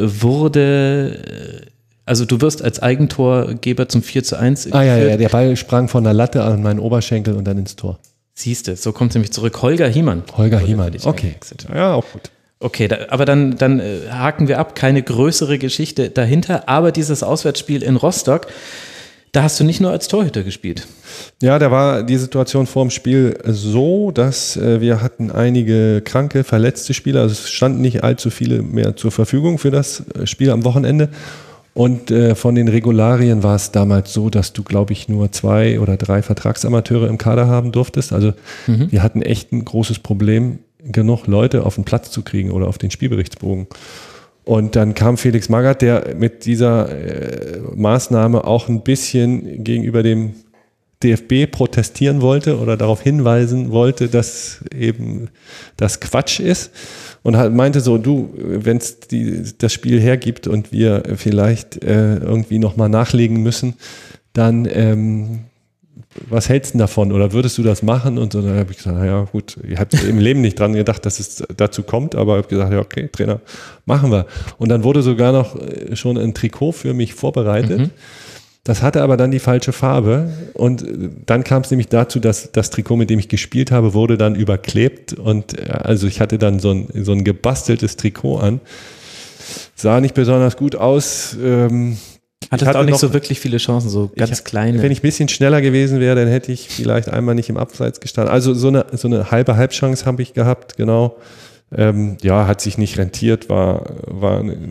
wurde, also du wirst als Eigentorgeber zum vier zu eins Ah ja, ja, der Ball sprang von der Latte an meinen Oberschenkel und dann ins Tor. Siehste, so kommt es nämlich zurück. Holger Hiemann. Holger Hiemann, okay. Ja, auch gut. Okay, da, aber dann, dann äh, haken wir ab, keine größere Geschichte dahinter, aber dieses Auswärtsspiel in Rostock, da hast du nicht nur als Torhüter gespielt. Ja, da war die Situation vor dem Spiel so, dass äh, wir hatten einige kranke, verletzte Spieler, also es standen nicht allzu viele mehr zur Verfügung für das Spiel am Wochenende. Und äh, von den Regularien war es damals so, dass du, glaube ich, nur zwei oder drei Vertragsamateure im Kader haben durftest. Also mhm. wir hatten echt ein großes Problem, genug Leute auf den Platz zu kriegen oder auf den Spielberichtsbogen. Und dann kam Felix Magath, der mit dieser äh, Maßnahme auch ein bisschen gegenüber dem D F B protestieren wollte oder darauf hinweisen wollte, dass eben das Quatsch ist. Und halt meinte so, du, wenn es das Spiel hergibt und wir vielleicht äh, irgendwie nochmal nachlegen müssen, dann ähm, was hältst du davon oder würdest du das machen? Und so, dann habe ich gesagt, naja gut, ich habe im Leben nicht dran gedacht, dass es dazu kommt, aber ich habe gesagt, ja okay, Trainer, machen wir. Und dann wurde sogar noch schon ein Trikot für mich vorbereitet. Mhm. Das hatte aber dann die falsche Farbe und dann kam es nämlich dazu, dass das Trikot, mit dem ich gespielt habe, wurde dann überklebt und also ich hatte dann so ein, so ein gebasteltes Trikot an. Sah nicht besonders gut aus. Ähm, Hattest hatte auch nicht noch, so wirklich viele Chancen, so ganz ich, kleine. Wenn ich ein bisschen schneller gewesen wäre, dann hätte ich vielleicht einmal nicht im Abseits gestanden. Also so eine, so eine halbe Halbchance habe ich gehabt, genau. Ähm, ja, hat sich nicht rentiert, war, war äh,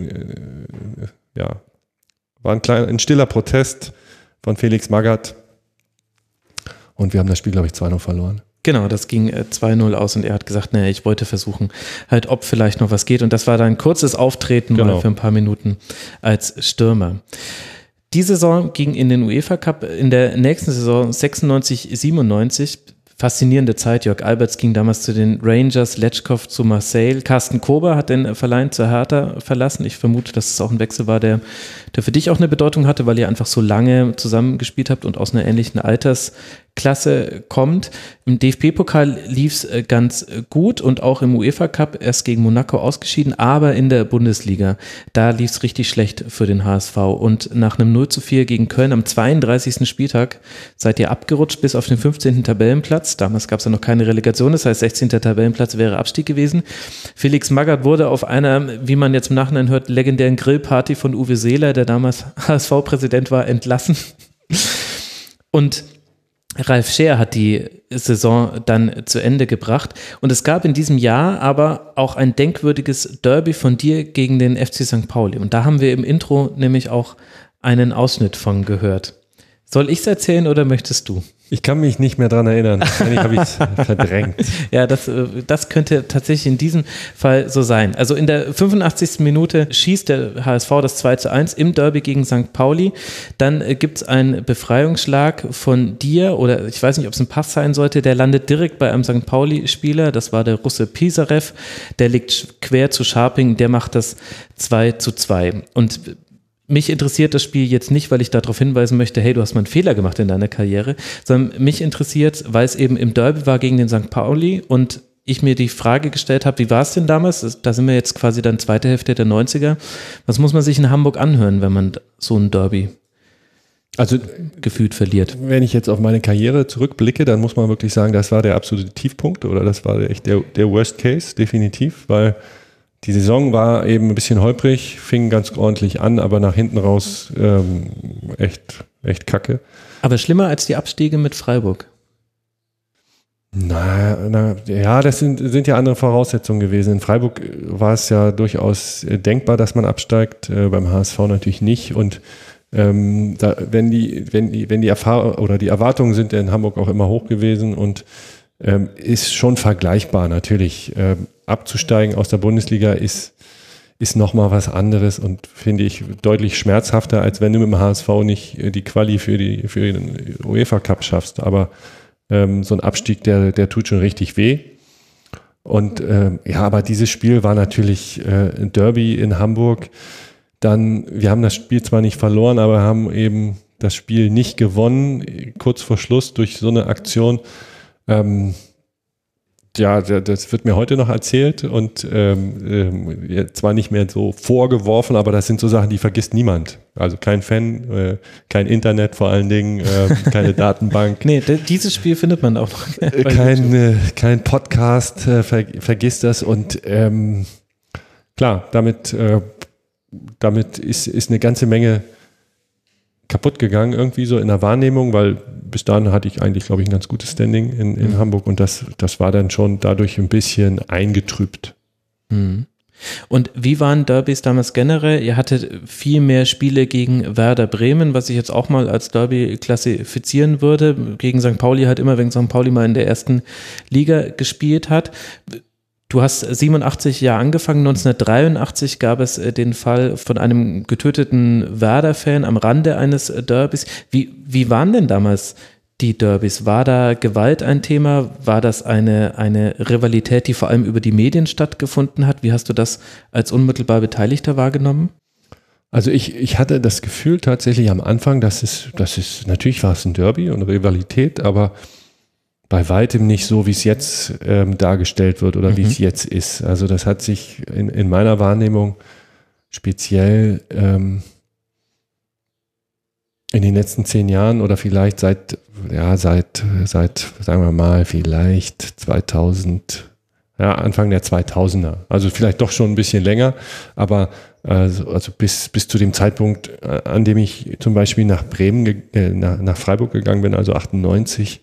ja, war ein, kleiner, ein stiller Protest von Felix Magath. Und wir haben das Spiel, glaube ich, zwei null verloren. Genau, das ging äh, zwei null aus und er hat gesagt, naja, ich wollte versuchen, halt, ob vielleicht noch was geht. Und das war dann ein kurzes Auftreten genau. mal für ein paar Minuten als Stürmer. Die Saison ging in den UEFA Cup, in der nächsten Saison sechsundneunzig siebenundneunzig. Faszinierende Zeit. Jörg Alberts ging damals zu den Rangers, Letschkow zu Marseille. Carsten Kober hat den Verein zur Hertha verlassen. Ich vermute, dass es auch ein Wechsel war, der, der für dich auch eine Bedeutung hatte, weil ihr einfach so lange zusammengespielt habt und aus einer ähnlichen Altersklasse kommt. Im D F B-Pokal lief es ganz gut und auch im UEFA Cup erst gegen Monaco ausgeschieden, aber in der Bundesliga, da lief es richtig schlecht für den H S V. Und nach einem null zu vier gegen Köln am zweiunddreißigsten Spieltag seid ihr abgerutscht bis auf den fünfzehnten Tabellenplatz. Damals gab es ja noch keine Relegation, das heißt sechzehnter Tabellenplatz wäre Abstieg gewesen. Felix Magath wurde auf einer, wie man jetzt im Nachhinein hört, legendären Grillparty von Uwe Seeler, der damals H S V-Präsident war, entlassen. Und Ralf Scheer hat die Saison dann zu Ende gebracht. Und es gab in diesem Jahr aber auch ein denkwürdiges Derby von dir gegen den F C Sankt Pauli. Und da haben wir im Intro nämlich auch einen Ausschnitt von gehört. Soll ich es erzählen oder möchtest du? Ich kann mich nicht mehr dran erinnern. Wahrscheinlich habe ich es verdrängt. Ja, das, das könnte tatsächlich in diesem Fall so sein. Also in der fünfundachtzigsten Minute schießt der H S V das zwei zu eins im Derby gegen Sankt Pauli. Dann gibt es einen Befreiungsschlag von dir oder ich weiß nicht, ob es ein Pass sein sollte. Der landet direkt bei einem Sankt Pauli-Spieler. Das war der Russe Pisarev. Der liegt quer zu Scharping. Der macht das zwei zu zwei. Und mich interessiert das Spiel jetzt nicht, weil ich darauf hinweisen möchte, hey, du hast mal einen Fehler gemacht in deiner Karriere, sondern mich interessiert, weil es eben im Derby war gegen den Sankt Pauli und ich mir die Frage gestellt habe, wie war es denn damals? Da sind wir jetzt quasi dann zweite Hälfte der neunziger. Was muss man sich in Hamburg anhören, wenn man so ein Derby also gefühlt verliert? Wenn ich jetzt auf meine Karriere zurückblicke, dann muss man wirklich sagen, das war der absolute Tiefpunkt oder das war echt der, der Worst Case, definitiv, weil die Saison war eben ein bisschen holprig, fing ganz ordentlich an, aber nach hinten raus ähm, echt, echt kacke. Aber schlimmer als die Abstiege mit Freiburg? Na, na ja, das sind, sind ja andere Voraussetzungen gewesen. In Freiburg war es ja durchaus denkbar, dass man absteigt, äh, beim H S V natürlich nicht. Und ähm, da, wenn die, wenn die, wenn die Erfahrung oder die Erwartungen sind in Hamburg auch immer hoch gewesen und ähm, ist schon vergleichbar natürlich. Ähm, abzusteigen aus der Bundesliga ist, ist nochmal was anderes und finde ich deutlich schmerzhafter, als wenn du mit dem H S V nicht die Quali für, die, für den UEFA Cup schaffst. Aber ähm, so ein Abstieg, der, der tut schon richtig weh. Und ähm, ja, aber dieses Spiel war natürlich äh, ein Derby in Hamburg. Dann, wir haben das Spiel zwar nicht verloren, aber haben eben das Spiel nicht gewonnen, kurz vor Schluss durch so eine Aktion. Ähm, ja, das wird mir heute noch erzählt und ähm, äh, zwar nicht mehr so vorgeworfen, aber das sind so Sachen, die vergisst niemand. Also kein Fan, äh, kein Internet vor allen Dingen, äh, keine Datenbank. Nee, d- dieses Spiel findet man auch noch. kein, äh, kein Podcast, äh, ver- vergisst das und ähm, klar, damit, äh, damit ist, ist eine ganze Menge kaputt gegangen irgendwie so in der Wahrnehmung, weil bis dahin hatte ich eigentlich, glaube ich, ein ganz gutes Standing in, in mhm. Hamburg und das, das war dann schon dadurch ein bisschen eingetrübt. Mhm. Und wie waren Derbys damals generell? Ihr hattet viel mehr Spiele gegen Werder Bremen, was ich jetzt auch mal als Derby klassifizieren würde. Gegen Sankt Pauli hat immer, wenn Sankt Pauli mal in der ersten Liga gespielt hat. Du hast siebenundachtzig ja angefangen, neunzehnhundertdreiundachtzig gab es den Fall von einem getöteten Werder-Fan am Rande eines Derbys. Wie, wie waren denn damals die Derbys? War da Gewalt ein Thema? War das eine, eine Rivalität, die vor allem über die Medien stattgefunden hat? Wie hast du das als unmittelbar Beteiligter wahrgenommen? Also ich, ich hatte das Gefühl tatsächlich am Anfang, dass es, dass es, natürlich war es ein Derby und Rivalität, aber bei weitem nicht so, wie es jetzt ähm, dargestellt wird oder mhm. wie es jetzt ist. Also das hat sich in, in meiner Wahrnehmung speziell ähm, in den letzten zehn Jahren oder vielleicht seit, ja, seit, seit, sagen wir mal, vielleicht zweitausend, ja, Anfang der zweitausender. Also vielleicht doch schon ein bisschen länger, aber also, also bis, bis zu dem Zeitpunkt, an dem ich zum Beispiel nach Bremen, äh, nach, nach Freiburg gegangen bin, also achtundneunzig,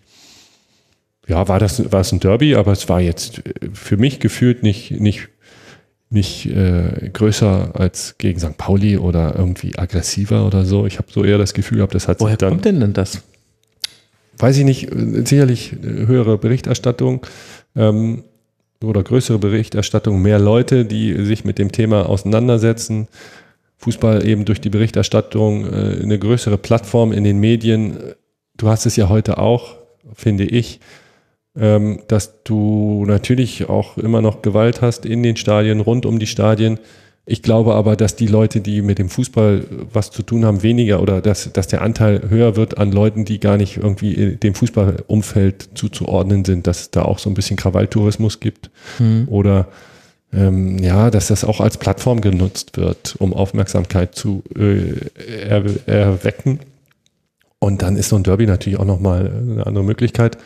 ja, war das war es ein Derby, aber es war jetzt für mich gefühlt nicht, nicht, nicht äh, größer als gegen Sankt Pauli oder irgendwie aggressiver oder so. Ich habe so eher das Gefühl gehabt, das hat Woher sich dann... kommt denn denn das? Weiß ich nicht, sicherlich höhere Berichterstattung ähm, oder größere Berichterstattung, mehr Leute, die sich mit dem Thema auseinandersetzen. Fußball eben durch die Berichterstattung, äh, eine größere Plattform in den Medien. Du hast es ja heute auch, finde ich, dass du natürlich auch immer noch Gewalt hast in den Stadien, rund um die Stadien. Ich glaube aber, dass die Leute, die mit dem Fußball was zu tun haben, weniger oder dass, dass der Anteil höher wird an Leuten, die gar nicht irgendwie dem Fußballumfeld zuzuordnen sind, dass es da auch so ein bisschen Krawalltourismus gibt mhm. oder ähm, ja, dass das auch als Plattform genutzt wird, um Aufmerksamkeit zu äh, er, erwecken. Und dann ist so ein Derby natürlich auch nochmal eine andere Möglichkeit.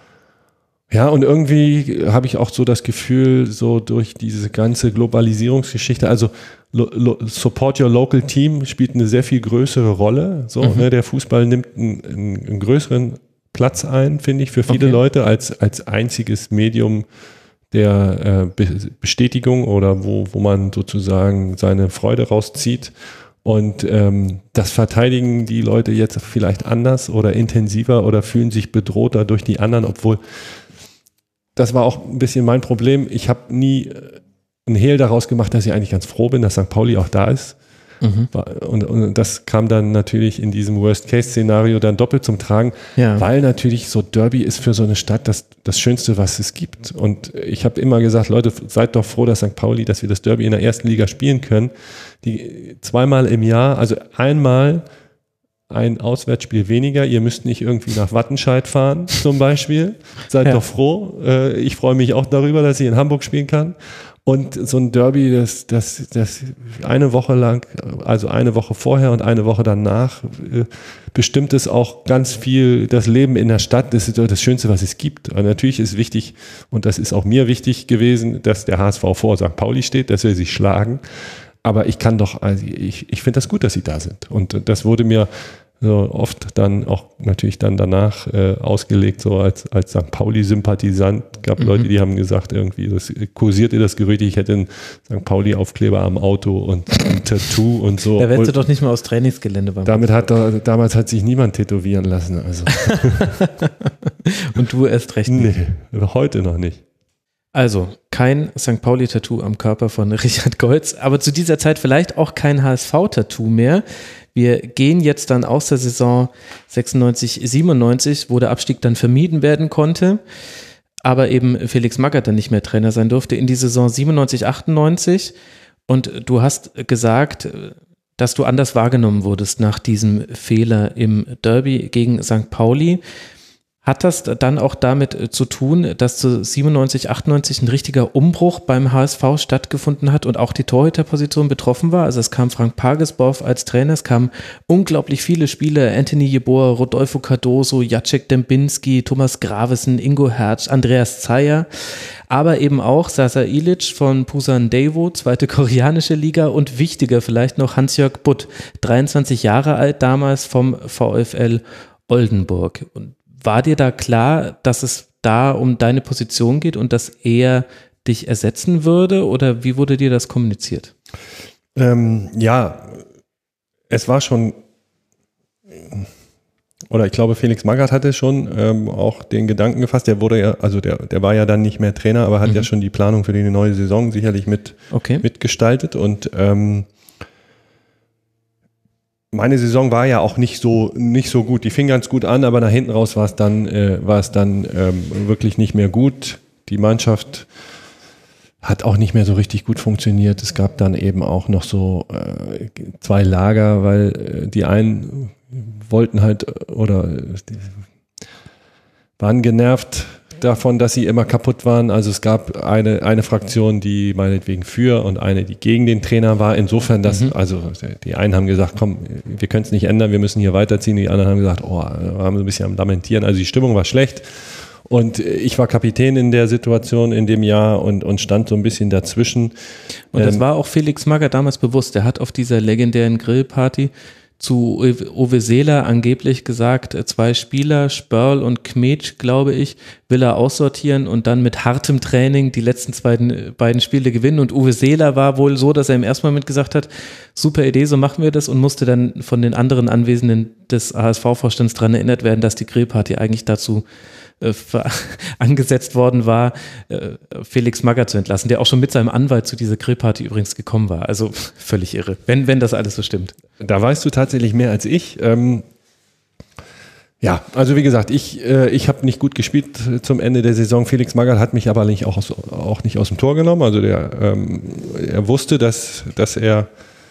Ja, und irgendwie habe ich auch so das Gefühl, so durch diese ganze Globalisierungsgeschichte, also lo, lo, Support Your Local Team spielt eine sehr viel größere Rolle. So, mhm. ne, der Fußball nimmt einen, einen, einen größeren Platz ein, finde ich, für viele okay. Leute als, als einziges Medium der äh, Be- Bestätigung oder wo, wo man sozusagen seine Freude rauszieht. Und ähm, das verteidigen die Leute jetzt vielleicht anders oder intensiver oder fühlen sich bedrohter durch die anderen, obwohl das war auch ein bisschen mein Problem. Ich habe nie einen Hehl daraus gemacht, dass ich eigentlich ganz froh bin, dass Sankt Pauli auch da ist. Mhm. Und, und das kam dann natürlich in diesem Worst-Case-Szenario dann doppelt zum Tragen, ja. weil natürlich so Derby ist für so eine Stadt das, das Schönste, was es gibt. Und ich habe immer gesagt, Leute, seid doch froh, dass Sankt Pauli, dass wir das Derby in der ersten Liga spielen können. Die zweimal im Jahr, also einmal ein Auswärtsspiel weniger. Ihr müsst nicht irgendwie nach Wattenscheid fahren, zum Beispiel. Seid ja. doch froh. Ich freue mich auch darüber, dass ich in Hamburg spielen kann. Und so ein Derby, das, das, das eine Woche lang, also eine Woche vorher und eine Woche danach, bestimmt es auch ganz viel das Leben in der Stadt. Das ist das Schönste, was es gibt. Und natürlich ist wichtig, und das ist auch mir wichtig gewesen, dass der H S V vor Sankt Pauli steht, dass wir sich schlagen. Aber ich kann doch, also ich, ich finde das gut, dass sie da sind. Und das wurde mir so oft dann auch natürlich dann danach äh, ausgelegt, so als, als Sankt Pauli-Sympathisant. Es gab mhm. Leute, die haben gesagt, irgendwie, das kursierte das Gerücht, ich hätte einen Sankt Pauli-Aufkleber am Auto und ein Tattoo und so. Da wärst du doch nicht mal aus Trainingsgelände beim Damit hat da, damals hat sich niemand tätowieren lassen. Also. Und du erst recht nicht. Nee, heute noch nicht. Also kein Sankt Pauli-Tattoo am Körper von Richard Goltz, aber zu dieser Zeit vielleicht auch kein H S V-Tattoo mehr. Wir gehen jetzt dann aus der Saison sechsundneunzig siebenundneunzig, wo der Abstieg dann vermieden werden konnte, aber eben Felix Magath dann nicht mehr Trainer sein durfte, in die Saison siebenundneunzig achtundneunzig. Und du hast gesagt, dass du anders wahrgenommen wurdest nach diesem Fehler im Derby gegen Sankt Pauli. Hat das dann auch damit zu tun, dass zu siebenundneunzig, achtundneunzig ein richtiger Umbruch beim H S V stattgefunden hat und auch die Torhüterposition betroffen war? Also es kam Frank Pagelsdorf als Trainer, es kamen unglaublich viele Spieler, Anthony Jeboa, Rodolfo Cardoso, Jacek Dembinski, Thomas Gravesen, Ingo Hertz, Andreas Zeyer, aber eben auch Sasa Ilic von Pusan Daewoo, zweite koreanische Liga und wichtiger vielleicht noch Hans-Jörg Butt, dreiundzwanzig Jahre alt damals vom VfL Oldenburg. Und war dir da klar, dass es da um deine Position geht und dass er dich ersetzen würde oder wie wurde dir das kommuniziert? Ähm, ja, es war schon, oder ich glaube Felix Magath hatte schon ähm, auch den Gedanken gefasst, der wurde ja, also der, der war ja dann nicht mehr Trainer, aber hat mhm. ja schon die Planung für die neue Saison sicherlich mit okay. mitgestaltet und ähm, meine Saison war ja auch nicht so nicht so gut. Die fing ganz gut an, aber nach hinten raus war es dann äh, war es dann ähm, wirklich nicht mehr gut. Die Mannschaft hat auch nicht mehr so richtig gut funktioniert. Es gab dann eben auch noch so äh, zwei Lager, weil äh, die einen wollten halt oder äh, waren genervt davon, dass sie immer kaputt waren. Also es gab eine, eine Fraktion, die meinetwegen für und eine, die gegen den Trainer war. Insofern, dass, mhm. also die einen haben gesagt, komm, wir können es nicht ändern, wir müssen hier weiterziehen. Die anderen haben gesagt, oh, haben so ein bisschen am Lamentieren. Also die Stimmung war schlecht. Und ich war Kapitän in der Situation in dem Jahr und, und stand so ein bisschen dazwischen. Und das ähm, war auch Felix Magath damals bewusst. Der hat auf dieser legendären Grillparty zu Uwe Seeler angeblich gesagt, zwei Spieler, Spörl und Kmetsch, glaube ich, will er aussortieren und dann mit hartem Training die letzten beiden, beiden Spiele gewinnen. Und Uwe Seeler war wohl so, dass er im ersten Moment gesagt hat, super Idee, so machen wir das, und musste dann von den anderen Anwesenden des H S V-Vorstands daran erinnert werden, dass die Grillparty eigentlich dazu äh, angesetzt worden war, äh, Felix Magath zu entlassen, der auch schon mit seinem Anwalt zu dieser Grillparty übrigens gekommen war. Also völlig irre, wenn, wenn das alles so stimmt. Da weißt du tatsächlich mehr als ich. Ähm, ja, also wie gesagt, ich, äh, ich habe nicht gut gespielt zum Ende der Saison. Felix Magath hat mich aber nicht auch, aus, auch nicht aus dem Tor genommen. Also der, ähm, er wusste, dass, dass er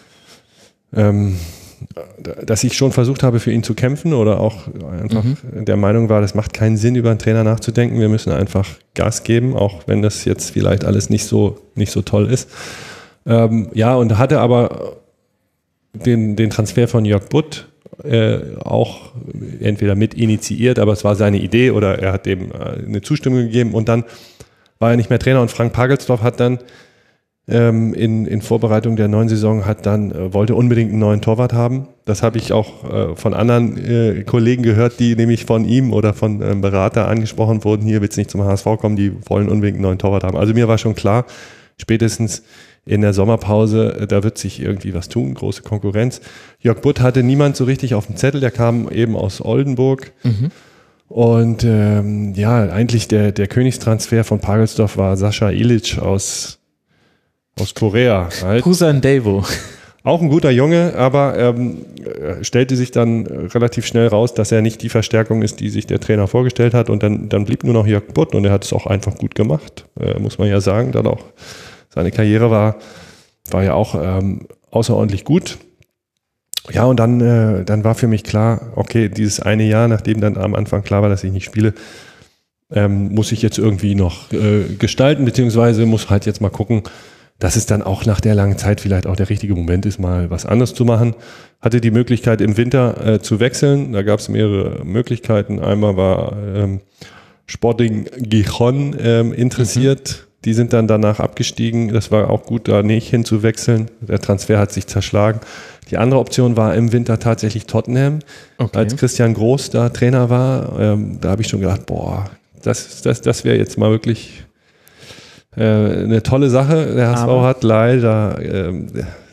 ähm, dass ich schon versucht habe, für ihn zu kämpfen oder auch einfach mhm. der Meinung war, das macht keinen Sinn, über einen Trainer nachzudenken. Wir müssen einfach Gas geben, auch wenn das jetzt vielleicht alles nicht so, nicht so toll ist. Ähm, ja, und hatte aber den, den Transfer von Jörg Butt äh, auch entweder mit initiiert, aber es war seine Idee oder er hat dem äh, eine Zustimmung gegeben und dann war er nicht mehr Trainer und Frank Pagelsdorf hat dann ähm, in, in Vorbereitung der neuen Saison hat dann, äh, wollte unbedingt einen neuen Torwart haben. Das habe ich auch äh, von anderen äh, Kollegen gehört, die nämlich von ihm oder von einem Berater angesprochen wurden, hier willst du nicht zum H S V kommen, die wollen unbedingt einen neuen Torwart haben. Also mir war schon klar, spätestens in der Sommerpause, da wird sich irgendwie was tun, große Konkurrenz. Jörg Butt hatte niemand so richtig auf dem Zettel, der kam eben aus Oldenburg. Mhm. Und ähm, ja, eigentlich der, der Königstransfer von Pagelsdorf war Sasa Ilic aus, aus Korea. Halt. Pusan Daewoo. Auch ein guter Junge, aber ähm, stellte sich dann relativ schnell raus, dass er nicht die Verstärkung ist, die sich der Trainer vorgestellt hat. Und dann, dann blieb nur noch Jörg Butt und er hat es auch einfach gut gemacht, äh, muss man ja sagen. Dann auch seine Karriere war, war ja auch ähm, außerordentlich gut. Ja, und dann, äh, dann war für mich klar, okay, dieses eine Jahr, nachdem dann am Anfang klar war, dass ich nicht spiele, ähm, muss ich jetzt irgendwie noch äh, gestalten, beziehungsweise muss halt jetzt mal gucken, dass es dann auch nach der langen Zeit vielleicht auch der richtige Moment ist, mal was anderes zu machen. Hatte die Möglichkeit im Winter äh, zu wechseln, da gab es mehrere Möglichkeiten. Einmal war ähm, Sporting Gijón ähm, interessiert, mhm. Die sind dann danach abgestiegen. Das war auch gut, da nicht hinzuwechseln. Der Transfer hat sich zerschlagen. Die andere Option war im Winter tatsächlich Tottenham. Okay. Als Christian Groß da Trainer war, ähm, da habe ich schon gedacht, boah, das, das, das wäre jetzt mal wirklich äh, eine tolle Sache. Der H S V Aber hat leider ähm,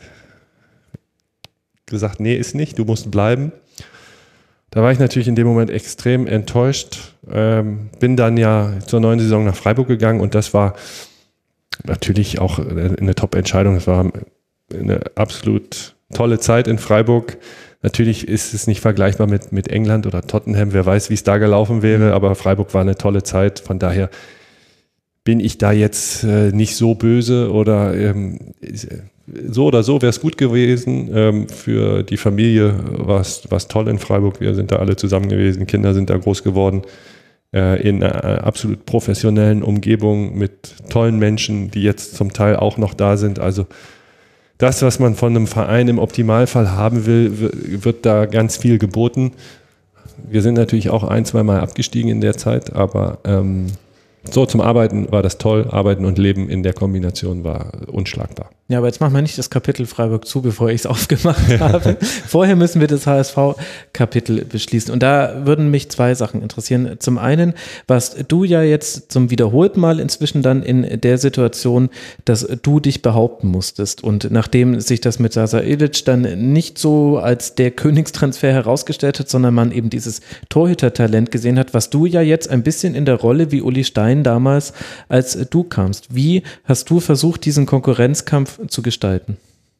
gesagt, nee, ist nicht, du musst bleiben. Da war ich natürlich in dem Moment extrem enttäuscht. Ähm, bin dann ja zur neuen Saison nach Freiburg gegangen und das war natürlich auch eine Top-Entscheidung. Es war eine absolut tolle Zeit in Freiburg. Natürlich ist es nicht vergleichbar mit, mit England oder Tottenham. Wer weiß, wie es da gelaufen wäre, aber Freiburg war eine tolle Zeit. Von daher bin ich da jetzt äh, nicht so böse oder ähm, so oder so wäre es gut gewesen. Ähm, für die Familie war es toll in Freiburg. Wir sind da alle zusammen gewesen. Kinder sind da groß geworden. äh, in einer absolut professionellen Umgebung mit tollen Menschen, die jetzt zum Teil auch noch da sind. Also das, was man von einem Verein im Optimalfall haben will, wird da ganz viel geboten. Wir sind natürlich auch ein, zwei Mal abgestiegen in der Zeit, aber ähm, so zum Arbeiten war das toll. Arbeiten und Leben in der Kombination war unschlagbar. Ja, aber jetzt machen wir nicht das Kapitel Freiburg zu, bevor ich es aufgemacht habe. Vorher müssen wir das H S V-Kapitel beschließen. Und da würden mich zwei Sachen interessieren. Zum einen warst du ja jetzt zum wiederholten Mal inzwischen dann in der Situation, dass du dich behaupten musstest. Und nachdem sich das mit Sasa Ilic dann nicht so als der Königstransfer herausgestellt hat, sondern man eben dieses Torhüter-Talent gesehen hat, was du ja jetzt ein bisschen in der Rolle wie Uli Stein damals, als du kamst. Wie hast du versucht, diesen Konkurrenzkampf zu gestalten?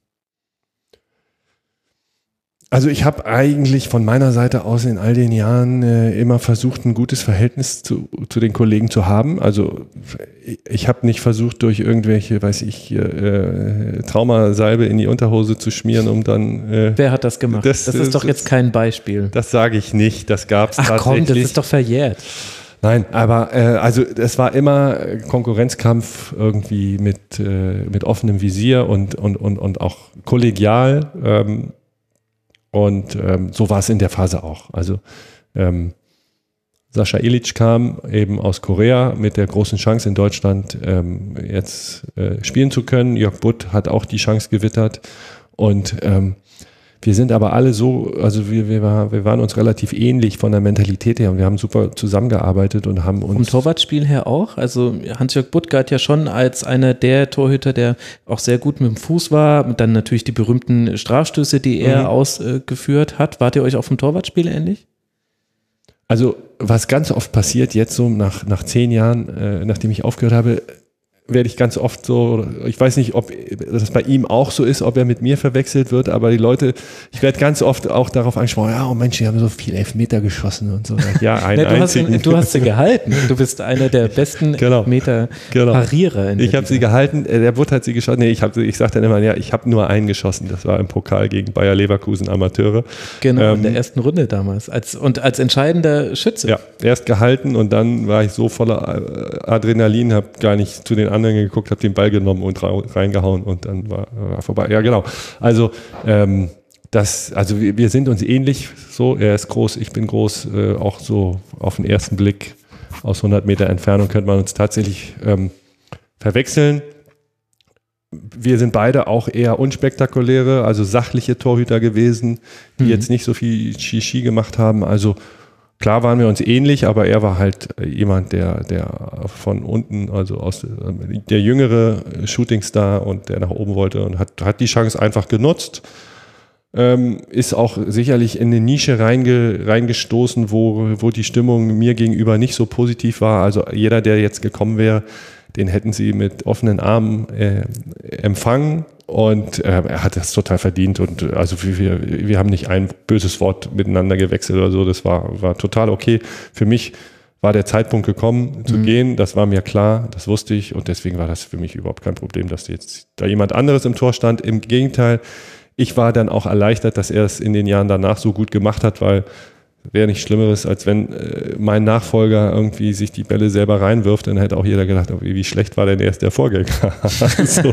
Also ich habe eigentlich von meiner Seite aus in all den Jahren äh, immer versucht, ein gutes Verhältnis zu, zu den Kollegen zu haben. Also ich, ich habe nicht versucht, durch irgendwelche, weiß ich, äh, Traumasalbe in die Unterhose zu schmieren, um dann... Äh, Wer hat das gemacht? Das, das ist doch jetzt kein Beispiel. Das sage ich nicht, das gab es tatsächlich. Ach komm, das ist doch verjährt. Nein, aber äh, also es war immer Konkurrenzkampf irgendwie mit, äh, mit offenem Visier und, und, und, und auch kollegial. Ähm, und ähm, so war es in der Phase auch. Also ähm, Sascha Ilic kam eben aus Korea mit der großen Chance in Deutschland ähm, jetzt äh, spielen zu können. Jörg Butt hat auch die Chance gewittert und ähm, wir sind aber alle so, also wir, wir, war, wir waren uns relativ ähnlich von der Mentalität her und wir haben super zusammengearbeitet und haben uns... Vom Torwartspiel her auch? Also Hans-Jörg Butt galt ja schon als einer der Torhüter, der auch sehr gut mit dem Fuß war. Dann natürlich die berühmten Strafstöße, die er mhm. ausgeführt hat. Wart ihr euch auch vom Torwartspiel ähnlich? Also was ganz oft passiert, jetzt so nach, nach zehn Jahren, äh, nachdem ich aufgehört habe, werde ich ganz oft so, ich weiß nicht, ob das bei ihm auch so ist, ob er mit mir verwechselt wird, aber die Leute, ich werde ganz oft auch darauf angesprochen, ja, oh Mensch, die haben so viel Elfmeter geschossen und so. Ja, einen ja, du, einzigen. Hast, du hast sie gehalten. Du bist einer der besten genau. Elfmeter-Parierer. Genau. Ich habe sie gehalten, der Butt hat sie geschossen. Nee, ich, hab, ich sage dann immer, ja, ich habe nur einen geschossen. Das war im Pokal gegen Bayer Leverkusen Amateure. Genau, ähm, in der ähm, ersten Runde damals. Als, und als entscheidender Schütze. Ja, erst gehalten und dann war ich so voller Adrenalin, habe gar nicht zu den anderen geguckt, habe den Ball genommen und reingehauen und dann war, war vorbei. Ja, genau. Also, ähm, das, also wir, wir sind uns ähnlich so. Er ist groß, ich bin groß. Äh, auch so auf den ersten Blick aus hundert Meter Entfernung könnte man uns tatsächlich ähm, verwechseln. Wir sind beide auch eher unspektakuläre, also sachliche Torhüter gewesen, die mhm. jetzt nicht so viel Shishi gemacht haben. Also klar waren wir uns ähnlich, aber er war halt jemand, der, der von unten, also aus der jüngere Shootingstar und der nach oben wollte und hat, hat die Chance einfach genutzt. Ähm, ist auch sicherlich in eine Nische reinge, reingestoßen, wo, wo die Stimmung mir gegenüber nicht so positiv war. Also jeder, der jetzt gekommen wäre, den hätten sie mit offenen Armen äh, empfangen. Und äh, er hat das total verdient und also wir, wir haben nicht ein böses Wort miteinander gewechselt oder so, das war, war total okay. Für mich war der Zeitpunkt gekommen zu mhm. gehen, das war mir klar, das wusste ich und deswegen war das für mich überhaupt kein Problem, dass jetzt da jemand anderes im Tor stand. Im Gegenteil, ich war dann auch erleichtert, dass er es in den Jahren danach so gut gemacht hat, weil wäre nichts Schlimmeres, als wenn äh, mein Nachfolger irgendwie sich die Bälle selber reinwirft, dann hätte auch jeder gedacht, oh, wie schlecht war denn erst der Vorgänger. so.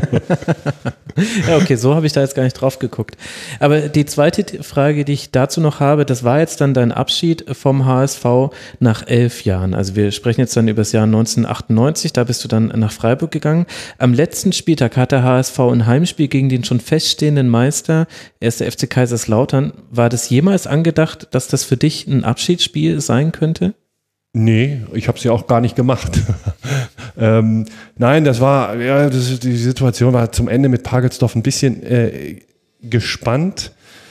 Ja, okay, so habe ich da jetzt gar nicht drauf geguckt. Aber die zweite Frage, die ich dazu noch habe, das war jetzt dann dein Abschied vom H S V nach elf Jahren. Also wir sprechen jetzt dann über das Jahr neunzehnhundertachtundneunzig, da bist du dann nach Freiburg gegangen. Am letzten Spieltag hat der H S V ein Heimspiel gegen den schon feststehenden Meister, erster F C Kaiserslautern. War das jemals angedacht, dass das für dich ein Abschiedsspiel sein könnte? Nee, ich habe es ja auch gar nicht gemacht. ähm, nein, das war, ja, das, die Situation war zum Ende mit Pagelsdorf ein bisschen äh, gespannt,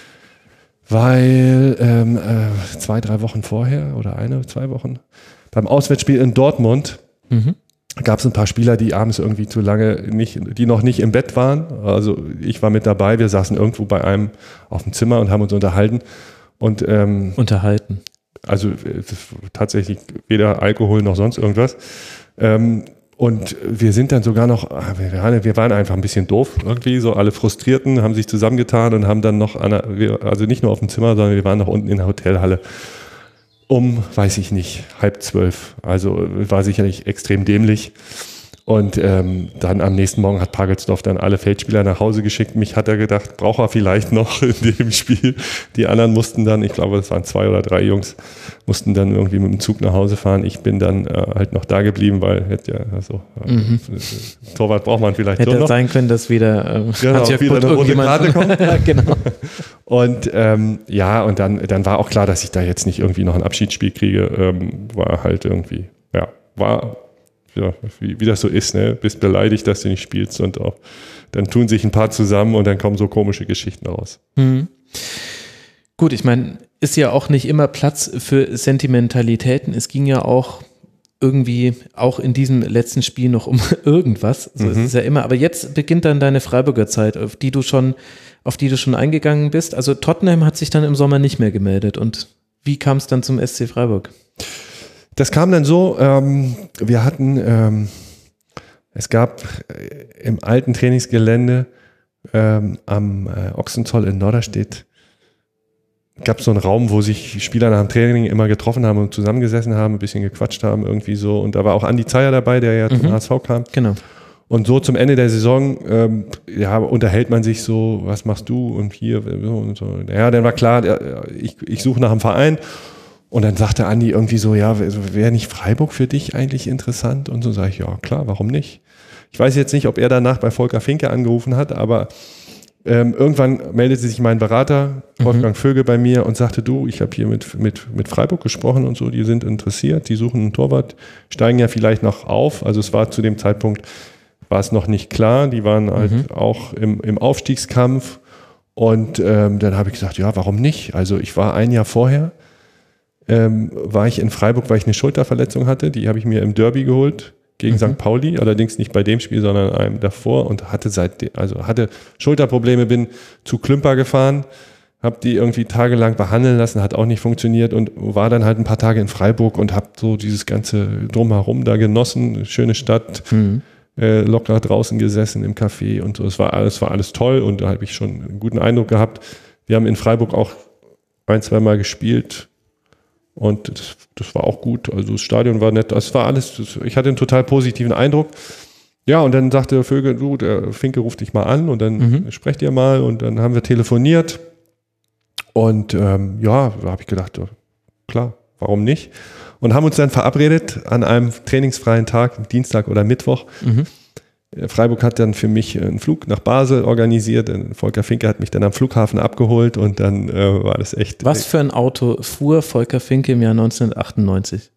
weil ähm, äh, zwei, drei Wochen vorher oder eine, zwei Wochen beim Auswärtsspiel in Dortmund mhm. gab es ein paar Spieler, die abends irgendwie zu lange nicht, die noch nicht im Bett waren. Also ich war mit dabei, wir saßen irgendwo bei einem auf dem Zimmer und haben uns unterhalten. Und, ähm, Unterhalten. Also äh, tatsächlich weder Alkohol noch sonst irgendwas. Ähm, und wir sind dann sogar noch, wir waren, wir waren einfach ein bisschen doof irgendwie, so alle Frustrierten, haben sich zusammengetan und haben dann noch, an, also nicht nur auf dem Zimmer, sondern wir waren noch unten in der Hotelhalle. um, weiß ich nicht, halb zwölf. Also war sicherlich extrem dämlich. Und ähm, dann am nächsten Morgen hat Pagelsdorf dann alle Feldspieler nach Hause geschickt. Mich hat er gedacht, braucht er vielleicht noch in dem Spiel. Die anderen mussten dann, ich glaube, es waren zwei oder drei Jungs, mussten dann irgendwie mit dem Zug nach Hause fahren. Ich bin dann äh, halt noch da geblieben, weil hätte ja, also mhm. äh, Torwart braucht man vielleicht hätte doch noch. Hätte sein können, dass wieder, äh, genau, hat ja wieder eine rote Karte kommt. ja, genau. Und ähm, ja, und dann, dann war auch klar, dass ich da jetzt nicht irgendwie noch ein Abschiedsspiel kriege. Ähm, war halt irgendwie, ja, war... Ja, wie, wie das so ist, ne? Bist beleidigt, dass du nicht spielst und auch dann tun sich ein paar zusammen und dann kommen so komische Geschichten raus. Mhm. Gut, ich meine, ist ja auch nicht immer Platz für Sentimentalitäten. Es ging ja auch irgendwie auch in diesem letzten Spiel noch um irgendwas. So mhm. ist es ja immer. Aber jetzt beginnt dann deine Freiburger Zeit, auf die du schon, auf die du schon eingegangen bist. Also Tottenham hat sich dann im Sommer nicht mehr gemeldet. Und wie kam es dann zum S C Freiburg? Das kam dann so, ähm, wir hatten, ähm, es gab äh, im alten Trainingsgelände ähm, am äh, Ochsenzoll in Norderstedt, gab es so einen Raum, wo sich Spieler nach dem Training immer getroffen haben und zusammengesessen haben, ein bisschen gequatscht haben, irgendwie so. Und da war auch Andi Zeyer dabei, der ja mhm. zum H S V kam. Genau. Und so zum Ende der Saison, ähm, ja, unterhält man sich so, was machst du und hier und so. Ja, dann war klar, ich, ich suche nach einem Verein. Und dann sagte Andi irgendwie so, ja, wäre nicht Freiburg für dich eigentlich interessant? Und so sage ich, ja klar, warum nicht? Ich weiß jetzt nicht, ob er danach bei Volker Finke angerufen hat, aber ähm, irgendwann meldete sich mein Berater, Wolfgang mhm. Vögel, bei mir und sagte, du, ich habe hier mit, mit, mit Freiburg gesprochen und so, die sind interessiert, die suchen einen Torwart, steigen ja vielleicht noch auf. Also es war zu dem Zeitpunkt, war es noch nicht klar, die waren halt mhm. auch im, im Aufstiegskampf. Und ähm, dann habe ich gesagt, ja, warum nicht? Also ich war ein Jahr vorher, Ähm, war ich in Freiburg, weil ich eine Schulterverletzung hatte. Die habe ich mir im Derby geholt gegen mhm. Sankt Pauli, allerdings nicht bei dem Spiel, sondern einem davor und hatte seitdem, also hatte Schulterprobleme, bin zu Klümper gefahren, habe die irgendwie tagelang behandeln lassen, hat auch nicht funktioniert und war dann halt ein paar Tage in Freiburg und habe so dieses ganze Drumherum da genossen, schöne Stadt, mhm. äh, locker draußen gesessen im Café und so. Es war alles, war alles toll und da habe ich schon einen guten Eindruck gehabt. Wir haben in Freiburg auch ein, zwei Mal gespielt. Und das, das war auch gut, also das Stadion war nett, das war alles, das, ich hatte einen total positiven Eindruck. Ja, und dann sagte der Vögel, du, der Finke ruft dich mal an und dann mhm. sprecht ihr mal und dann haben wir telefoniert und ähm, ja, da habe ich gedacht, klar, warum nicht? Und haben uns dann verabredet an einem trainingsfreien Tag, Dienstag oder Mittwoch. Mhm. Freiburg hat dann für mich einen Flug nach Basel organisiert. Volker Finke hat mich dann am Flughafen abgeholt und dann äh, war das echt. Was für ein Auto fuhr Volker Finke im Jahr neunzehnhundertachtundneunzig?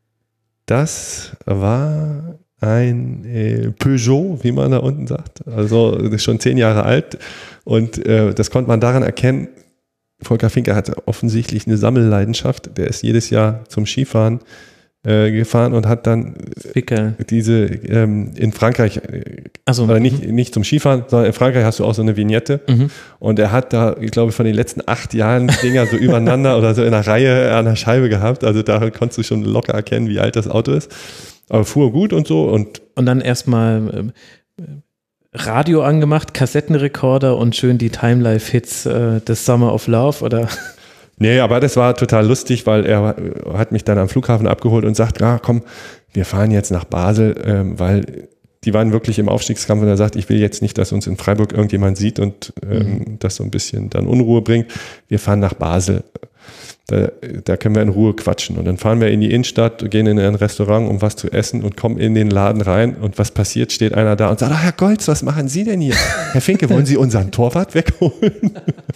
Das war ein äh, Peugeot, wie man da unten sagt. Also das ist schon zehn Jahre alt und äh, das konnte man daran erkennen. Volker Finke hatte offensichtlich eine Sammelleidenschaft. Der ist jedes Jahr zum Skifahren gefahren und hat dann Pickel. diese ähm, in Frankreich, also, oder nicht, nicht zum Skifahren, sondern in Frankreich hast du auch so eine Vignette mhm. und er hat da, ich glaube, von den letzten acht Jahren Dinger so übereinander oder so in einer Reihe an der Scheibe gehabt, also da konntest du schon locker erkennen, wie alt das Auto ist, aber fuhr gut und so und und dann erstmal äh, Radio angemacht, Kassettenrekorder und schön die Time-Life-Hits äh, des Summer of Love oder Nee, aber das war total lustig, weil er hat mich dann am Flughafen abgeholt und sagt, ja komm, wir fahren jetzt nach Basel, ähm, weil die waren wirklich im Aufstiegskampf und er sagt, ich will jetzt nicht, dass uns in Freiburg irgendjemand sieht und ähm, mhm. das so ein bisschen dann Unruhe bringt. Wir fahren nach Basel. Da, da können wir in Ruhe quatschen. Und dann fahren wir in die Innenstadt, gehen in ein Restaurant, um was zu essen und kommen in den Laden rein. Und was passiert? Steht einer da und sagt, ah, Herr Goltz, was machen Sie denn hier? Herr Finke, wollen Sie unseren Torwart wegholen?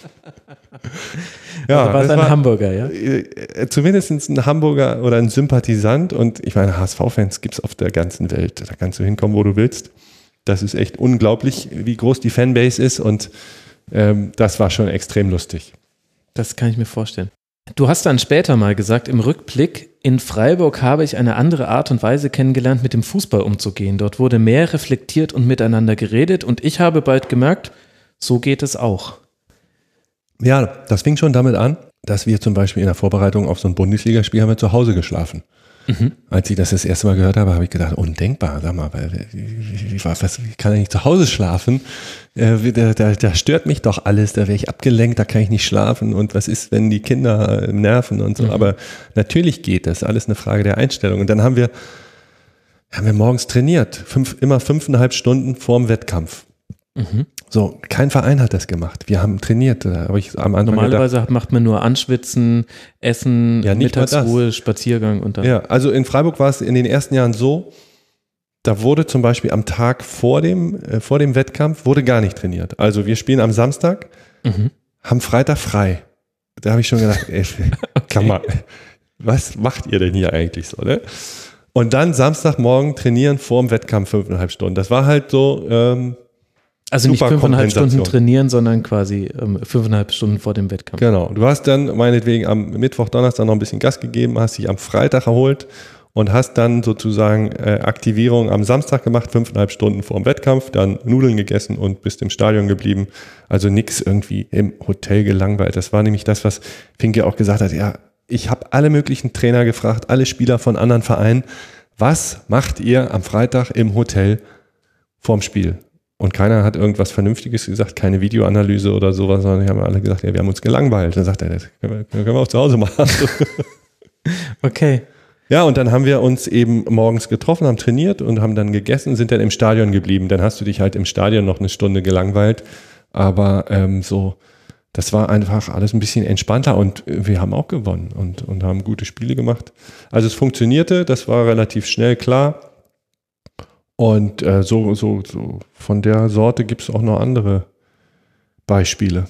Ja, also war es ein war, Hamburger, ja? Äh, zumindest ein Hamburger oder ein Sympathisant. Und ich meine, H S V-Fans gibt es auf der ganzen Welt. Da kannst du hinkommen, wo du willst. Das ist echt unglaublich, wie groß die Fanbase ist. Und ähm, das war schon extrem lustig. Das kann ich mir vorstellen. Du hast dann später mal gesagt, im Rückblick, in Freiburg habe ich eine andere Art und Weise kennengelernt, mit dem Fußball umzugehen. Dort wurde mehr reflektiert und miteinander geredet. Und ich habe bald gemerkt, so geht es auch. Ja, das fing schon damit an, dass wir zum Beispiel in der Vorbereitung auf so ein Bundesligaspiel haben wir zu Hause geschlafen. Mhm. Als ich das das erste Mal gehört habe, habe ich gedacht, undenkbar, sag mal, ich, was, ich kann ja nicht zu Hause schlafen, äh, da, da, da stört mich doch alles, da wäre ich abgelenkt, da kann ich nicht schlafen und was ist, wenn die Kinder nerven und so, mhm. aber natürlich geht das, alles eine Frage der Einstellung. Und dann haben wir, haben wir morgens trainiert, fünf, immer fünfeinhalb Stunden vorm Wettkampf. Mhm. So, kein Verein hat das gemacht. Wir haben trainiert. Da habe ich am Anfang Normalerweise gedacht, macht man nur Anschwitzen, Essen, ja, Mittagsruhe, Spaziergang und dann. Ja, also in Freiburg war es in den ersten Jahren so, da wurde zum Beispiel am Tag vor dem, äh, vor dem Wettkampf wurde gar nicht trainiert. Also wir spielen am Samstag, mhm. haben Freitag frei. Da habe ich schon gedacht, ey, okay. kann man, was macht ihr denn hier eigentlich so, ne? Und dann Samstagmorgen trainieren vor dem Wettkampf fünfeinhalb Stunden. Das war halt so, ähm, Also nicht fünfeinhalb Stunden trainieren, sondern quasi ähm, fünfeinhalb Stunden vor dem Wettkampf. Genau. Du hast dann meinetwegen am Mittwoch, Donnerstag noch ein bisschen Gas gegeben, hast dich am Freitag erholt und hast dann sozusagen äh, Aktivierung am Samstag gemacht, fünfeinhalb Stunden vor dem Wettkampf, dann Nudeln gegessen und bist im Stadion geblieben. Also nichts irgendwie im Hotel gelangweilt. Das war nämlich das, was Finke auch gesagt hat. Ja, ich habe alle möglichen Trainer gefragt, alle Spieler von anderen Vereinen. Was macht ihr am Freitag im Hotel vorm Spiel? Und keiner hat irgendwas Vernünftiges gesagt, keine Videoanalyse oder sowas, sondern die haben alle gesagt, ja, wir haben uns gelangweilt. Dann sagt er, das können wir, können wir auch zu Hause machen. Okay. Ja, und dann haben wir uns eben morgens getroffen, haben trainiert und haben dann gegessen, sind dann im Stadion geblieben. Dann hast du dich halt im Stadion noch eine Stunde gelangweilt. Aber ähm, so, das war einfach alles ein bisschen entspannter und wir haben auch gewonnen und, und haben gute Spiele gemacht. Also es funktionierte, das war relativ schnell klar. Und äh, so, so, so von der Sorte gibt es auch noch andere Beispiele.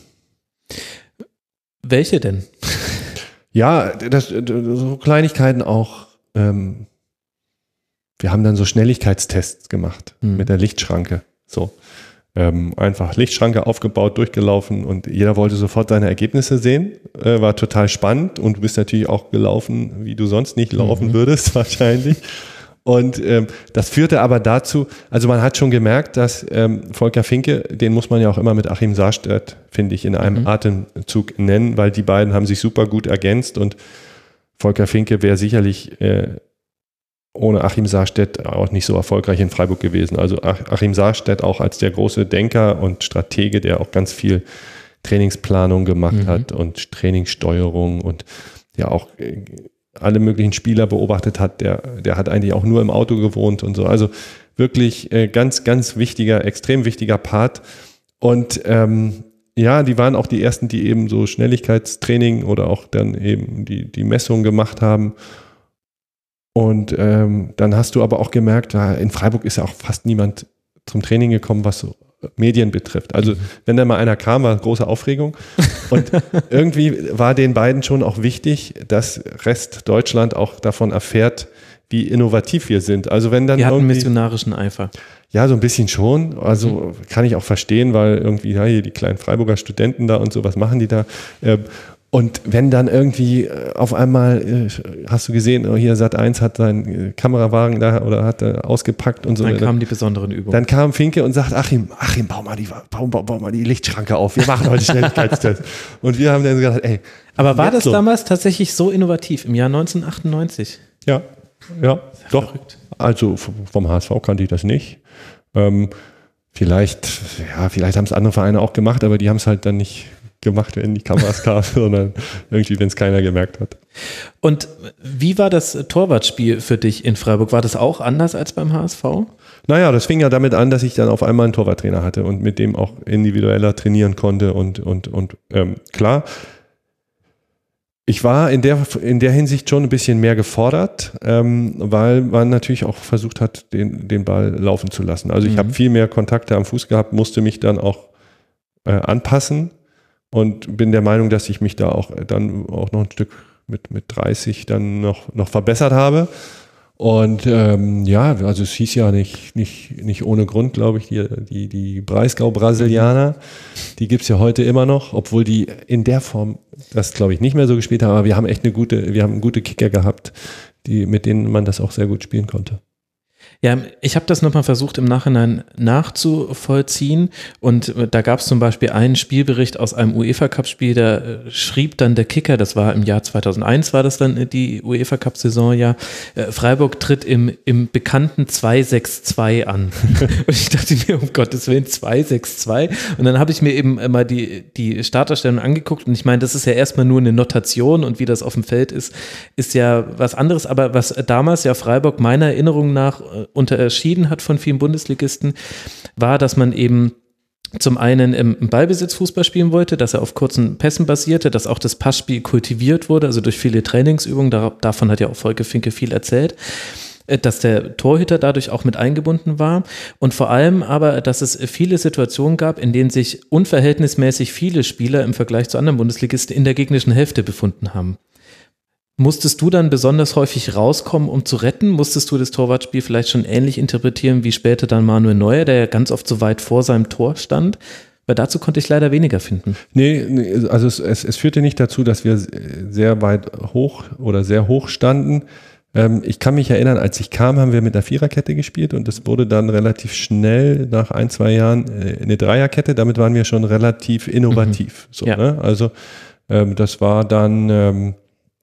Welche denn? Ja, das, so Kleinigkeiten auch. Ähm, wir haben dann so Schnelligkeitstests gemacht mhm. mit der Lichtschranke. So ähm, einfach Lichtschranke aufgebaut, durchgelaufen und jeder wollte sofort seine Ergebnisse sehen. Äh, war total spannend und du bist natürlich auch gelaufen, wie du sonst nicht laufen mhm. würdest wahrscheinlich. Und ähm, das führte aber dazu, also man hat schon gemerkt, dass ähm, Volker Finke, den muss man ja auch immer mit Achim Sarstedt, finde ich, in einem mhm. Atemzug nennen, weil die beiden haben sich super gut ergänzt und Volker Finke wäre sicherlich äh, ohne Achim Sarstedt auch nicht so erfolgreich in Freiburg gewesen. Also Achim Sarstedt auch als der große Denker und Stratege, der auch ganz viel Trainingsplanung gemacht mhm. hat und Trainingssteuerung und ja auch äh, alle möglichen Spieler beobachtet hat, der, der hat eigentlich auch nur im Auto gewohnt und so. Also wirklich äh, ganz, ganz wichtiger, extrem wichtiger Part. Und ähm, ja, die waren auch die ersten, die eben so Schnelligkeitstraining oder auch dann eben die, die Messungen gemacht haben. Und ähm, dann hast du aber auch gemerkt, ja, in Freiburg ist ja auch fast niemand zum Training gekommen, was so Medien betrifft. Also wenn da mal einer kam, war große Aufregung. Und irgendwie war den beiden schon auch wichtig, dass Rest Deutschland auch davon erfährt, wie innovativ wir sind. Also wenn dann wir hatten missionarischen Eifer. Ja, so ein bisschen schon. Also mhm. kann ich auch verstehen, weil irgendwie, ja, hier die kleinen Freiburger Studenten da und so, was machen die da? Und wenn dann irgendwie auf einmal, hast du gesehen, hier Sat eins hat seinen Kamerawagen da oder hat da ausgepackt und so. Dann kamen die besonderen Übungen. Dann kam Finke und sagt, Achim, Achim, bau mal die, bau, bau, bau mal die Lichtschranke auf. Wir machen heute Schnelligkeitstest. Und wir haben dann gesagt, ey. Aber war das so damals tatsächlich so innovativ im Jahr neunzehnhundertachtundneunzig? Ja, ja, doch. Verrückt. Also vom H S V kannte ich das nicht. Ähm, vielleicht, ja, vielleicht haben es andere Vereine auch gemacht, aber die haben es halt dann nicht gemacht, wenn die Kameras kamen, sondern irgendwie, wenn es keiner gemerkt hat. Und wie war das Torwartspiel für dich in Freiburg? War das auch anders als beim H S V? Naja, das fing ja damit an, dass ich dann auf einmal einen Torwarttrainer hatte und mit dem auch individueller trainieren konnte und, und, und ähm, klar, ich war in der, in der Hinsicht schon ein bisschen mehr gefordert, ähm, weil man natürlich auch versucht hat, den, den Ball laufen zu lassen. Also ich mhm. habe viel mehr Kontakte am Fuß gehabt, musste mich dann auch äh, anpassen. Und bin der Meinung, dass ich mich da auch dann auch noch ein Stück mit, mit dreißig dann noch, noch verbessert habe. Und ähm, ja, also es hieß ja nicht, nicht, nicht ohne Grund, glaube ich, die, die, die Breisgau-Brasilianer, die gibt es ja heute immer noch, obwohl die in der Form das, glaube ich, nicht mehr so gespielt haben. Aber wir haben echt eine gute, wir haben gute Kicker gehabt, die, mit denen man das auch sehr gut spielen konnte. Ja, ich habe das nochmal versucht im Nachhinein nachzuvollziehen und da gab es zum Beispiel einen Spielbericht aus einem UEFA-Cup-Spiel, da äh, schrieb dann der Kicker, das war im Jahr zweitausendeins, war das dann die UEFA-Cup-Saison, ja, äh, Freiburg tritt im, im bekannten zwei sechs zwei an. Und ich dachte mir, um Gottes Willen, zwei sechs zwei. Und dann habe ich mir eben mal die, die Starterstellung angeguckt und ich meine, das ist ja erstmal nur eine Notation und wie das auf dem Feld ist, ist ja was anderes, aber was damals ja Freiburg meiner Erinnerung nach äh, unterschieden hat von vielen Bundesligisten, war, dass man eben zum einen im Ballbesitz Fußball spielen wollte, dass er auf kurzen Pässen basierte, dass auch das Passspiel kultiviert wurde, also durch viele Trainingsübungen, davon hat ja auch Volker Finke viel erzählt, dass der Torhüter dadurch auch mit eingebunden war und vor allem aber, dass es viele Situationen gab, in denen sich unverhältnismäßig viele Spieler im Vergleich zu anderen Bundesligisten in der gegnerischen Hälfte befunden haben. Musstest du dann besonders häufig rauskommen, um zu retten? Musstest du das Torwartspiel vielleicht schon ähnlich interpretieren wie später dann Manuel Neuer, der ja ganz oft so weit vor seinem Tor stand? Weil dazu konnte ich leider weniger finden. Nee, also es, es, es führte nicht dazu, dass wir sehr weit hoch oder sehr hoch standen. Ähm, ich kann mich erinnern, als ich kam, haben wir mit einer Viererkette gespielt und das wurde dann relativ schnell nach ein, zwei Jahren äh, eine Dreierkette. Damit waren wir schon relativ innovativ. Mhm. So, ja. Ne? Also ähm, das war dann... Ähm,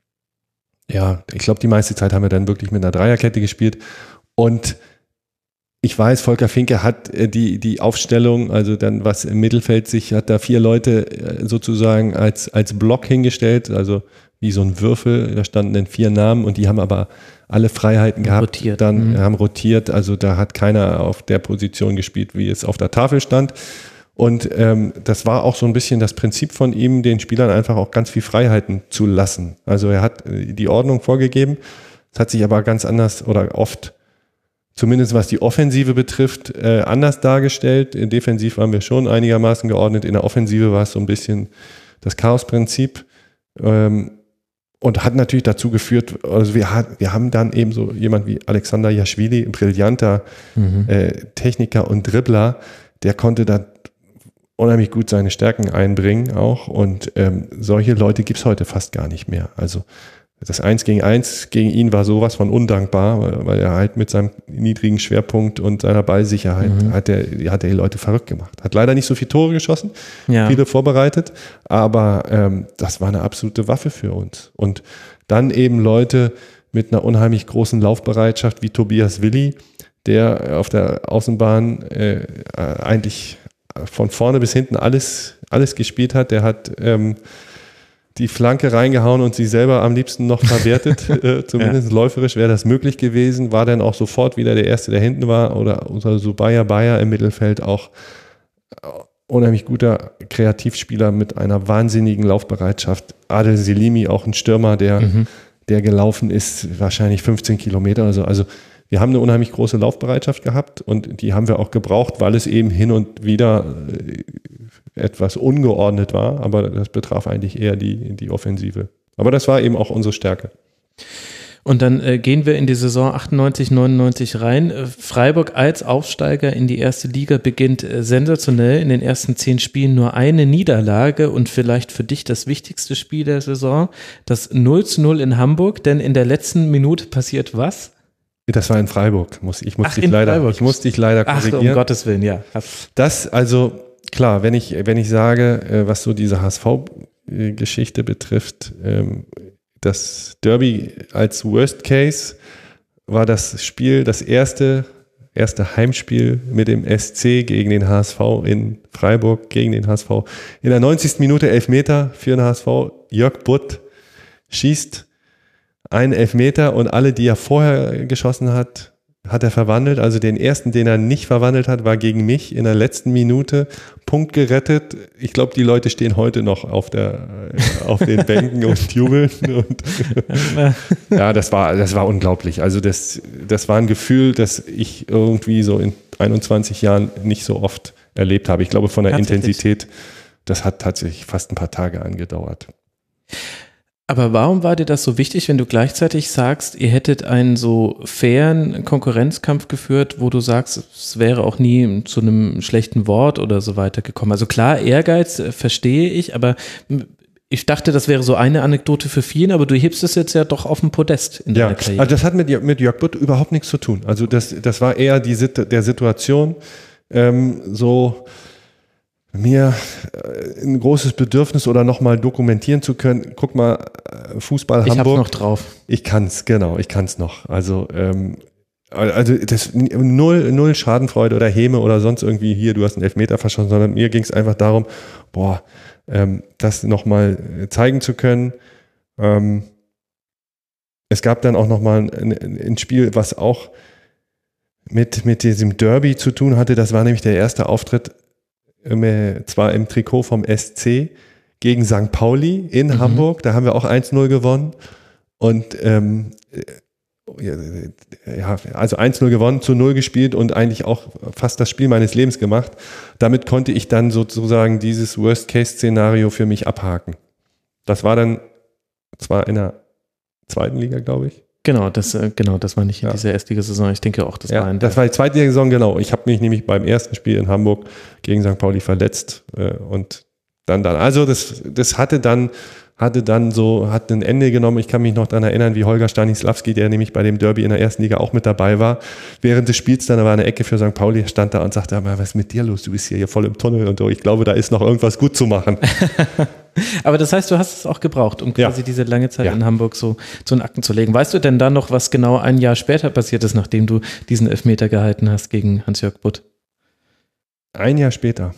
Ja, ich glaube, die meiste Zeit haben wir dann wirklich mit einer Dreierkette gespielt. Und ich weiß, Volker Finke hat die, die Aufstellung, also dann was im Mittelfeld sich, hat da vier Leute sozusagen als, als Block hingestellt, also wie so ein Würfel, da standen dann vier Namen und die haben aber alle Freiheiten gehabt, rotiert. dann mhm. haben rotiert, also da hat keiner auf der Position gespielt, wie es auf der Tafel stand. Und ähm, das war auch so ein bisschen das Prinzip von ihm, den Spielern einfach auch ganz viel Freiheiten zu lassen. Also er hat die Ordnung vorgegeben, es hat sich aber ganz anders oder oft, zumindest was die Offensive betrifft, äh, anders dargestellt. Defensiv waren wir schon einigermaßen geordnet, in der Offensive war es so ein bisschen das Chaosprinzip ähm, und hat natürlich dazu geführt, also wir, hat, wir haben dann eben so jemand wie Alexander Jaschwili, brillanter mhm. äh, Techniker und Dribbler, der konnte da unheimlich gut seine Stärken einbringen auch und ähm, solche Leute gibt's heute fast gar nicht mehr. Also das Eins gegen Eins gegen ihn war sowas von undankbar, weil, weil er halt mit seinem niedrigen Schwerpunkt und seiner Ballsicherheit mhm. hat er hat er die Leute verrückt gemacht. Hat leider nicht so viele Tore geschossen, ja. viele vorbereitet, aber ähm, das war eine absolute Waffe für uns. Und dann eben Leute mit einer unheimlich großen Laufbereitschaft wie Tobias Willi, der auf der Außenbahn äh, eigentlich von vorne bis hinten alles, alles gespielt hat. Der hat ähm, die Flanke reingehauen und sie selber am liebsten noch verwertet. äh, zumindest ja. läuferisch wäre das möglich gewesen. War dann auch sofort wieder der Erste, der hinten war. Oder unser Subaya Bayer im Mittelfeld auch unheimlich guter Kreativspieler mit einer wahnsinnigen Laufbereitschaft. Adel Selimi, auch ein Stürmer, der, mhm. der gelaufen ist, wahrscheinlich fünfzehn Kilometer oder so. Also wir haben eine unheimlich große Laufbereitschaft gehabt und die haben wir auch gebraucht, weil es eben hin und wieder etwas ungeordnet war, aber das betraf eigentlich eher die, die Offensive. Aber das war eben auch unsere Stärke. Und dann äh, gehen wir in die Saison achtundneunzig, neunundneunzig rein. Äh, Freiburg als Aufsteiger in die erste Liga beginnt äh, sensationell. In den ersten zehn Spielen nur eine Niederlage und vielleicht für dich das wichtigste Spiel der Saison, das null zu null in Hamburg, denn in der letzten Minute passiert was? Das war in Freiburg. Muss, ich, muss Ach, dich in leider, Freiburg. ich muss dich leider korrigieren. Ach, um Gottes Willen, ja. Das, also klar, wenn ich, wenn ich sage, was so diese H S V-Geschichte betrifft, das Derby als Worst Case war das Spiel, das erste, erste Heimspiel mit dem S C gegen den H S V in Freiburg, gegen den H S V. In der neunzigsten Minute Elfmeter für den H S V. Jörg Butt schießt einen Elfmeter und alle, die er vorher geschossen hat, hat er verwandelt. Also den ersten, den er nicht verwandelt hat, war gegen mich in der letzten Minute. Punkt gerettet. Ich glaube, die Leute stehen heute noch auf der, auf den Bänken und jubeln. Und ja, das war, das war unglaublich. Also das, das war ein Gefühl, das ich irgendwie so in einundzwanzig Jahren nicht so oft erlebt habe. Ich glaube, von der Intensität, das hat tatsächlich fast ein paar Tage angedauert. Aber warum war dir das so wichtig, wenn du gleichzeitig sagst, ihr hättet einen so fairen Konkurrenzkampf geführt, wo du sagst, es wäre auch nie zu einem schlechten Wort oder so weiter gekommen? Also klar, Ehrgeiz äh, verstehe ich, aber ich dachte, das wäre so eine Anekdote für viele, aber du hebst es jetzt ja doch auf den Podest in deiner ja, Karriere. Also das hat mit, mit Jörg Butt überhaupt nichts zu tun. Also das, das war eher die der Situation, ähm, so mir äh, ein großes Bedürfnis oder nochmal dokumentieren zu können. Guck mal, Fußball ich Hamburg. Ich hab's noch drauf. Ich kann's, genau, ich kann's noch. Also ähm, Also das null, null Schadenfreude oder Häme oder sonst irgendwie hier, du hast einen Elfmeter verschossen, sondern mir ging es einfach darum, boah, ähm, das nochmal zeigen zu können. Ähm, es gab dann auch nochmal ein, ein Spiel, was auch mit, mit diesem Derby zu tun hatte. Das war nämlich der erste Auftritt, äh, zwar im Trikot vom S C gegen Sankt Pauli in mhm. Hamburg. Da haben wir auch eins null gewonnen. Und ähm, ja, also eins null gewonnen, zu null gespielt und eigentlich auch fast das Spiel meines Lebens gemacht. Damit konnte ich dann sozusagen dieses Worst-Case-Szenario für mich abhaken. Das war dann zwar in der zweiten Liga, glaube ich. Genau, das, genau, das war nicht in ja. dieser Erstligasaison. Ich denke auch, das ja, war in das war die zweite Saison, genau. Ich habe mich nämlich beim ersten Spiel in Hamburg gegen Sankt Pauli verletzt äh, und dann dann. Also das, das hatte dann hatte dann so, hat ein Ende genommen. Ich kann mich noch daran erinnern, wie Holger Stanislawski, der nämlich bei dem Derby in der ersten Liga auch mit dabei war, während des Spiels dann, da war eine Ecke für Sankt Pauli, stand da und sagte, aber was ist mit dir los? Du bist hier, hier voll im Tunnel und so. Ich glaube, da ist noch irgendwas gut zu machen. Aber das heißt, du hast es auch gebraucht, um quasi ja. diese lange Zeit ja. in Hamburg so zu den Akten zu legen. Weißt du denn dann noch, was genau ein Jahr später passiert ist, nachdem du diesen Elfmeter gehalten hast gegen Hans-Jörg Butt? Ein Jahr später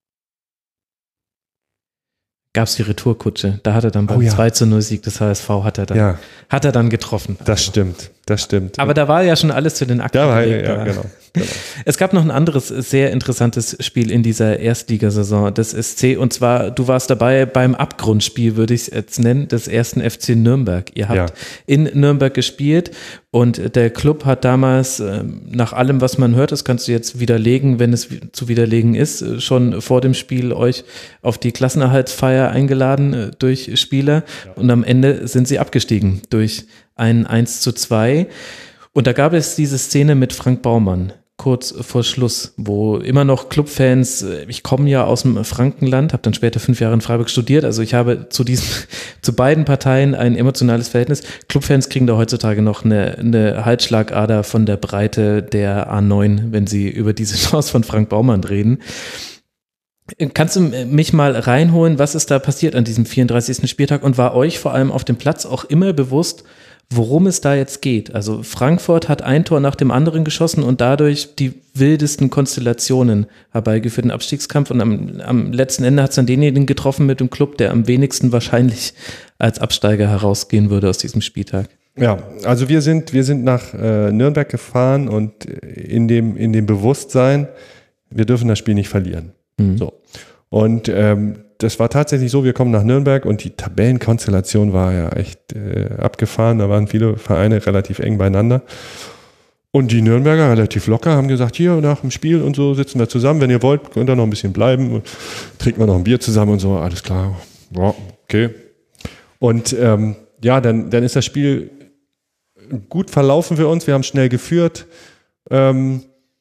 gab es die Retourkutsche. Da hat er dann beim oh ja. zwei zu null Sieg des H S V hat er dann, ja. hat er dann getroffen. Das also. stimmt, das stimmt. Aber da war ja schon alles zu den Akten. Da war, ja, genau, genau. Es gab noch ein anderes sehr interessantes Spiel in dieser Erstligasaison des S C und zwar, du warst dabei beim Abgrundspiel, würde ich es jetzt nennen, des ersten F C Nürnberg. Ihr habt ja. in Nürnberg gespielt und der Club hat damals, nach allem, was man hört, das kannst du jetzt widerlegen, wenn es zu widerlegen ist, schon vor dem Spiel euch auf die Klassenerhaltsfeier eingeladen durch Spieler ja. und am Ende sind sie abgestiegen durch ein eins zu zwei. Und da gab es diese Szene mit Frank Baumann, kurz vor Schluss, wo immer noch Clubfans, ich komme ja aus dem Frankenland, habe dann später fünf Jahre in Freiburg studiert, also ich habe zu diesen, zu beiden Parteien ein emotionales Verhältnis. Clubfans kriegen da heutzutage noch eine, eine Halsschlagader von der Breite der A neun, wenn sie über diese Chance von Frank Baumann reden. Kannst du mich mal reinholen, was ist da passiert an diesem vierunddreißigsten Spieltag und war euch vor allem auf dem Platz auch immer bewusst, worum es da jetzt geht? Also Frankfurt hat ein Tor nach dem anderen geschossen und dadurch die wildesten Konstellationen herbeigeführt, den Abstiegskampf und am, am letzten Ende hat es dann denjenigen getroffen mit dem Club, der am wenigsten wahrscheinlich als Absteiger herausgehen würde aus diesem Spieltag. Ja, also wir sind, wir sind nach äh, Nürnberg gefahren und in dem, in dem Bewusstsein, wir dürfen das Spiel nicht verlieren. Mhm. So. Und ähm, das war tatsächlich so, wir kommen nach Nürnberg und die Tabellenkonstellation war ja echt äh, abgefahren, da waren viele Vereine relativ eng beieinander. Und die Nürnberger relativ locker haben gesagt, hier nach dem Spiel und so sitzen wir zusammen, wenn ihr wollt, könnt ihr noch ein bisschen bleiben, trinken wir noch ein Bier zusammen und so, alles klar, ja, okay. Und ähm, ja, dann, dann ist das Spiel gut verlaufen für uns, wir haben schnell geführt, ähm,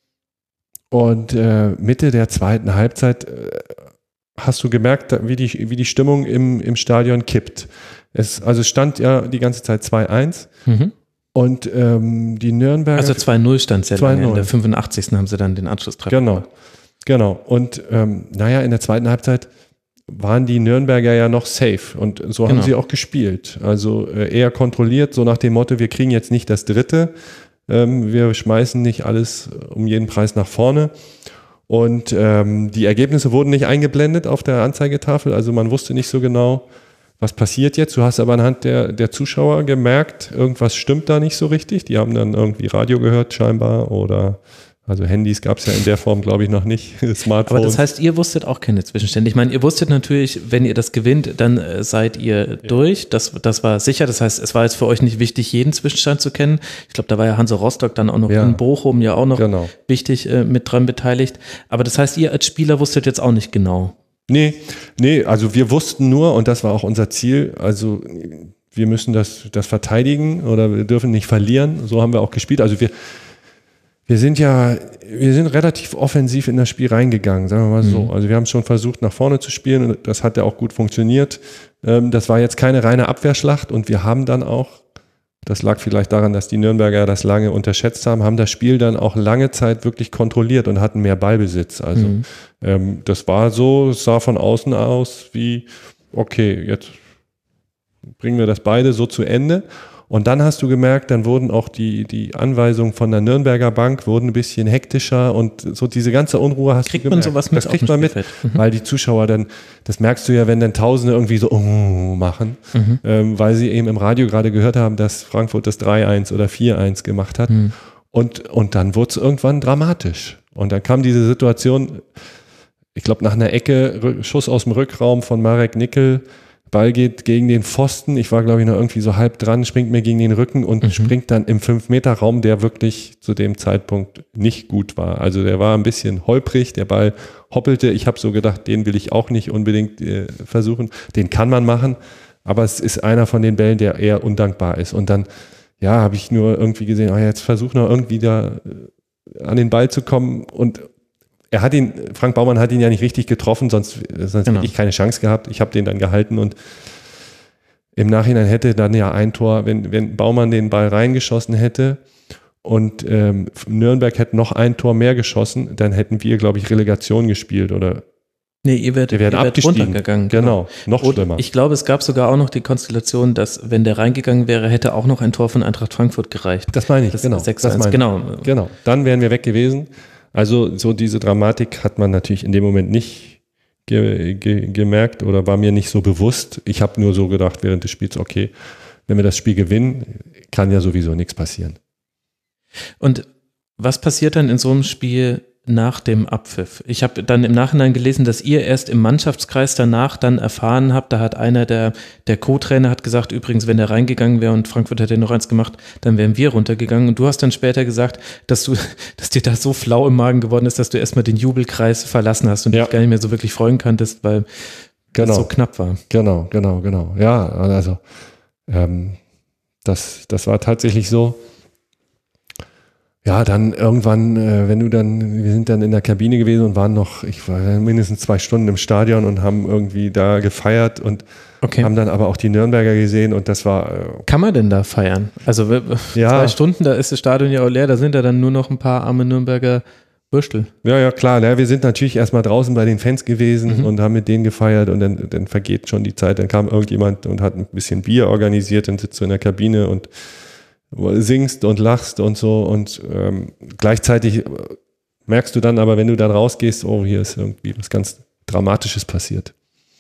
und äh, Mitte der zweiten Halbzeit äh, hast du gemerkt, wie die, wie die Stimmung im, im Stadion kippt. Es, also es stand ja die ganze Zeit zwei eins mhm. und ähm, die Nürnberger... Also zwei null stand es ja lange, in der fünfundachtzigsten haben sie dann den Anschlusstreffer. Genau, genau. Und ähm, naja, in der zweiten Halbzeit waren die Nürnberger ja noch safe und so genau. haben sie auch gespielt. Also äh, eher kontrolliert, so nach dem Motto, wir kriegen jetzt nicht das Dritte, ähm, wir schmeißen nicht alles um jeden Preis nach vorne. Und ähm, die Ergebnisse wurden nicht eingeblendet auf der Anzeigetafel, also man wusste nicht so genau, was passiert jetzt. Du hast aber anhand der, der Zuschauer gemerkt, irgendwas stimmt da nicht so richtig. Die haben dann irgendwie Radio gehört scheinbar oder, also Handys gab es ja in der Form, glaube ich, noch nicht, Smartphones. Aber das heißt, ihr wusstet auch keine Zwischenstände. Ich meine, ihr wusstet natürlich, wenn ihr das gewinnt, dann äh, seid ihr ja. durch. Das, das war sicher. Das heißt, es war jetzt für euch nicht wichtig, jeden Zwischenstand zu kennen. Ich glaube, da war ja Hansa Rostock dann auch noch ja. in Bochum ja auch noch genau. wichtig äh, mit dran beteiligt. Aber das heißt, ihr als Spieler wusstet jetzt auch nicht genau. Nee, nee, also wir wussten nur, und das war auch unser Ziel, also wir müssen das, das verteidigen oder wir dürfen nicht verlieren. So haben wir auch gespielt. Also wir Wir sind ja, wir sind relativ offensiv in das Spiel reingegangen, sagen wir mal so. Mhm. Also wir haben schon versucht, nach vorne zu spielen und das hat ja auch gut funktioniert. Ähm, das war jetzt keine reine Abwehrschlacht und wir haben dann auch, das lag vielleicht daran, dass die Nürnberger das lange unterschätzt haben, haben das Spiel dann auch lange Zeit wirklich kontrolliert und hatten mehr Ballbesitz. Also mhm. ähm, das war so, es sah von außen aus wie, okay, jetzt bringen wir das beide so zu Ende. Und dann hast du gemerkt, dann wurden auch die, die Anweisungen von der Nürnberger Bank wurden ein bisschen hektischer und so diese ganze Unruhe hast kriegt du gemerkt. Man sowas mit das kriegt man mit, mhm. weil die Zuschauer dann, das merkst du ja, wenn dann Tausende irgendwie so oh, machen, mhm. ähm, weil sie eben im Radio gerade gehört haben, dass Frankfurt das drei eins oder vier eins gemacht hat. Mhm. Und, und dann wurde es irgendwann dramatisch. Und dann kam diese Situation, ich glaube nach einer Ecke, Schuss aus dem Rückraum von Marek Nickel, Ball geht gegen den Pfosten, ich war glaube ich noch irgendwie so halb dran, springt mir gegen den Rücken und mhm. springt dann im fünf Meter Raum, der wirklich zu dem Zeitpunkt nicht gut war. Also der war ein bisschen holprig, der Ball hoppelte, ich habe so gedacht, den will ich auch nicht unbedingt äh, versuchen, den kann man machen, aber es ist einer von den Bällen, der eher undankbar ist. Und dann, ja, habe ich nur irgendwie gesehen, oh, jetzt versuch noch irgendwie da äh, an den Ball zu kommen und Er hat ihn, Frank Baumann hat ihn ja nicht richtig getroffen, sonst, sonst genau. hätte ich keine Chance gehabt. Ich habe den dann gehalten und im Nachhinein hätte dann ja ein Tor, wenn, wenn Baumann den Ball reingeschossen hätte und ähm, Nürnberg hätte noch ein Tor mehr geschossen, dann hätten wir, glaube ich, Relegation gespielt oder Nee, ihr werdet, ihr werdet ihr abgestiegen. runtergegangen. Genau, noch und schlimmer. Ich glaube, es gab sogar auch noch die Konstellation, dass, wenn der reingegangen wäre, hätte auch noch ein Tor von Eintracht Frankfurt gereicht. Das meine ich, das genau. sechs Das meine ich. Genau. Genau, dann wären wir weg gewesen. Also so diese Dramatik hat man natürlich in dem Moment nicht ge- ge- gemerkt oder war mir nicht so bewusst. Ich habe nur so gedacht während des Spiels, okay, wenn wir das Spiel gewinnen, kann ja sowieso nichts passieren. Und was passiert dann in so einem Spiel nach dem Abpfiff? Ich habe dann im Nachhinein gelesen, dass ihr erst im Mannschaftskreis danach dann erfahren habt, da hat einer der, der Co-Trainer hat gesagt, übrigens, wenn der reingegangen wäre und Frankfurt hätte noch eins gemacht, dann wären wir runtergegangen. Und du hast dann später gesagt, dass du, dass dir da so flau im Magen geworden ist, dass du erstmal den Jubelkreis verlassen hast und ja. dich gar nicht mehr so wirklich freuen konntest, weil genau. das so knapp war. Genau, genau, genau. Ja, also ähm, das, das war tatsächlich so. Ja, dann irgendwann, äh, wenn du dann, wir sind dann in der Kabine gewesen und waren noch, ich war mindestens zwei Stunden im Stadion und haben irgendwie da gefeiert und okay. haben dann aber auch die Nürnberger gesehen und das war... Äh, Kann man denn da feiern? Also ja. zwei Stunden, da ist das Stadion ja auch leer, da sind ja dann nur noch ein paar arme Nürnberger Würstel. Ja, ja, klar, ja, wir sind natürlich erstmal draußen bei den Fans gewesen mhm. und haben mit denen gefeiert und dann, dann vergeht schon die Zeit, dann kam irgendjemand und hat ein bisschen Bier organisiert und sitzt so in der Kabine und singst und lachst und so und ähm, gleichzeitig merkst du dann aber, wenn du dann rausgehst, oh, hier ist irgendwie was ganz Dramatisches passiert.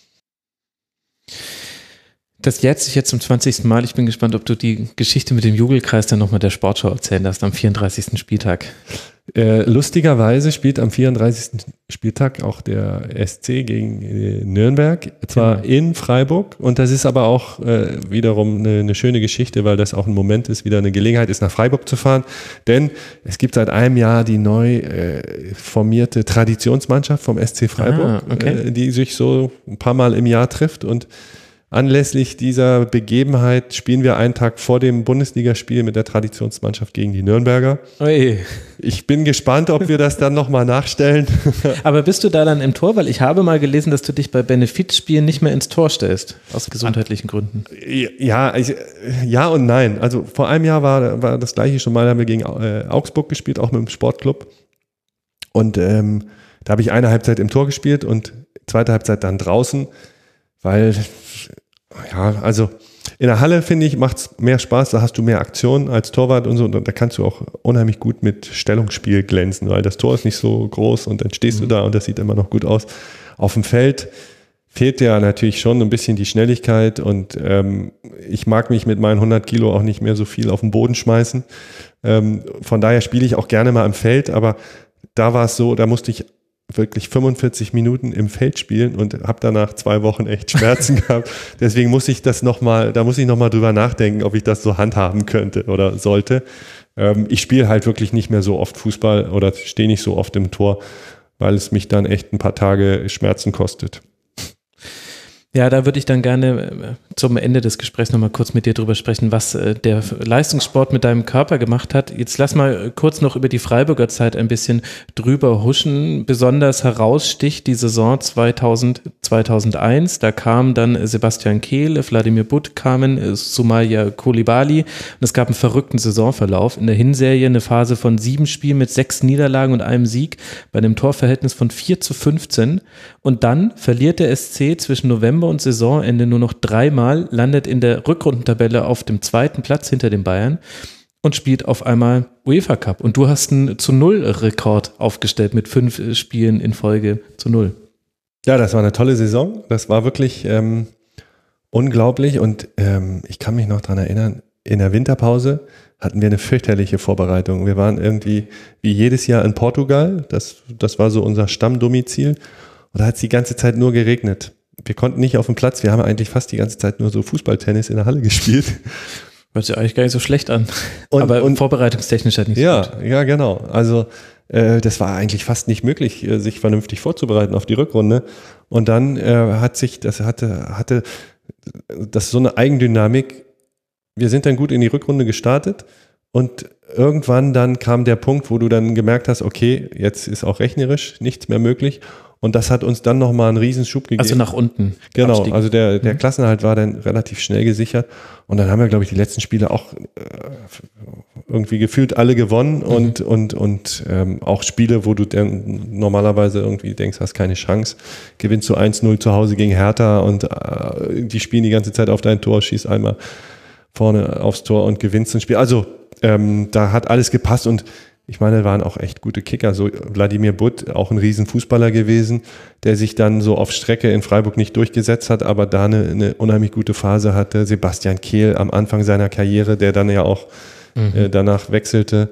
Das jährt sich jetzt zum zwanzigsten Mal. Ich bin gespannt, ob du die Geschichte mit dem Jubelkreis dann nochmal der Sportschau erzählen darfst am vierunddreißigsten Spieltag. Äh, lustigerweise spielt am vierunddreißigsten Spieltag auch der S C gegen äh, Nürnberg, zwar genau. in Freiburg und das ist aber auch äh, wiederum eine, eine schöne Geschichte, weil das auch ein Moment ist, wieder eine Gelegenheit ist, nach Freiburg zu fahren, denn es gibt seit einem Jahr die neu äh, formierte Traditionsmannschaft vom S C Freiburg, ah, okay. äh, die sich so ein paar Mal im Jahr trifft und anlässlich dieser Begebenheit spielen wir einen Tag vor dem Bundesligaspiel mit der Traditionsmannschaft gegen die Nürnberger. Oi. Ich bin gespannt, ob wir das dann nochmal nachstellen. Aber bist du da dann im Tor? Weil ich habe mal gelesen, dass du dich bei Benefizspielen nicht mehr ins Tor stellst, aus gesundheitlichen Gründen. Ja, ich, ja und nein. Also vor einem Jahr war, war das gleiche schon mal, haben wir gegen äh, Augsburg gespielt, auch mit dem Sportclub. Und ähm, da habe ich eine Halbzeit im Tor gespielt und zweite Halbzeit dann draußen, weil... Ja, also in der Halle, finde ich, macht es mehr Spaß, da hast du mehr Aktion als Torwart und so, und da kannst du auch unheimlich gut mit Stellungsspiel glänzen, weil das Tor ist nicht so groß und dann stehst mhm. du da und das sieht immer noch gut aus. Auf dem Feld fehlt ja natürlich schon ein bisschen die Schnelligkeit und ähm, ich mag mich mit meinen hundert Kilo auch nicht mehr so viel auf den Boden schmeißen. Ähm, von daher spiele ich auch gerne mal im Feld, aber da war es so, da musste ich wirklich fünfundvierzig Minuten im Feld spielen und habe danach zwei Wochen echt Schmerzen gehabt. Deswegen muss ich das nochmal, da muss ich nochmal drüber nachdenken, ob ich das so handhaben könnte oder sollte. Ähm, ich spiele halt wirklich nicht mehr so oft Fußball oder stehe nicht so oft im Tor, weil es mich dann echt ein paar Tage Schmerzen kostet. Ja, da würde ich dann gerne zum Ende des Gesprächs nochmal kurz mit dir drüber sprechen, was äh, der Leistungssport mit deinem Körper gemacht hat. Jetzt lass mal kurz noch über die Freiburger Zeit ein bisschen drüber huschen. Besonders heraussticht die Saison zweitausend, zweitausendeins. Da kamen dann Sebastian Kehl, Wladimir Butt kamen, Soumaya Coulibaly und es gab einen verrückten Saisonverlauf. In der Hinserie eine Phase von sieben Spielen mit sechs Niederlagen und einem Sieg bei einem Torverhältnis von vier zu fünfzehn. Und dann verliert der S C zwischen November und Saisonende nur noch dreimal, landet in der Rückrundentabelle auf dem zweiten Platz hinter den Bayern und spielt auf einmal UEFA Cup. Und du hast einen zu Null Rekord aufgestellt mit fünf Spielen in Folge zu Null. Ja, das war eine tolle Saison. Das war wirklich ähm, unglaublich und ähm, ich kann mich noch daran erinnern, in der Winterpause hatten wir eine fürchterliche Vorbereitung. Wir waren irgendwie wie jedes Jahr in Portugal. Das, das war so unser Stammdomizil. Und da hat es die ganze Zeit nur geregnet. Wir konnten nicht auf dem Platz, wir haben eigentlich fast die ganze Zeit nur so Fußballtennis in der Halle gespielt. Hört sich eigentlich gar nicht so schlecht an, und, aber und, vorbereitungstechnisch halt nicht ja, so gut. Ja, genau. Also äh, das war eigentlich fast nicht möglich, äh, sich vernünftig vorzubereiten auf die Rückrunde. Und dann äh, hat sich, das hatte, hatte das so eine Eigendynamik. Wir sind dann gut in die Rückrunde gestartet und irgendwann dann kam der Punkt, wo du dann gemerkt hast, okay, jetzt ist auch rechnerisch nichts mehr möglich. Und das hat uns dann nochmal einen Riesenschub gegeben. Also nach unten. Genau, Abstieg. also der, der mhm. Klassenerhalt war dann relativ schnell gesichert. Und dann haben wir, glaube ich, die letzten Spiele auch äh, irgendwie gefühlt alle gewonnen. Mhm. Und, und, und ähm, auch Spiele, wo du dann normalerweise irgendwie denkst, hast keine Chance. Gewinnst du eins null zu Hause gegen Hertha und äh, die spielen die ganze Zeit auf dein Tor, schießt einmal vorne aufs Tor und gewinnst ein Spiel. Also ähm, da hat alles gepasst und ich meine, da waren auch echt gute Kicker. So Wladimir Butt, auch ein Riesenfußballer gewesen, der sich dann so auf Strecke in Freiburg nicht durchgesetzt hat, aber da eine, eine unheimlich gute Phase hatte. Sebastian Kehl am Anfang seiner Karriere, der dann ja auch mhm. äh, danach wechselte.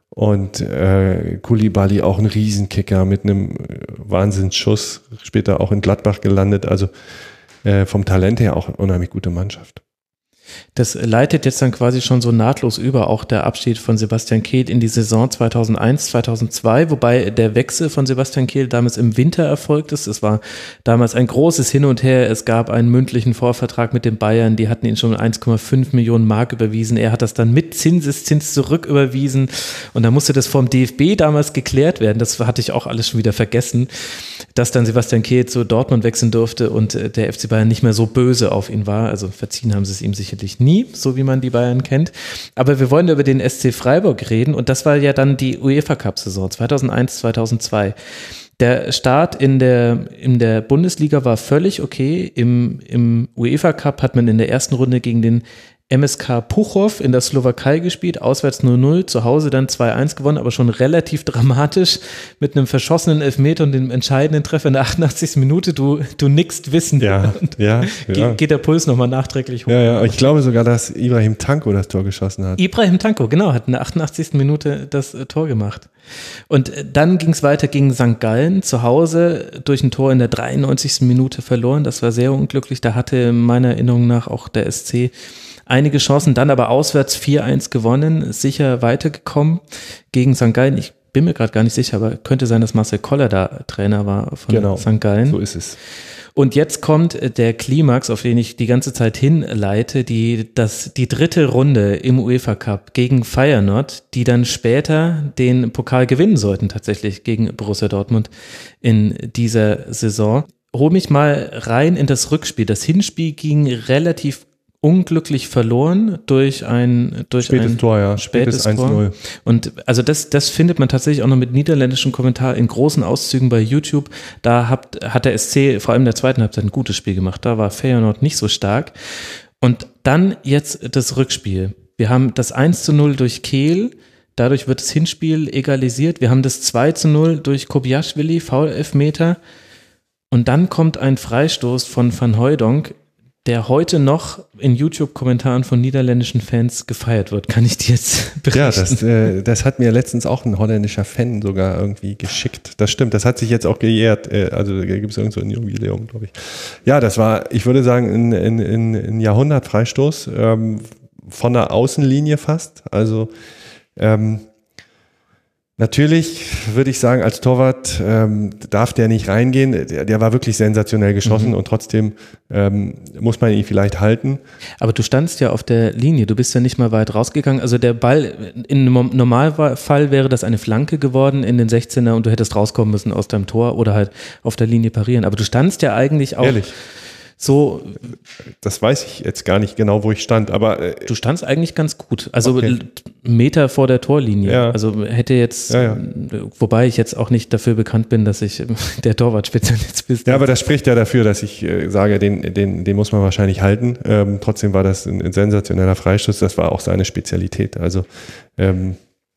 Und äh, Coulibaly, auch ein Riesenkicker mit einem Wahnsinnsschuss, später auch in Gladbach gelandet. Also äh, vom Talent her auch eine unheimlich gute Mannschaft. Das leitet jetzt dann quasi schon so nahtlos über, auch der Abschied von Sebastian Kehl in die Saison zweitausendeins, zweitausendzwei, wobei der Wechsel von Sebastian Kehl damals im Winter erfolgt ist. Es war damals ein großes Hin und Her. Es gab einen mündlichen Vorvertrag mit den Bayern, die hatten ihn schon eins Komma fünf Millionen Mark überwiesen. Er hat das dann mit Zinseszins zurücküberwiesen und da musste das vom D F B damals geklärt werden. Das hatte ich auch alles schon wieder vergessen, dass dann Sebastian Kehl zu Dortmund wechseln durfte und der F C Bayern nicht mehr so böse auf ihn war. Also verziehen haben sie es ihm sicherlich nie, so wie man die Bayern kennt. Aber wir wollen über den S C Freiburg reden und das war ja dann die UEFA Cup Saison zweitausendeins, zweitausendzwei. Der Start in der, in der Bundesliga war völlig okay. Im, im UEFA Cup hat man in der ersten Runde gegen den M S K Puchow in der Slowakei gespielt, auswärts null null, zu Hause dann zwei eins gewonnen, aber schon relativ dramatisch mit einem verschossenen Elfmeter und dem entscheidenden Treffer in der achtundachtzigsten Minute. Du, du nickst wissen. Ja, ja, ja. Geht, geht der Puls nochmal nachträglich hoch. Ja, ja, ich glaube sogar, dass Ibrahim Tanko das Tor geschossen hat. Ibrahim Tanko, genau, hat in der achtundachtzigsten Minute das äh, Tor gemacht. Und dann ging es weiter gegen Sankt Gallen, zu Hause durch ein Tor in der dreiundneunzigsten Minute verloren. Das war sehr unglücklich. Da hatte meiner Erinnerung nach auch der S C einige Chancen, dann aber auswärts vier eins gewonnen, sicher weitergekommen gegen Sankt Gallen. Ich bin mir gerade gar nicht sicher, aber könnte sein, dass Marcel Koller da Trainer war von genau, Sankt Gallen. So ist es. Und jetzt kommt der Klimax, auf den ich die ganze Zeit hinleite, die, das, die dritte Runde im UEFA Cup gegen Feyenoord, die dann später den Pokal gewinnen sollten, tatsächlich gegen Borussia Dortmund in dieser Saison. Hol mich mal rein in das Rückspiel. Das Hinspiel ging relativ unglücklich verloren durch ein durch spätes ein Tor, ja. spätes, spätes eins null. Tor. Und also das das findet man tatsächlich auch noch mit niederländischen Kommentar in großen Auszügen bei YouTube. Da hat hat der S C vor allem in der zweiten Halbzeit ein gutes Spiel gemacht. Da war Feyenoord nicht so stark. Und dann jetzt das Rückspiel. Wir haben das eins zu null durch Kehl. Dadurch wird das Hinspiel egalisiert. Wir haben das zwei zu null durch Kobiaschwili, Foul-Elfmeter. Und dann kommt ein Freistoß von Van Hooijdonk, der heute noch in YouTube-Kommentaren von niederländischen Fans gefeiert wird. Kann ich dir jetzt berichten? Ja, das, äh, das hat mir letztens auch ein holländischer Fan sogar irgendwie geschickt. Das stimmt, das hat sich jetzt auch gejährt. Äh, also da gibt es irgend so ein Jubiläum, glaube ich. Ja, das war, ich würde sagen, ein, ein, ein, ein Jahrhundert-Freistoß ähm, von der Außenlinie fast. Also ähm, Natürlich würde ich sagen, als Torwart ähm, darf der nicht reingehen. Der, der war wirklich sensationell geschossen mhm. und trotzdem ähm, muss man ihn vielleicht halten. Aber du standst ja auf der Linie, du bist ja nicht mal weit rausgegangen. Also der Ball, in einem Normalfall wäre das eine Flanke geworden in den sechzehner und du hättest rauskommen müssen aus deinem Tor oder halt auf der Linie parieren. Aber du standst ja eigentlich auch... Ehrlich? So, das weiß ich jetzt gar nicht genau, wo ich stand, aber äh, du standst eigentlich ganz gut, also okay. Meter vor der Torlinie. Ja. Also hätte jetzt, ja, ja. wobei ich jetzt auch nicht dafür bekannt bin, dass ich der Torwart-Spezialist bin. Ja, aber das spricht ja dafür, dass ich äh, sage, den, den, den muss man wahrscheinlich halten. Ähm, trotzdem war das ein, ein sensationeller Freistoß. Das war auch seine Spezialität. Also ähm,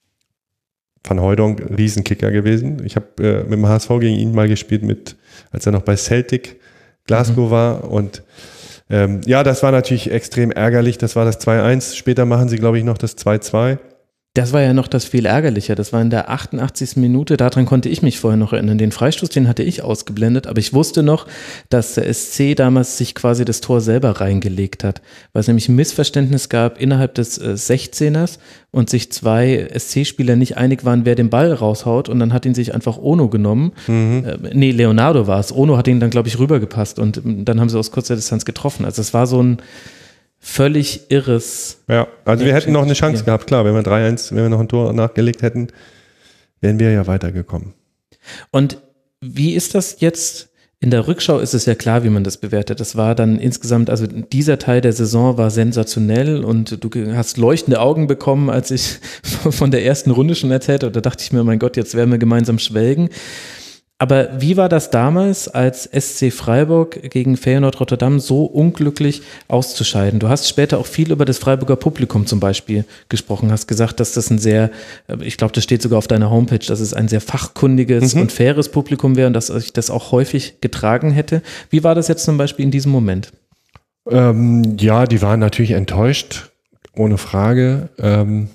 Van Hooijdonk, Riesenkicker gewesen. Ich habe äh, mit dem H S V gegen ihn mal gespielt, mit, als er noch bei Celtic Glasgow war und ähm, ja, das war natürlich extrem ärgerlich, das war das zwei eins, später machen sie, glaube ich, noch das zwei zwei. Das war ja noch das viel ärgerlicher, das war in der achtundachtzigsten Minute, daran konnte ich mich vorher noch erinnern, den Freistoß, den hatte ich ausgeblendet, aber ich wusste noch, dass der S C damals sich quasi das Tor selber reingelegt hat, weil es nämlich ein Missverständnis gab innerhalb des äh, sechzehners und sich zwei S C-Spieler nicht einig waren, wer den Ball raushaut und dann hat ihn sich einfach Ono genommen, mhm. äh, nee, Leonardo war es, Ono hat ihn dann, glaube ich, rübergepasst und dann haben sie aus kurzer Distanz getroffen, also es war so ein völlig irres. Ja, also wir hätten noch eine Chance Spiel. gehabt, klar, wenn wir drei eins, wenn wir noch ein Tor nachgelegt hätten, wären wir ja weitergekommen. Und wie ist das jetzt? In der Rückschau ist es ja klar, wie man das bewertet. Das war dann insgesamt, also dieser Teil der Saison war sensationell und du hast leuchtende Augen bekommen, als ich von der ersten Runde schon erzählt habe. Da dachte ich mir, mein Gott, jetzt werden wir gemeinsam schwelgen. Aber wie war das damals, als S C Freiburg gegen Feyenoord Rotterdam so unglücklich auszuscheiden? Du hast später auch viel über das Freiburger Publikum zum Beispiel gesprochen, hast gesagt, dass das ein sehr, ich glaube, das steht sogar auf deiner Homepage, dass es ein sehr fachkundiges mhm. und faires Publikum wäre und dass sich das auch häufig getragen hätte. Wie war das jetzt zum Beispiel in diesem Moment? Ähm, ja, die waren natürlich enttäuscht, ohne Frage. Ähm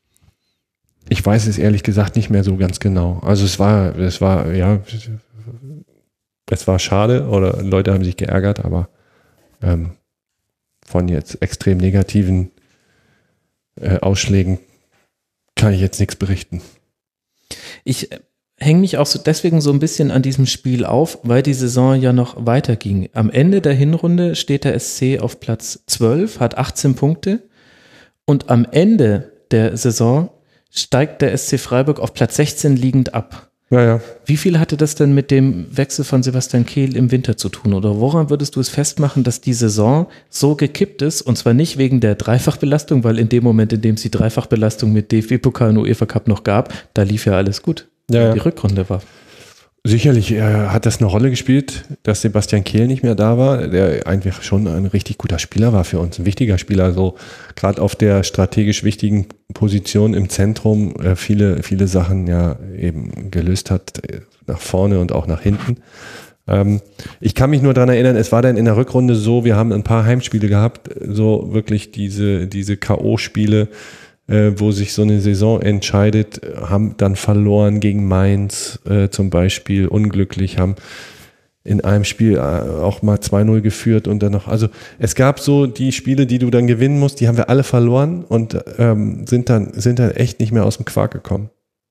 Ich weiß es ehrlich gesagt nicht mehr so ganz genau. Also es war, es war, ja, es war schade oder Leute haben sich geärgert, aber ähm, von jetzt extrem negativen äh, Ausschlägen kann ich jetzt nichts berichten. Ich hänge mich auch so deswegen so ein bisschen an diesem Spiel auf, weil die Saison ja noch weiterging. Am Ende der Hinrunde steht der S C auf Platz zwölf, hat achtzehn Punkte und am Ende der Saison steigt der S C Freiburg auf Platz sechzehn liegend ab. Ja, ja. Wie viel hatte das denn mit dem Wechsel von Sebastian Kehl im Winter zu tun? Oder woran würdest du es festmachen, dass die Saison so gekippt ist? Und zwar nicht wegen der Dreifachbelastung, weil in dem Moment, in dem es die Dreifachbelastung mit D F B-Pokal und UEFA Cup noch gab, da lief ja alles gut. Ja, ja. Die Rückrunde war. Sicherlich äh, hat das eine Rolle gespielt, dass Sebastian Kehl nicht mehr da war, der eigentlich schon ein richtig guter Spieler war für uns, ein wichtiger Spieler, so gerade auf der strategisch wichtigen Position im Zentrum äh, viele, viele Sachen ja eben gelöst hat, äh, nach vorne und auch nach hinten. Ähm, ich kann mich nur daran erinnern, es war dann in der Rückrunde so, wir haben ein paar Heimspiele gehabt, so wirklich diese, diese K O-Spiele, Äh, wo sich so eine Saison entscheidet, haben dann verloren gegen Mainz äh, zum Beispiel, unglücklich, haben in einem Spiel äh, auch mal zwei null geführt und dann noch, also es gab so die Spiele, die du dann gewinnen musst, die haben wir alle verloren und ähm, sind dann, sind dann echt nicht mehr aus dem Quark gekommen.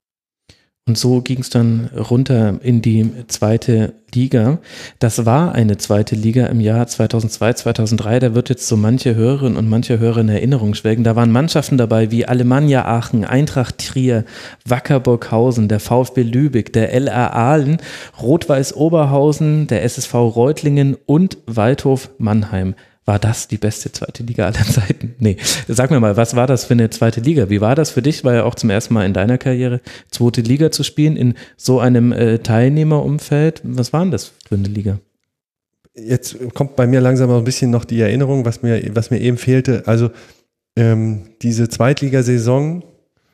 Und so ging es dann runter in die zweite Liga. Das war eine zweite Liga im Jahr zweitausendzwei, zweitausenddrei. Da wird jetzt so manche Hörerinnen und manche Hörer in Erinnerung schwelgen. Da waren Mannschaften dabei wie Alemannia Aachen, Eintracht Trier, Wacker Burghausen, der VfB Lübeck, der L R Aalen, Rot-Weiß Oberhausen, der S S V Reutlingen und Waldhof Mannheim. War das die beste zweite Liga aller Zeiten? Nee, sag mir mal, was war das für eine zweite Liga? Wie war das für dich? War ja auch zum ersten Mal in deiner Karriere, zweite Liga zu spielen in so einem äh, Teilnehmerumfeld. Was war denn das für eine Liga? Jetzt kommt bei mir langsam noch ein bisschen noch die Erinnerung, was mir, was mir eben fehlte. Also ähm, diese Zweitligasaison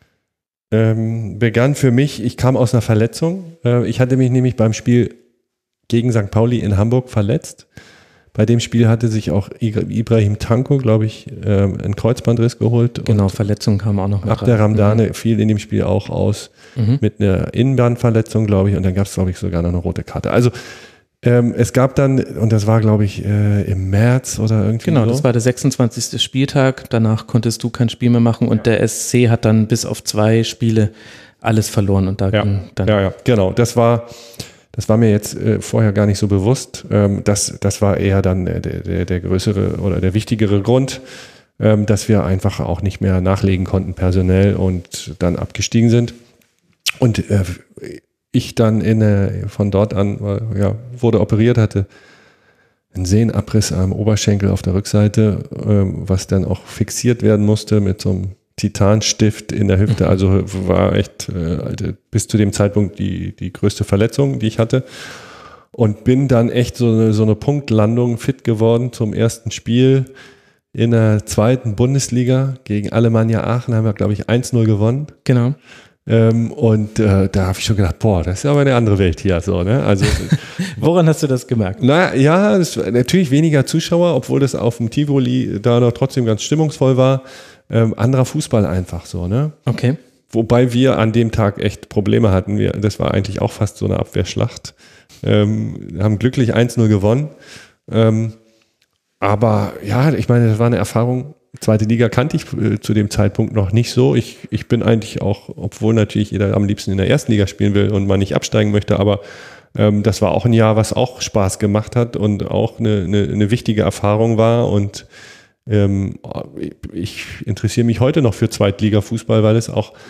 ähm, begann für mich, ich kam aus einer Verletzung. Äh, ich hatte mich nämlich beim Spiel gegen Sankt Pauli in Hamburg verletzt. Bei dem Spiel hatte sich auch Ibrahim Tanko, glaube ich, einen Kreuzbandriss geholt. Genau, und Verletzung kam auch noch mal. Abder Ramdane fiel in dem Spiel auch aus mhm. mit einer Innenbandverletzung, glaube ich, und dann gab es, glaube ich, sogar noch eine rote Karte. Also ähm, es gab dann, und das war, glaube ich, äh, im März oder irgendwie Genau, so. Das war der sechsundzwanzigste Spieltag. Danach konntest du kein Spiel mehr machen und ja. der S C hat dann bis auf zwei Spiele alles verloren und da ja, ging dann. Ja, ja, genau. Das war, das war mir jetzt äh, vorher gar nicht so bewusst. Ähm, das, das war eher dann der, der, der größere oder der wichtigere Grund, ähm, dass wir einfach auch nicht mehr nachlegen konnten personell und dann abgestiegen sind. Und äh, ich dann in, äh, von dort an äh, ja, wurde operiert, hatte einen Sehnenabriss am Oberschenkel auf der Rückseite, äh, was dann auch fixiert werden musste mit so einem Titanstift in der Hüfte. Also war echt äh, bis zu dem Zeitpunkt die, die größte Verletzung, die ich hatte. Und bin dann echt so eine, so eine Punktlandung fit geworden zum ersten Spiel in der zweiten Bundesliga gegen Alemannia Aachen. Haben wir, glaube ich, eins null gewonnen. Genau. Ähm, und äh, da habe ich schon gedacht, boah, das ist aber eine andere Welt hier. So, ne? Also, woran hast du das gemerkt? Na ja, es war natürlich weniger Zuschauer, obwohl das auf dem Tivoli da noch trotzdem ganz stimmungsvoll war. Ähm, anderer Fußball einfach so, ne? Okay. Wobei wir an dem Tag echt Probleme hatten. Wir, das war eigentlich auch fast so eine Abwehrschlacht. Ähm, haben glücklich eins null gewonnen. Ähm, aber ja, ich meine, das war eine Erfahrung. Zweite Liga kannte ich äh, zu dem Zeitpunkt noch nicht so. Ich, ich bin eigentlich auch, obwohl natürlich jeder am liebsten in der ersten Liga spielen will und man nicht absteigen möchte, aber ähm, das war auch ein Jahr, was auch Spaß gemacht hat und auch eine, eine, eine wichtige Erfahrung war. Und ähm, ich interessiere mich heute noch für Zweitliga-Fußball, weil es auch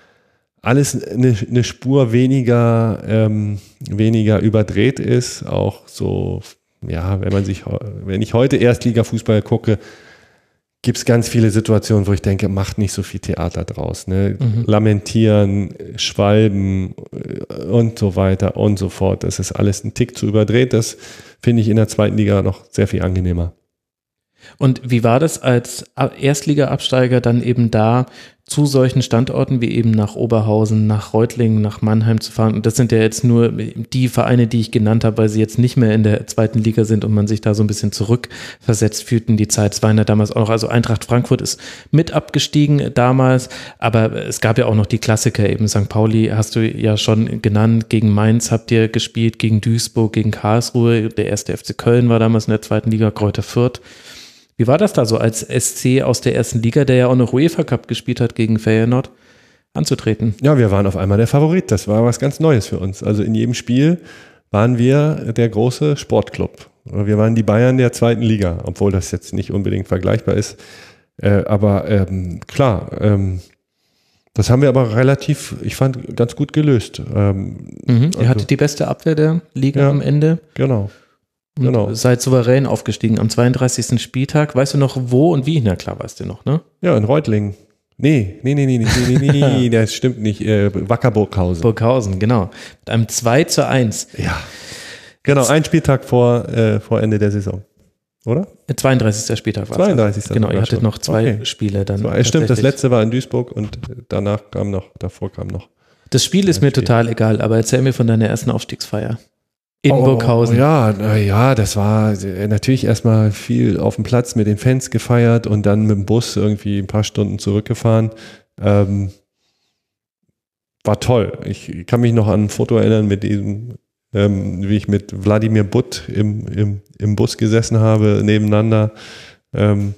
alles eine, eine Spur weniger, ähm, weniger überdreht ist. Auch so, ja, wenn man sich, wenn ich heute Erstliga-Fußball gucke, gibt es ganz viele Situationen, wo ich denke, macht nicht so viel Theater draus. Ne? Mhm. Lamentieren, Schwalben und so weiter und so fort. Das ist alles ein Tick zu überdreht. Das finde ich in der zweiten Liga noch sehr viel angenehmer. Und wie war das als Erstliga-Absteiger dann eben da zu solchen Standorten wie eben nach Oberhausen, nach Reutlingen, nach Mannheim zu fahren? Und das sind ja jetzt nur die Vereine, die ich genannt habe, weil sie jetzt nicht mehr in der zweiten Liga sind und man sich da so ein bisschen zurückversetzt fühlt in die Zeit. Es waren ja damals auch noch, also Eintracht Frankfurt ist mit abgestiegen damals, aber es gab ja auch noch die Klassiker, eben Sankt Pauli hast du ja schon genannt, gegen Mainz habt ihr gespielt, gegen Duisburg, gegen Karlsruhe, der erste F C Köln war damals in der zweiten Liga, Greuther Fürth. Wie war das da so als S C aus der ersten Liga, der ja auch noch UEFA Cup gespielt hat gegen Feyenoord, anzutreten? Ja, wir waren auf einmal der Favorit. Das war was ganz Neues für uns. Also in jedem Spiel waren wir der große Sportclub. Wir waren die Bayern der zweiten Liga, obwohl das jetzt nicht unbedingt vergleichbar ist. Äh, aber ähm, klar, ähm, das haben wir aber relativ, ich fand, ganz gut gelöst. Ähm, mhm. Ihr also, hattet die beste Abwehr der Liga ja, am Ende. Genau. Genau. Seid souverän aufgestiegen am zweiunddreißigsten Spieltag. Weißt du noch wo und wie? Na klar, weißt du noch, ne? Ja, in Reutlingen. Nee, nee, nee, nee, nee, nee, nee, nee, nee, das stimmt nicht. Äh, Wacker Burghausen. Burghausen, genau. Mit einem zwei zu eins. Ja. Genau, ein Spieltag vor, äh, vor Ende der Saison. Oder? zweiunddreißigster Spieltag war es. zweiunddreißigster Genau, ihr hattet schon. noch zwei okay. Spiele dann. Es stimmt, das letzte war in Duisburg und danach kam noch, davor kam noch. Das Spiel ist mir Spiel. total egal, aber erzähl mir von deiner ersten Aufstiegsfeier. In oh, Burghausen. Ja, na ja, das war natürlich erstmal viel auf dem Platz mit den Fans gefeiert und dann mit dem Bus irgendwie ein paar Stunden zurückgefahren. Ähm, war toll. Ich kann mich noch an ein Foto erinnern mit diesem, ähm, wie ich mit Wladimir Butt im, im, im Bus gesessen habe, nebeneinander. Ähm,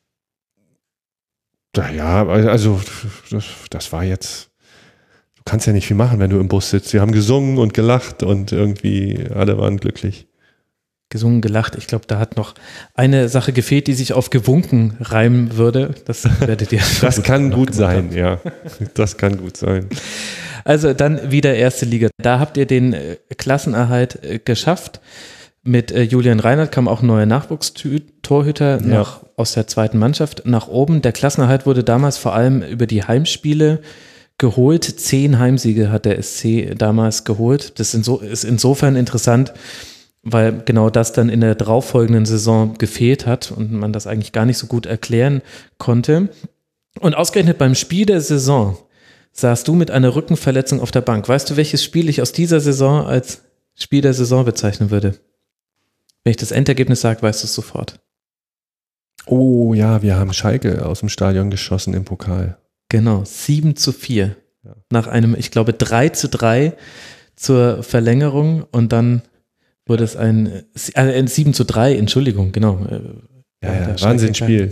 ja, also das, das war jetzt, du kannst ja nicht viel machen, wenn du im Bus sitzt. Wir haben gesungen und gelacht und irgendwie alle waren glücklich. Gesungen, gelacht. Ich glaube, da hat noch eine Sache gefehlt, die sich auf gewunken reimen würde. Das werdet ihr. Das kann gut sein, ja. Das kann gut sein. Also dann wieder erste Liga. Da habt ihr den Klassenerhalt geschafft. Mit Julian Reinhardt kam auch ein neuer Nachwuchstorhüter ja. noch aus der zweiten Mannschaft nach oben. Der Klassenerhalt wurde damals vor allem über die Heimspiele geholt. Zehn Heimsiege hat der S C damals geholt. Das ist insofern interessant, weil genau das dann in der darauffolgenden Saison gefehlt hat und man das eigentlich gar nicht so gut erklären konnte. Und ausgerechnet beim Spiel der Saison saßt du mit einer Rückenverletzung auf der Bank. Weißt du, welches Spiel ich aus dieser Saison als Spiel der Saison bezeichnen würde? Wenn ich das Endergebnis sage, weißt du es sofort. Oh ja, wir haben Schalke aus dem Stadion geschossen im Pokal. Genau, sieben zu vier. Ja. Nach einem, ich glaube, drei zu drei zur Verlängerung und dann wurde es ein, äh, ein sieben zu drei, Entschuldigung, genau. Ja, ja, Wahnsinnsspiel.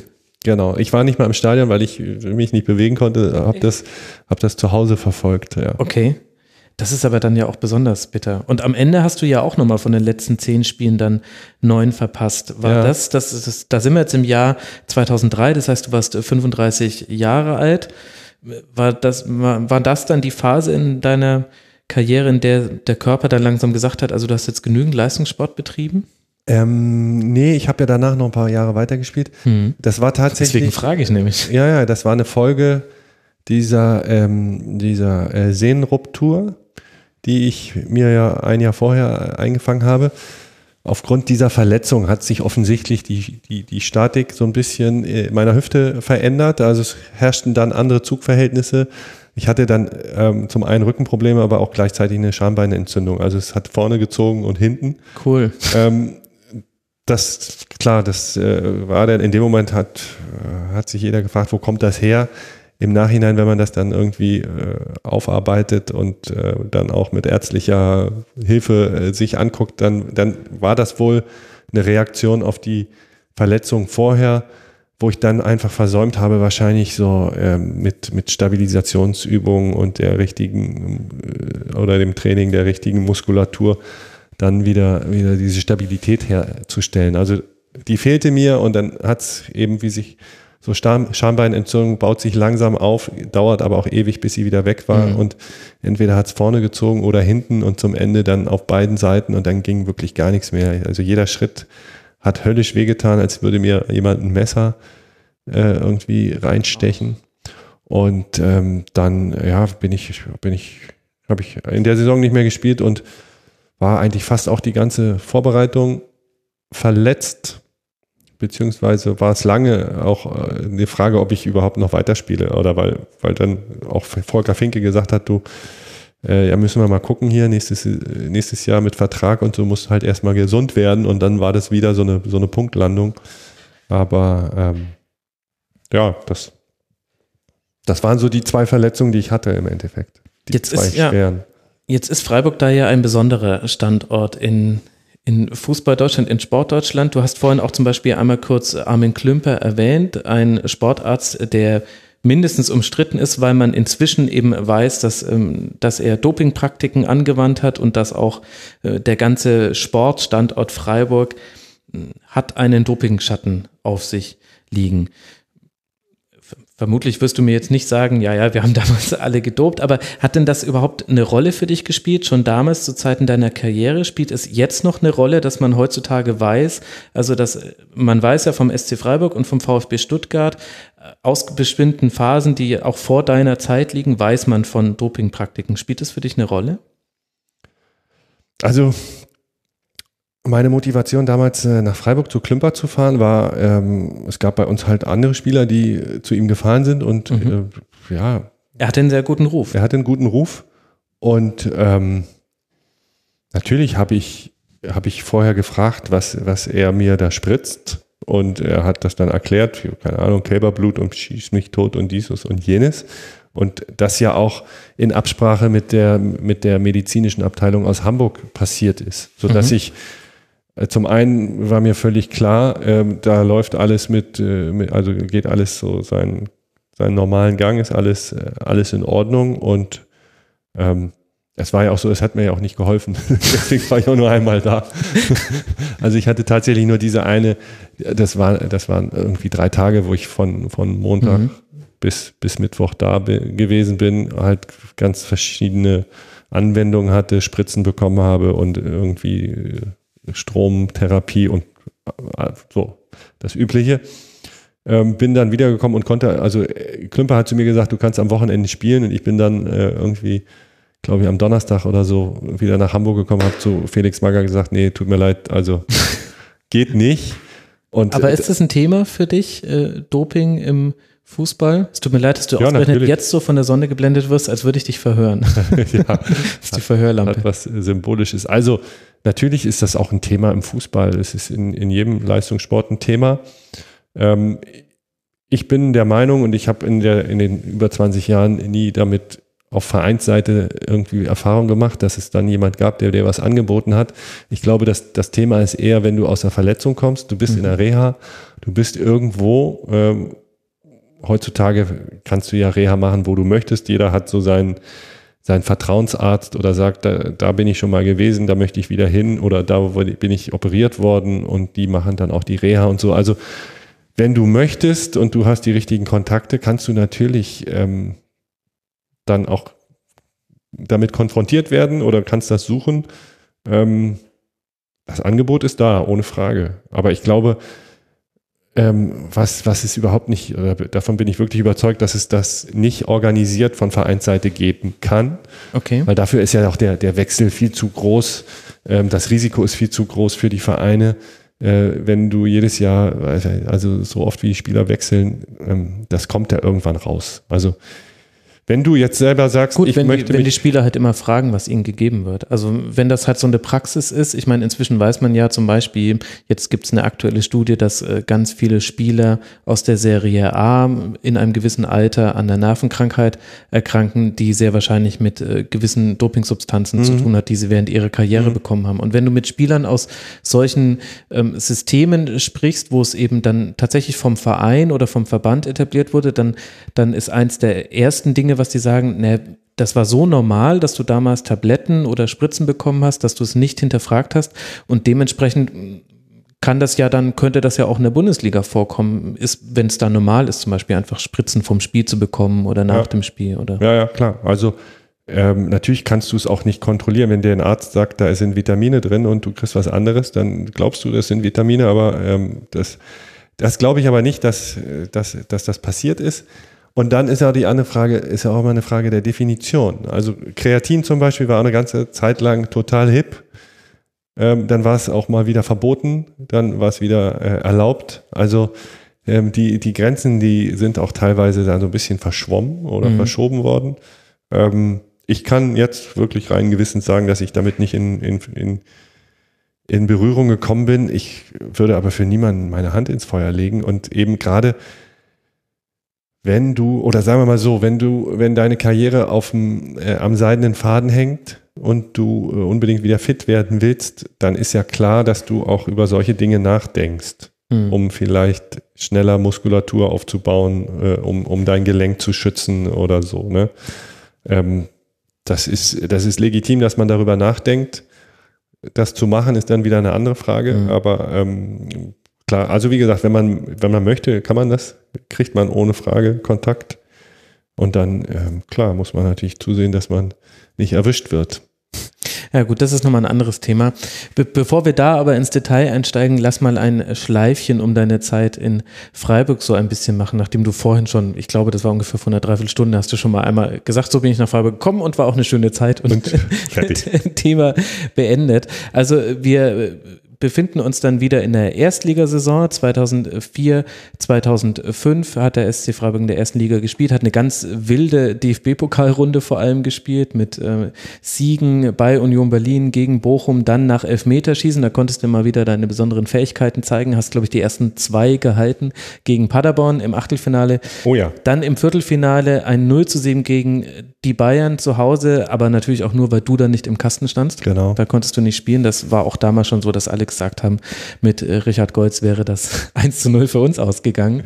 Genau, ich war nicht mal im Stadion, weil ich mich nicht bewegen konnte, habe das, hab das zu Hause verfolgt. Ja. Okay, das ist aber dann ja auch besonders bitter. Und am Ende hast du ja auch nochmal von den letzten zehn Spielen dann neun verpasst. War ja. das, das, das, da sind wir jetzt im Jahr zweitausenddrei, das heißt, du warst fünfunddreißig Jahre alt. War das, war, war das dann die Phase in deiner Karriere, in der der Körper dann langsam gesagt hat, also du hast jetzt genügend Leistungssport betrieben? Ähm, nee, ich habe ja danach noch ein paar Jahre weitergespielt. Hm. Das war tatsächlich. Deswegen frage ich nämlich. Ja, ja, das war eine Folge dieser, ähm, dieser äh, Sehnenruptur, die ich mir ja ein Jahr vorher eingefangen habe. Aufgrund dieser Verletzung hat sich offensichtlich die, die, die Statik so ein bisschen in meiner Hüfte verändert. Also es herrschten dann andere Zugverhältnisse. Ich hatte dann ähm, zum einen Rückenprobleme, aber auch gleichzeitig eine Schambeinentzündung. Also es hat vorne gezogen und hinten. Cool. Ähm, das, klar, das äh, war dann in dem Moment, hat, äh, hat sich jeder gefragt, wo kommt das her? Im Nachhinein, wenn man das dann irgendwie äh, aufarbeitet und äh, dann auch mit ärztlicher Hilfe äh, sich anguckt, dann, dann war das wohl eine Reaktion auf die Verletzung vorher, wo ich dann einfach versäumt habe, wahrscheinlich so äh, mit, mit Stabilisationsübungen und der richtigen äh, oder dem Training der richtigen Muskulatur dann wieder, wieder diese Stabilität herzustellen. Also die fehlte mir und dann hat es eben, wie sich so Schambeinentzündung baut sich langsam auf, dauert aber auch ewig, bis sie wieder weg war. Mhm. Und entweder hat es vorne gezogen oder hinten und zum Ende dann auf beiden Seiten und dann ging wirklich gar nichts mehr. Also jeder Schritt hat höllisch wehgetan, als würde mir jemand ein Messer äh, irgendwie reinstechen. Und ähm, dann ja, bin ich, bin ich, habe ich in der Saison nicht mehr gespielt und war eigentlich fast auch die ganze Vorbereitung verletzt. Beziehungsweise war es lange auch eine Frage, ob ich überhaupt noch weiterspiele oder weil, weil dann auch Volker Finke gesagt hat, du, äh, ja müssen wir mal gucken hier, nächstes, nächstes Jahr mit Vertrag und so musst halt erstmal gesund werden und dann war das wieder so eine, so eine Punktlandung. Aber ähm, ja, das, das waren so die zwei Verletzungen, die ich hatte im Endeffekt. Die jetzt zwei ist, schweren. Ja, jetzt ist Freiburg da ja ein besonderer Standort in In Fußball Deutschland, in Sport Deutschland. Du hast vorhin auch zum Beispiel einmal kurz Armin Klümper erwähnt, ein Sportarzt, der mindestens umstritten ist, weil man inzwischen eben weiß, dass, dass er Dopingpraktiken angewandt hat und dass auch der ganze Sportstandort Freiburg hat einen Dopingschatten auf sich liegen. Vermutlich wirst du mir jetzt nicht sagen, ja, ja, wir haben damals alle gedopt, aber hat denn das überhaupt eine Rolle für dich gespielt, schon damals zu Zeiten deiner Karriere? Spielt es jetzt noch eine Rolle, dass man heutzutage weiß, also dass man weiß ja vom S C Freiburg und vom VfB Stuttgart, aus bestimmten Phasen, die auch vor deiner Zeit liegen, weiß man von Dopingpraktiken. Spielt das für dich eine Rolle? Also meine Motivation damals äh, nach Freiburg zu Klümper zu fahren war, ähm, es gab bei uns halt andere Spieler, die äh, zu ihm gefahren sind und mhm. äh, ja. Er hatte einen sehr guten Ruf. Er hatte einen guten Ruf und ähm, natürlich habe ich, hab ich vorher gefragt, was, was er mir da spritzt und er hat das dann erklärt, keine Ahnung, Kälberblut und schieß mich tot und dieses und jenes. Und das ja auch in Absprache mit der, mit der medizinischen Abteilung aus Hamburg passiert ist, sodass mhm. ich zum einen war mir völlig klar, ähm, da läuft alles mit, äh, mit, also geht alles so seinen, seinen normalen Gang, ist alles, äh, alles in Ordnung und ähm, es war ja auch so, es hat mir ja auch nicht geholfen, deswegen war ich auch nur einmal da. Also ich hatte tatsächlich nur diese eine, das war, das waren irgendwie drei Tage, wo ich von, von Montag mhm. bis, bis Mittwoch da be- gewesen bin, halt ganz verschiedene Anwendungen hatte, Spritzen bekommen habe und irgendwie Stromtherapie und so, das Übliche. Ähm, bin dann wiedergekommen und konnte, also Klümper hat zu mir gesagt, du kannst am Wochenende spielen und ich bin dann äh, irgendwie, glaube ich, am Donnerstag oder so wieder nach Hamburg gekommen, habe zu Felix Magath gesagt, nee, tut mir leid, also geht nicht. Und, aber ist das ein Thema für dich, äh, Doping im Fußball? Es tut mir leid, dass du ja, ausgerechnet natürlich. Jetzt so von der Sonne geblendet wirst, als würde ich dich verhören. Ja, das ist die Verhörlampe. Hat was Symbolisches. Also natürlich ist das auch ein Thema im Fußball. Es ist in, in jedem Leistungssport ein Thema. Ähm, ich bin der Meinung und ich habe in, der, in den über zwanzig Jahren nie damit auf Vereinsseite irgendwie Erfahrung gemacht, dass es dann jemand gab, der dir was angeboten hat. Ich glaube, dass das Thema ist eher, wenn du aus einer Verletzung kommst, du bist mhm. in der Reha, du bist irgendwo, ähm, heutzutage kannst du ja Reha machen, wo du möchtest. Jeder hat so seinen, seinen Vertrauensarzt oder sagt, da, da bin ich schon mal gewesen, da möchte ich wieder hin oder da bin ich operiert worden und die machen dann auch die Reha und so. Also wenn du möchtest und du hast die richtigen Kontakte, kannst du natürlich ähm, dann auch damit konfrontiert werden oder kannst das suchen. Ähm, das Angebot ist da, ohne Frage. Aber ich glaube, ähm, was, was ist überhaupt nicht, oder davon bin ich wirklich überzeugt, dass es das nicht organisiert von Vereinsseite geben kann. Okay. Weil dafür ist ja auch der, der Wechsel viel zu groß. Ähm, das Risiko ist viel zu groß für die Vereine. Äh, wenn du jedes Jahr, also so oft wie die Spieler wechseln, ähm, das kommt ja irgendwann raus. Also wenn du jetzt selber sagst, Gut, ich wenn möchte die, wenn mich die Spieler halt immer fragen, was ihnen gegeben wird. Also wenn das halt so eine Praxis ist, ich meine, inzwischen weiß man ja zum Beispiel, jetzt gibt es eine aktuelle Studie, dass äh, ganz viele Spieler aus der Serie A in einem gewissen Alter an der Nervenkrankheit erkranken, die sehr wahrscheinlich mit äh, gewissen Dopingsubstanzen mhm. zu tun hat, die sie während ihrer Karriere mhm. bekommen haben. Und wenn du mit Spielern aus solchen ähm, Systemen sprichst, wo es eben dann tatsächlich vom Verein oder vom Verband etabliert wurde, dann, dann ist eins der ersten Dinge, was die sagen, ne, das war so normal, dass du damals Tabletten oder Spritzen bekommen hast, dass du es nicht hinterfragt hast und dementsprechend kann das ja dann, könnte das ja auch in der Bundesliga vorkommen, ist, wenn es da normal ist, zum Beispiel einfach Spritzen vom Spiel zu bekommen oder nach ja. dem Spiel, oder? Ja, ja, klar. Also ähm, natürlich kannst du es auch nicht kontrollieren, wenn dir ein Arzt sagt, da sind Vitamine drin und du kriegst was anderes, dann glaubst du, das sind Vitamine, aber ähm, das, das glaube ich aber nicht, dass, dass, dass das passiert ist. Und dann ist ja die andere Frage, ist ja auch mal eine Frage der Definition. Also Kreatin zum Beispiel war eine ganze Zeit lang total hip. Ähm, dann war es auch mal wieder verboten, dann war es wieder äh, erlaubt. Also ähm, die, die Grenzen, die sind auch teilweise dann so ein bisschen verschwommen oder mhm. verschoben worden. Ähm, ich kann jetzt wirklich rein gewissens sagen, dass ich damit nicht in, in, in, in Berührung gekommen bin. Ich würde aber für niemanden meine Hand ins Feuer legen und eben gerade wenn du, oder sagen wir mal so, wenn du, wenn deine Karriere auf dem, äh, am seidenen Faden hängt und du äh, unbedingt wieder fit werden willst, dann ist ja klar, dass du auch über solche Dinge nachdenkst, mhm. um vielleicht schneller Muskulatur aufzubauen, äh, um, um dein Gelenk zu schützen oder so, ne? Ähm, das ist, das ist legitim, dass man darüber nachdenkt. Das zu machen ist dann wieder eine andere Frage, mhm. aber ähm, klar, also wie gesagt, wenn man, wenn man möchte, kann man das, kriegt man ohne Frage Kontakt. Und dann, ähm, klar, muss man natürlich zusehen, dass man nicht erwischt wird. Ja gut, das ist nochmal ein anderes Thema. Be- bevor wir da aber ins Detail einsteigen, lass mal ein Schleifchen um deine Zeit in Freiburg so ein bisschen machen, nachdem du vorhin schon, ich glaube, das war ungefähr vor einer Dreiviertelstunde, hast du schon mal einmal gesagt, so bin ich nach Freiburg gekommen und war auch eine schöne Zeit und, und fertig. Thema beendet. Also wir befinden uns dann wieder in der Erstligasaison. zweitausendvier, zweitausendfünf hat der S C Freiburg in der ersten Liga gespielt, hat eine ganz wilde D F B-Pokalrunde vor allem gespielt mit äh, Siegen bei Union Berlin gegen Bochum, dann nach Elfmeterschießen, da konntest du mal wieder deine besonderen Fähigkeiten zeigen, hast glaube ich die ersten zwei gehalten gegen Paderborn im Achtelfinale. Oh ja. Dann im Viertelfinale ein null zu sieben gegen die Bayern zu Hause, aber natürlich auch nur, weil du da nicht im Kasten standst. Genau. Da konntest du nicht spielen, das war auch damals schon so, dass alle gesagt haben, mit äh, Richard Goltz wäre das eins zu null für uns ausgegangen.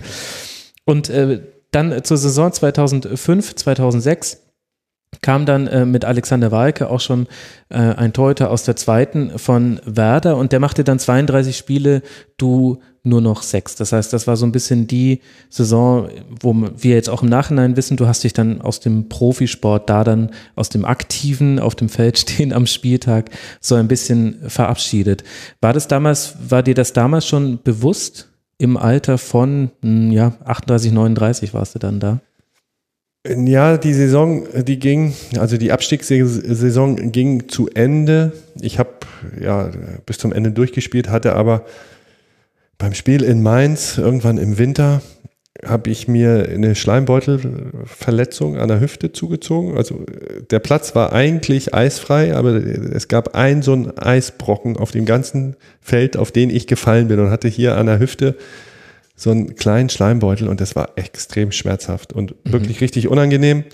Und äh, dann zur Saison zweitausendfünf, zweitausendsechs kam dann äh, mit Alexander Walke auch schon äh, ein Torhüter aus der zweiten von Werder und der machte dann zweiunddreißig Spiele, du nur noch sechs. Das heißt, das war so ein bisschen die Saison, wo wir jetzt auch im Nachhinein wissen, du hast dich dann aus dem Profisport da dann aus dem Aktiven auf dem Feld stehen am Spieltag so ein bisschen verabschiedet. War das damals, war dir das damals schon bewusst im Alter von, ja, achtunddreißig, neununddreißig warst du dann da? Ja, die Saison, die ging, also die Abstiegssaison ging zu Ende. Ich habe ja bis zum Ende durchgespielt, hatte aber beim Spiel in Mainz irgendwann im Winter habe ich mir eine Schleimbeutelverletzung an der Hüfte zugezogen. Also der Platz war eigentlich eisfrei, aber es gab einen so einen Eisbrocken auf dem ganzen Feld, auf den ich gefallen bin und hatte hier an der Hüfte so einen kleinen Schleimbeutel und das war extrem schmerzhaft und mhm. wirklich richtig unangenehm.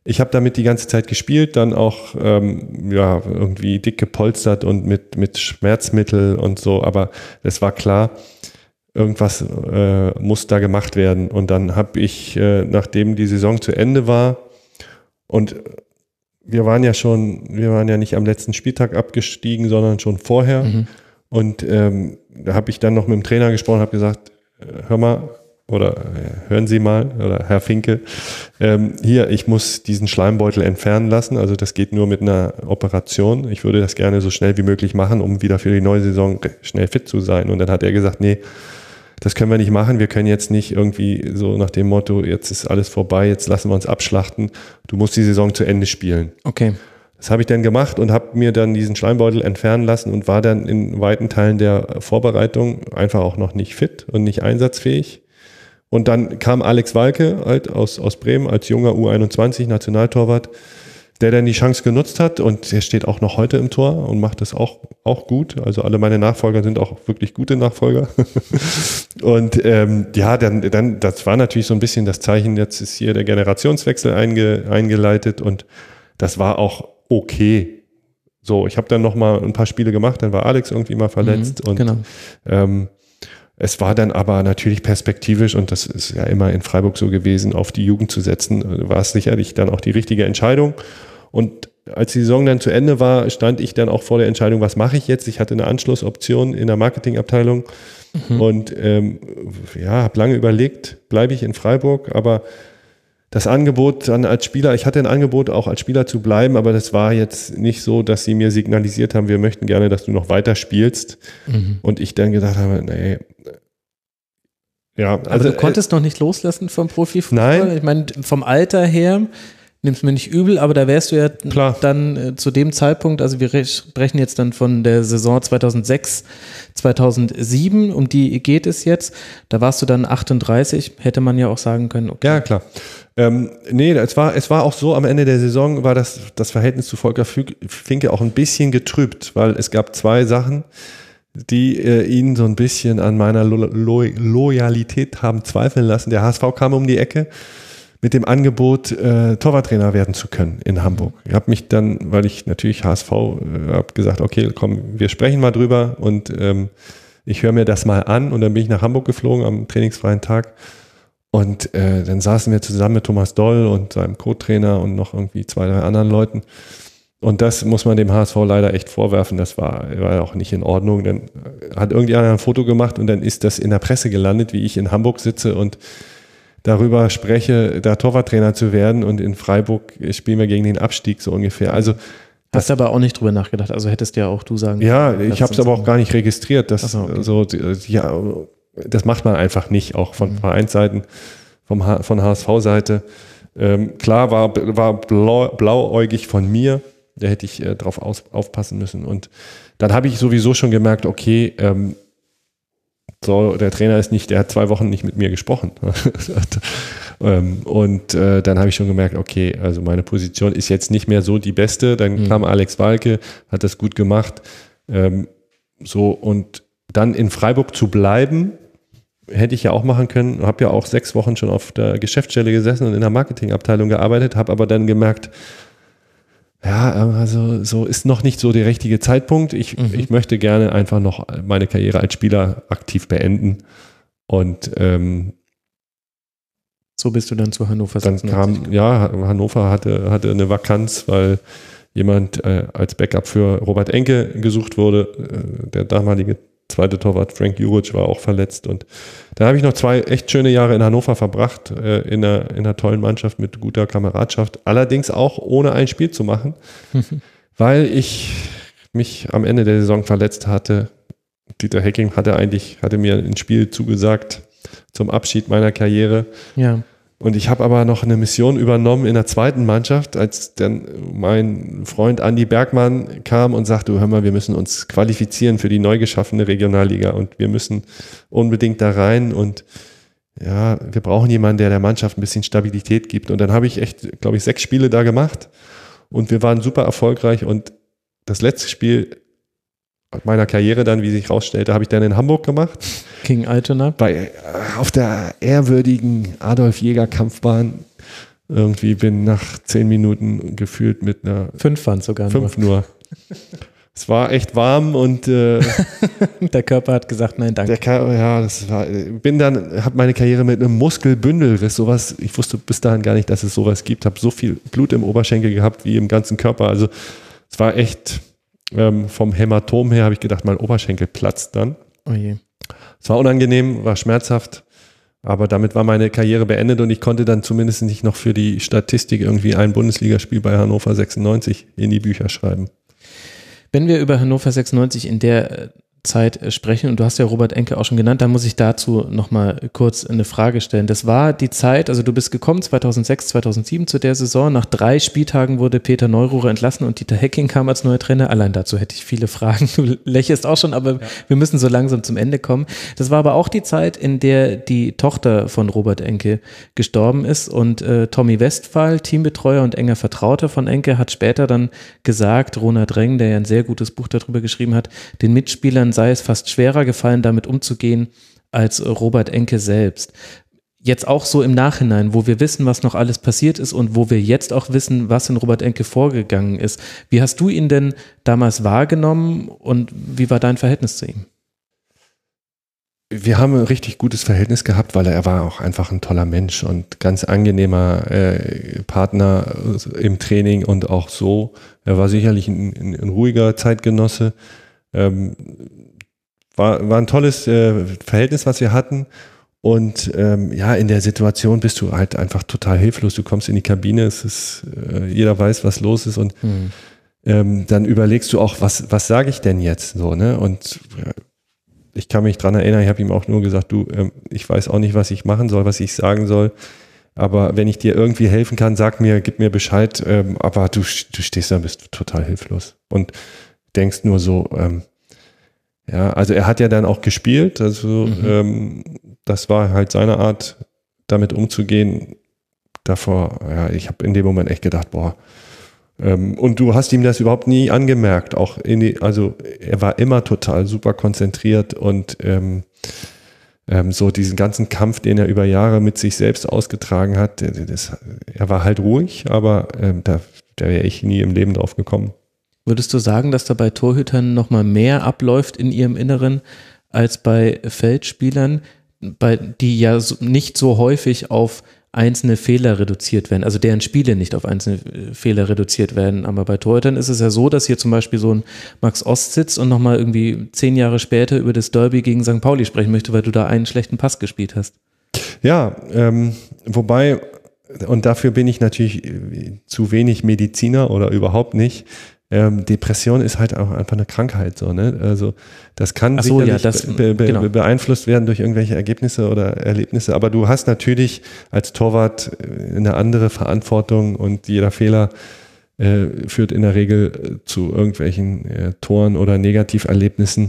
Ich habe damit die ganze Zeit gespielt, dann auch ähm, ja, irgendwie dick gepolstert und mit, mit Schmerzmittel und so, aber es war klar, irgendwas äh, muss da gemacht werden. Und dann habe ich, äh, nachdem die Saison zu Ende war, und wir waren ja schon, wir waren ja nicht am letzten Spieltag abgestiegen, sondern schon vorher. Mhm. Und ähm, da habe ich dann noch mit dem Trainer gesprochen, habe gesagt, hör mal, oder äh, hören Sie mal, oder Herr Finke, ähm, hier, ich muss diesen Schleimbeutel entfernen lassen, also das geht nur mit einer Operation. Ich würde das gerne so schnell wie möglich machen, um wieder für die neue Saison schnell fit zu sein. Und dann hat er gesagt, nee, das können wir nicht machen, wir können jetzt nicht irgendwie so nach dem Motto, jetzt ist alles vorbei, jetzt lassen wir uns abschlachten, du musst die Saison zu Ende spielen. Okay. Das habe ich dann gemacht und habe mir dann diesen Schleimbeutel entfernen lassen und war dann in weiten Teilen der Vorbereitung einfach auch noch nicht fit und nicht einsatzfähig. Und dann kam Alex Walke halt aus, aus Bremen als junger U einundzwanzig Nationaltorwart, der dann die Chance genutzt hat und der steht auch noch heute im Tor und macht das auch, auch gut. Also alle meine Nachfolger sind auch wirklich gute Nachfolger. Und ähm, ja, dann, dann, das war natürlich so ein bisschen das Zeichen, jetzt ist hier der Generationswechsel einge, eingeleitet und das war auch okay. So, ich habe dann noch mal ein paar Spiele gemacht, dann war Alex irgendwie mal verletzt mhm, und genau. ähm, es war dann aber natürlich perspektivisch, und das ist ja immer in Freiburg so gewesen, auf die Jugend zu setzen, war es sicherlich dann auch die richtige Entscheidung. Und als die Saison dann zu Ende war, stand ich dann auch vor der Entscheidung, was mache ich jetzt? Ich hatte eine Anschlussoption in der Marketingabteilung mhm. und ähm, ja, habe lange überlegt, bleibe ich in Freiburg, aber das Angebot dann als Spieler, ich hatte ein Angebot auch als Spieler zu bleiben, aber das war jetzt nicht so, dass sie mir signalisiert haben, wir möchten gerne, dass du noch weiter spielst. Mhm. Und ich dann gedacht habe, nee. Ja, also, aber du äh, konntest noch nicht loslassen vom Profifußball? Nein. Ich meine, vom Alter her, nimm's mir nicht übel, aber da wärst du ja Klar. dann äh, zu dem Zeitpunkt, also wir sprechen jetzt dann von der Saison zweitausendsechs, zweitausendsieben, um die geht es jetzt, da warst du dann achtunddreißig, hätte man ja auch sagen können, okay. Ja, klar. Ähm, nee, es war, es war auch so, am Ende der Saison war das, das Verhältnis zu Volker Finke auch ein bisschen getrübt, weil es gab zwei Sachen, die äh, ihn so ein bisschen an meiner Lo- Lo- Loyalität haben zweifeln lassen. Der H S V kam um die Ecke mit dem Angebot, äh, Torwarttrainer werden zu können in Hamburg. Ich habe mich dann, weil ich natürlich H S V, äh, habe gesagt, okay, komm, wir sprechen mal drüber und ähm, ich höre mir das mal an, und dann bin ich nach Hamburg geflogen am trainingsfreien Tag. Und äh, dann saßen wir zusammen mit Thomas Doll und seinem Co-Trainer und noch irgendwie zwei, drei anderen Leuten. Und das muss man dem H S V leider echt vorwerfen. Das war, war auch nicht in Ordnung. Dann hat irgendjemand ein Foto gemacht und dann ist das in der Presse gelandet, wie ich in Hamburg sitze und darüber spreche, da Torwarttrainer zu werden. Und in Freiburg spielen wir gegen den Abstieg so ungefähr. Also hast aber auch nicht drüber nachgedacht. Also hättest ja auch du sagen können. Ja, ich habe es aber auch gar nicht registriert. Dass so, okay. so, ja, das macht man einfach nicht, auch von mhm. Vereinsseiten, vom H- von H S V-Seite. Ähm, klar war, war blau, blauäugig von mir, da hätte ich äh, drauf aus, aufpassen müssen. Und dann habe ich sowieso schon gemerkt, okay, ähm, so, der Trainer ist nicht, der hat zwei Wochen nicht mit mir gesprochen. ähm, und äh, dann habe ich schon gemerkt, okay, also meine Position ist jetzt nicht mehr so die beste. Dann mhm. kam Alex Walke, hat das gut gemacht. Ähm, so, und dann in Freiburg zu bleiben, hätte ich ja auch machen können, habe ja auch sechs Wochen schon auf der Geschäftsstelle gesessen und in der Marketingabteilung gearbeitet, habe aber dann gemerkt, ja, also so ist noch nicht so der richtige Zeitpunkt. Ich, mhm. ich möchte gerne einfach noch meine Karriere als Spieler aktiv beenden. Und ähm, so bist du dann zu Hannover dann sechsundneunzig. kam, ja, Hannover hatte, hatte eine Vakanz, weil jemand äh, als Backup für Robert Enke gesucht wurde. Äh, der damalige zweite Torwart Frank Juric war auch verletzt, und da habe ich noch zwei echt schöne Jahre in Hannover verbracht, äh, in, einer, in einer tollen Mannschaft mit guter Kameradschaft, allerdings auch ohne ein Spiel zu machen, weil ich mich am Ende der Saison verletzt hatte. Dieter Hecking hatte eigentlich, hatte mir ein Spiel zugesagt zum Abschied meiner Karriere. Ja. Und ich habe aber noch eine Mission übernommen in der zweiten Mannschaft, als dann mein Freund Andi Bergmann kam und sagte, du, hör mal, wir müssen uns qualifizieren für die neu geschaffene Regionalliga und wir müssen unbedingt da rein, und ja, wir brauchen jemanden, der der Mannschaft ein bisschen Stabilität gibt. Und dann habe ich echt, glaube ich, sechs Spiele da gemacht und wir waren super erfolgreich, und das letzte Spiel meiner Karriere dann, wie sich rausstellte, habe ich dann in Hamburg gemacht. Gegen Altona? Bei, auf der ehrwürdigen Adolf-Jäger-Kampfbahn. Irgendwie bin nach zehn Minuten gefühlt mit einer... Fünf waren sogar Fünf nur. nur. Es war echt warm und äh, der Körper hat gesagt, nein, danke. Der Körper, ja, das war, bin dann, habe meine Karriere mit einem Muskelbündelriss, sowas, ich wusste bis dahin gar nicht, dass es sowas gibt, habe so viel Blut im Oberschenkel gehabt wie im ganzen Körper, also es war echt, ähm, vom Hämatom her habe ich gedacht, mein Oberschenkel platzt dann. Oh je. Es war unangenehm, war schmerzhaft, aber damit war meine Karriere beendet und ich konnte dann zumindest nicht noch für die Statistik irgendwie ein Bundesligaspiel bei Hannover sechsundneunzig in die Bücher schreiben. Wenn wir über Hannover sechsundneunzig in der Zeit sprechen, und du hast ja Robert Enke auch schon genannt, dann muss ich dazu nochmal kurz eine Frage stellen. Das war die Zeit, also du bist gekommen zweitausendsechs, zweitausendsieben zu der Saison, nach drei Spieltagen wurde Peter Neururer entlassen und Dieter Hecking kam als neuer Trainer. Allein dazu hätte ich viele Fragen, du lächelst auch schon, aber ja. Wir müssen so langsam zum Ende kommen. Das war aber auch die Zeit, in der die Tochter von Robert Enke gestorben ist und äh, Tommy Westphal, Teambetreuer und enger Vertrauter von Enke, hat später dann gesagt, Ronald Reng, der ja ein sehr gutes Buch darüber geschrieben hat, den Mitspielern sei es fast schwerer gefallen, damit umzugehen, als Robert Enke selbst. Jetzt auch so im Nachhinein, wo wir wissen, was noch alles passiert ist und wo wir jetzt auch wissen, was in Robert Enke vorgegangen ist. Wie hast du ihn denn damals wahrgenommen und wie war dein Verhältnis zu ihm? Wir haben ein richtig gutes Verhältnis gehabt, weil er war auch einfach ein toller Mensch und ganz angenehmer äh, Partner im Training und auch so. Er war sicherlich ein, ein, ein ruhiger Zeitgenosse. Ähm, war, war ein tolles äh, Verhältnis, was wir hatten. Und ähm, ja, in der Situation bist du halt einfach total hilflos. Du kommst in die Kabine, es ist, äh, jeder weiß, was los ist und mhm. ähm, dann überlegst du auch, was, was sage ich denn jetzt so, ne? Und äh, ich kann mich dran erinnern, ich habe ihm auch nur gesagt, du, ähm, ich weiß auch nicht, was ich machen soll, was ich sagen soll. Aber wenn ich dir irgendwie helfen kann, sag mir, gib mir Bescheid. Ähm, aber du, du stehst da und bist total hilflos und denkst nur so, ähm, ja, also er hat ja dann auch gespielt, also mhm. ähm, das war halt seine Art, damit umzugehen. Davor, ja, ich habe in dem Moment echt gedacht, boah, ähm, und du hast ihm das überhaupt nie angemerkt, auch in die, also er war immer total super konzentriert und ähm, ähm, so diesen ganzen Kampf, den er über Jahre mit sich selbst ausgetragen hat, das, er war halt ruhig, aber ähm, da, da wäre ich nie im Leben drauf gekommen. Würdest du sagen, dass da bei Torhütern nochmal mehr abläuft in ihrem Inneren als bei Feldspielern, bei, die ja so, nicht so häufig auf einzelne Fehler reduziert werden, also deren Spiele nicht auf einzelne Fehler reduziert werden, aber bei Torhütern ist es ja so, dass hier zum Beispiel so ein Max Ost sitzt und nochmal irgendwie zehn Jahre später über das Derby gegen Sankt Pauli sprechen möchte, weil du da einen schlechten Pass gespielt hast. Ja, ähm, wobei, und dafür bin ich natürlich zu wenig Mediziner oder überhaupt nicht. Ähm, Depression ist halt auch einfach eine Krankheit, so, ne? Also das kann so, sicherlich ja, das, be- be- genau. beeinflusst werden durch irgendwelche Ergebnisse oder Erlebnisse, aber du hast natürlich als Torwart eine andere Verantwortung und jeder Fehler äh, führt in der Regel zu irgendwelchen äh, Toren oder Negativerlebnissen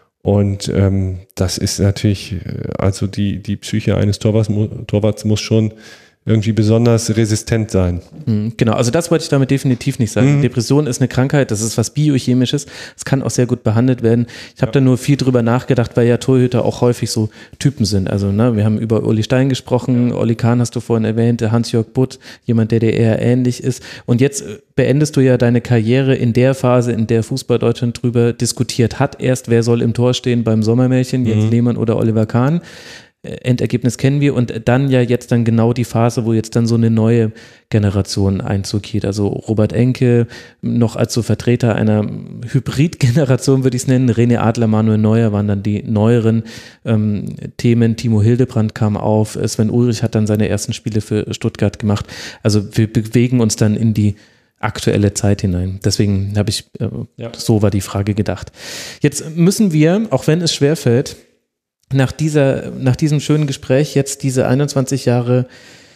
und ähm, das ist natürlich, also die, die Psyche eines Torwarts, Torwarts muss schon irgendwie besonders resistent sein. Genau, also das wollte ich damit definitiv nicht sagen. Mhm. Depression ist eine Krankheit, das ist was Biochemisches, es kann auch sehr gut behandelt werden. Ich habe ja. da nur viel drüber nachgedacht, weil ja Torhüter auch häufig so Typen sind. Also ne, wir haben über Uli Stein gesprochen, ja. Olli Kahn hast du vorhin erwähnt, Hans-Jörg Butt, jemand, der dir eher ähnlich ist. Und jetzt beendest du ja deine Karriere in der Phase, in der Fußball Deutschland drüber diskutiert hat. Erst, wer soll im Tor stehen beim Sommermärchen, Jens mhm. Lehmann oder Oliver Kahn. Endergebnis kennen wir und dann ja jetzt dann genau die Phase, wo jetzt dann so eine neue Generation Einzug hielt. Also Robert Enke noch als so Vertreter einer Hybrid-Generation, würde ich es nennen. René Adler, Manuel Neuer waren dann die neueren ähm, Themen. Timo Hildebrand kam auf. Sven Ulrich hat dann seine ersten Spiele für Stuttgart gemacht. Also wir bewegen uns dann in die aktuelle Zeit hinein. Deswegen habe ich, äh, ja. so war die Frage gedacht. Jetzt müssen wir, auch wenn es schwerfällt, nach dieser, nach diesem schönen Gespräch jetzt diese einundzwanzig Jahre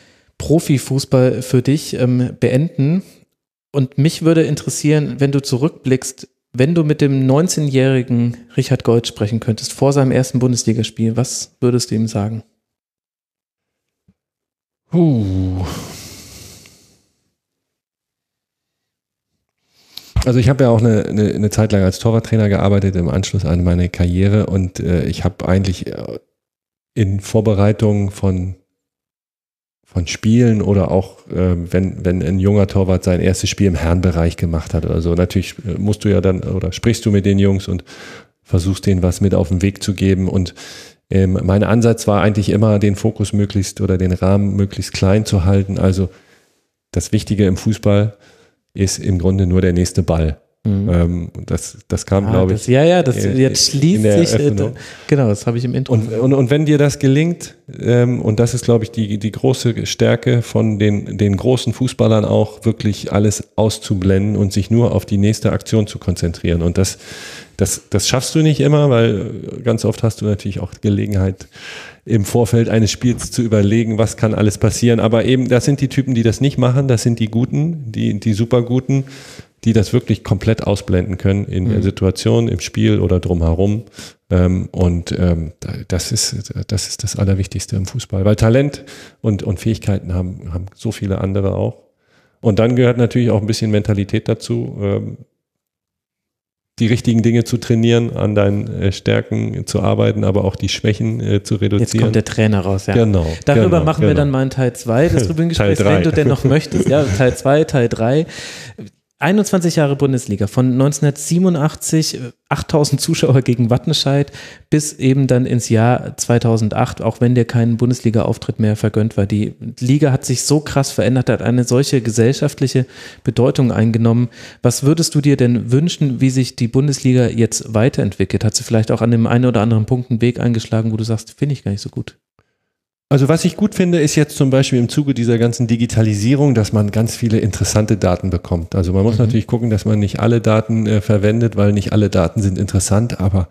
Profifußball für dich ähm, beenden. Und mich würde interessieren, wenn du zurückblickst, wenn du mit dem neunzehnjährigen Richard Goltz sprechen könntest, vor seinem ersten Bundesligaspiel, was würdest du ihm sagen? Uh. Also ich habe ja auch eine, eine, eine Zeit lang als Torwarttrainer gearbeitet im Anschluss an meine Karriere und äh, ich habe eigentlich in Vorbereitung von von Spielen oder auch äh, wenn, wenn ein junger Torwart sein erstes Spiel im Herrenbereich gemacht hat oder so. Natürlich musst du ja dann oder sprichst du mit den Jungs und versuchst denen was mit auf den Weg zu geben. Und ähm, mein Ansatz war eigentlich immer, den Fokus möglichst oder den Rahmen möglichst klein zu halten. Also das Wichtige im Fußball ist im Grunde nur der nächste Ball. Mhm. Ähm, das, das kam, ah, glaube ich. Das, ja, ja, das äh, jetzt schließt sich. Äh, genau, das habe ich im Intro. Und, und, und wenn dir das gelingt, ähm, und das ist, glaube ich, die, die große Stärke von den, den großen Fußballern auch, wirklich alles auszublenden und sich nur auf die nächste Aktion zu konzentrieren. Und das, das, das schaffst du nicht immer, weil ganz oft hast du natürlich auch Gelegenheit, im Vorfeld eines Spiels zu überlegen, was kann alles passieren. Aber eben, das sind die Typen, die das nicht machen, das sind die Guten, die, die Superguten, die das wirklich komplett ausblenden können in mhm. der Situation, im Spiel oder drumherum. Ähm, und ähm, das ist, das ist das Allerwichtigste im Fußball. Weil Talent und, und Fähigkeiten haben, haben so viele andere auch. Und dann gehört natürlich auch ein bisschen Mentalität dazu, ähm, die richtigen Dinge zu trainieren, an deinen äh, Stärken zu arbeiten, aber auch die Schwächen äh, zu reduzieren. Jetzt kommt der Trainer raus, ja. Genau. Darüber genau, machen genau. wir dann mal einen Teil zwei des Tribünengesprächs, wenn du denn noch möchtest. Ja, Teil zwei, Teil drei. einundzwanzig Jahre Bundesliga, von neunzehnhundertsiebenundachtzig, achttausend Zuschauer gegen Wattenscheid, bis eben dann ins Jahr zweitausendacht, auch wenn dir kein Bundesliga-Auftritt mehr vergönnt war. Die Liga hat sich so krass verändert, hat eine solche gesellschaftliche Bedeutung eingenommen. Was würdest du dir denn wünschen, wie sich die Bundesliga jetzt weiterentwickelt? Hat sie vielleicht auch an dem einen oder anderen Punkt einen Weg eingeschlagen, wo du sagst, finde ich gar nicht so gut? Also was ich gut finde, ist jetzt zum Beispiel im Zuge dieser ganzen Digitalisierung, dass man ganz viele interessante Daten bekommt. Also man muss mhm. natürlich gucken, dass man nicht alle Daten äh, verwendet, weil nicht alle Daten sind interessant, aber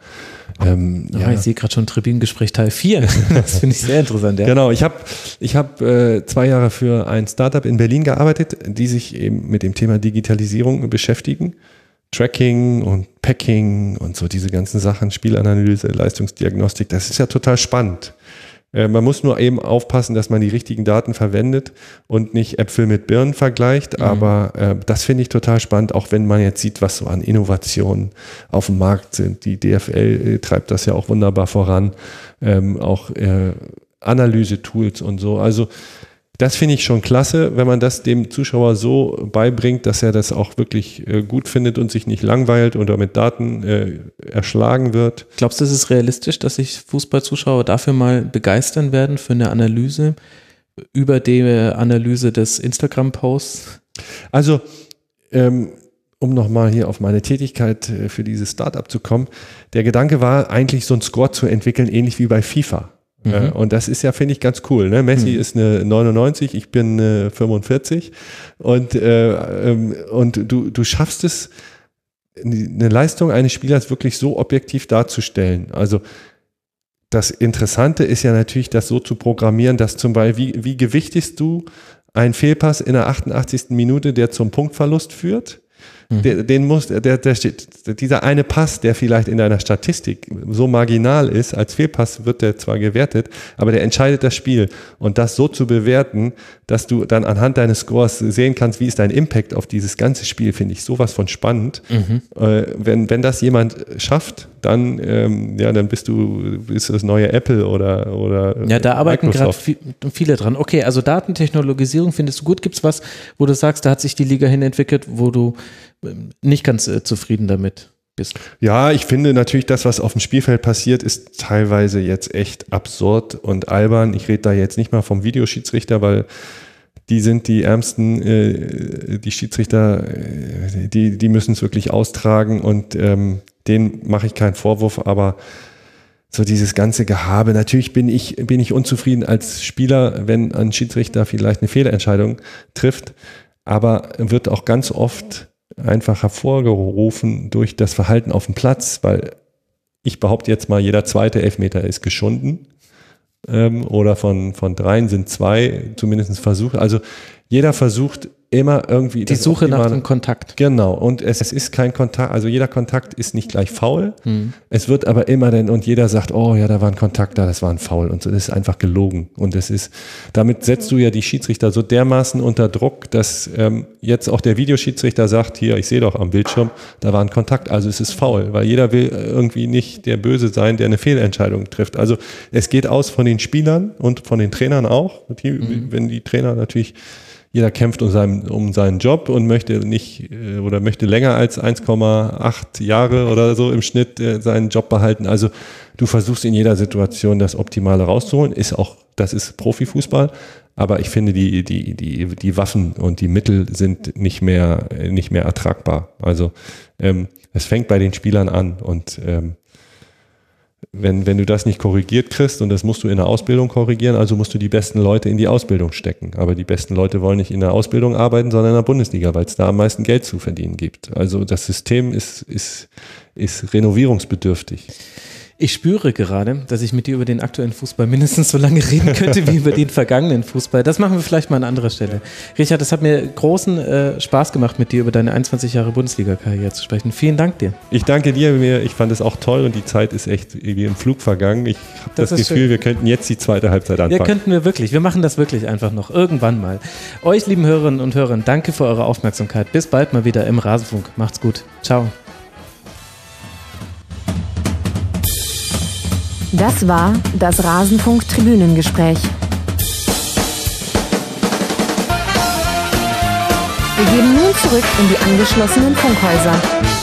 ähm, oh, ja. Ich sehe gerade schon Tribünengespräch Teil vier. Das finde ich sehr interessant. Ja. Genau, ich habe ich hab, äh, zwei Jahre für ein Startup in Berlin gearbeitet, die sich eben mit dem Thema Digitalisierung beschäftigen. Tracking und Packing und so diese ganzen Sachen, Spielanalyse, Leistungsdiagnostik, das ist ja total spannend. Man muss nur eben aufpassen, dass man die richtigen Daten verwendet und nicht Äpfel mit Birnen vergleicht. Mhm. Aber äh, das finde ich total spannend, auch wenn man jetzt sieht, was so an Innovationen auf dem Markt sind. Die D F L äh, treibt das ja auch wunderbar voran. Ähm, auch äh, Analyse-Tools und so. Also das finde ich schon klasse, wenn man das dem Zuschauer so beibringt, dass er das auch wirklich äh, gut findet und sich nicht langweilt oder mit Daten äh, erschlagen wird. Glaubst du, es ist realistisch, dass sich Fußballzuschauer dafür mal begeistern werden für eine Analyse über die Analyse des Instagram-Posts? Also, ähm, um nochmal hier auf meine Tätigkeit äh, für dieses Startup zu kommen, der Gedanke war eigentlich so einen Score zu entwickeln, ähnlich wie bei FIFA. Mhm. Und das ist ja, finde ich, ganz cool. Ne? Messi mhm. ist eine neunundneunzig, ich bin eine fünfundvierzig und, äh, und du, du schaffst es, eine Leistung eines Spielers wirklich so objektiv darzustellen. Also das Interessante ist ja natürlich, das so zu programmieren, dass zum Beispiel, wie, wie gewichtest du einen Fehlpass in der achtundachtzigsten Minute, der zum Punktverlust führt? Der, den muss, der, der steht, dieser eine Pass, der vielleicht in deiner Statistik so marginal ist, als Fehlpass wird der zwar gewertet, aber der entscheidet das Spiel. Und das so zu bewerten, dass du dann anhand deines Scores sehen kannst, wie ist dein Impact auf dieses ganze Spiel, finde ich sowas von spannend. Mhm. Äh, wenn, wenn das jemand schafft, dann, ähm, ja, dann bist du, bist du das neue Apple oder, oder ja, da arbeiten gerade viel, viele dran. Okay, also Datentechnologisierung findest du gut. Gibt es was, wo du sagst, da hat sich die Liga hin entwickelt, wo du nicht ganz äh, zufrieden damit bist? Ja, ich finde natürlich, das, was auf dem Spielfeld passiert, ist teilweise jetzt echt absurd und albern. Ich rede da jetzt nicht mal vom Videoschiedsrichter, weil die sind die ärmsten, äh, die Schiedsrichter, äh, die, die müssen es wirklich austragen und ähm, denen mache ich keinen Vorwurf, aber so dieses ganze Gehabe, natürlich bin ich, bin ich unzufrieden als Spieler, wenn ein Schiedsrichter vielleicht eine Fehlentscheidung trifft, aber wird auch ganz oft einfach hervorgerufen durch das Verhalten auf dem Platz, weil ich behaupte jetzt mal, jeder zweite Elfmeter ist geschunden ähm, oder von, von dreien sind zwei zumindest versucht. Also jeder versucht immer irgendwie die Suche nach dem Kontakt. Genau, und es, es ist kein Kontakt, also jeder Kontakt ist nicht gleich faul, hm. es wird aber immer denn, und jeder sagt, oh ja, da war ein Kontakt da, das war ein Foul und so, das ist einfach gelogen und das ist, damit setzt du ja die Schiedsrichter so dermaßen unter Druck, dass ähm, jetzt auch der Videoschiedsrichter sagt, hier, ich sehe doch am Bildschirm, da war ein Kontakt, also es ist faul, weil jeder will irgendwie nicht der Böse sein, der eine Fehlentscheidung trifft. Also es geht aus von den Spielern und von den Trainern auch, die, mhm. wenn die Trainer natürlich jeder kämpft um seinen, um seinen Job und möchte nicht oder möchte länger als eins Komma acht Jahre oder so im Schnitt äh, seinen Job behalten. Also du versuchst in jeder Situation das Optimale rauszuholen. Ist auch, das ist Profifußball. Aber ich finde, die, die, die, die Waffen und die Mittel sind nicht mehr, nicht mehr ertragbar. Also ähm, es fängt bei den Spielern an und ähm, Wenn, wenn du das nicht korrigiert kriegst, und das musst du in der Ausbildung korrigieren, also musst du die besten Leute in die Ausbildung stecken. Aber die besten Leute wollen nicht in der Ausbildung arbeiten, sondern in der Bundesliga, weil es da am meisten Geld zu verdienen gibt. Also das System ist, ist, ist renovierungsbedürftig. Ich spüre gerade, dass ich mit dir über den aktuellen Fußball mindestens so lange reden könnte wie über den vergangenen Fußball. Das machen wir vielleicht mal an anderer Stelle. Richard, es hat mir großen äh, Spaß gemacht, mit dir über deine einundzwanzig Jahre Bundesliga-Karriere zu sprechen. Vielen Dank dir. Ich danke dir. Ich fand es auch toll und die Zeit ist echt wie im Flug vergangen. Ich habe das, das Gefühl, schön. Wir könnten jetzt die zweite Halbzeit anfangen. Ja, könnten wir wirklich. Wir machen das wirklich einfach noch. Irgendwann mal. Euch, lieben Hörerinnen und Hörer, danke für eure Aufmerksamkeit. Bis bald mal wieder im Rasenfunk. Macht's gut. Ciao. Das war das Rasenfunk-Tribünengespräch. Wir gehen nun zurück in die angeschlossenen Funkhäuser.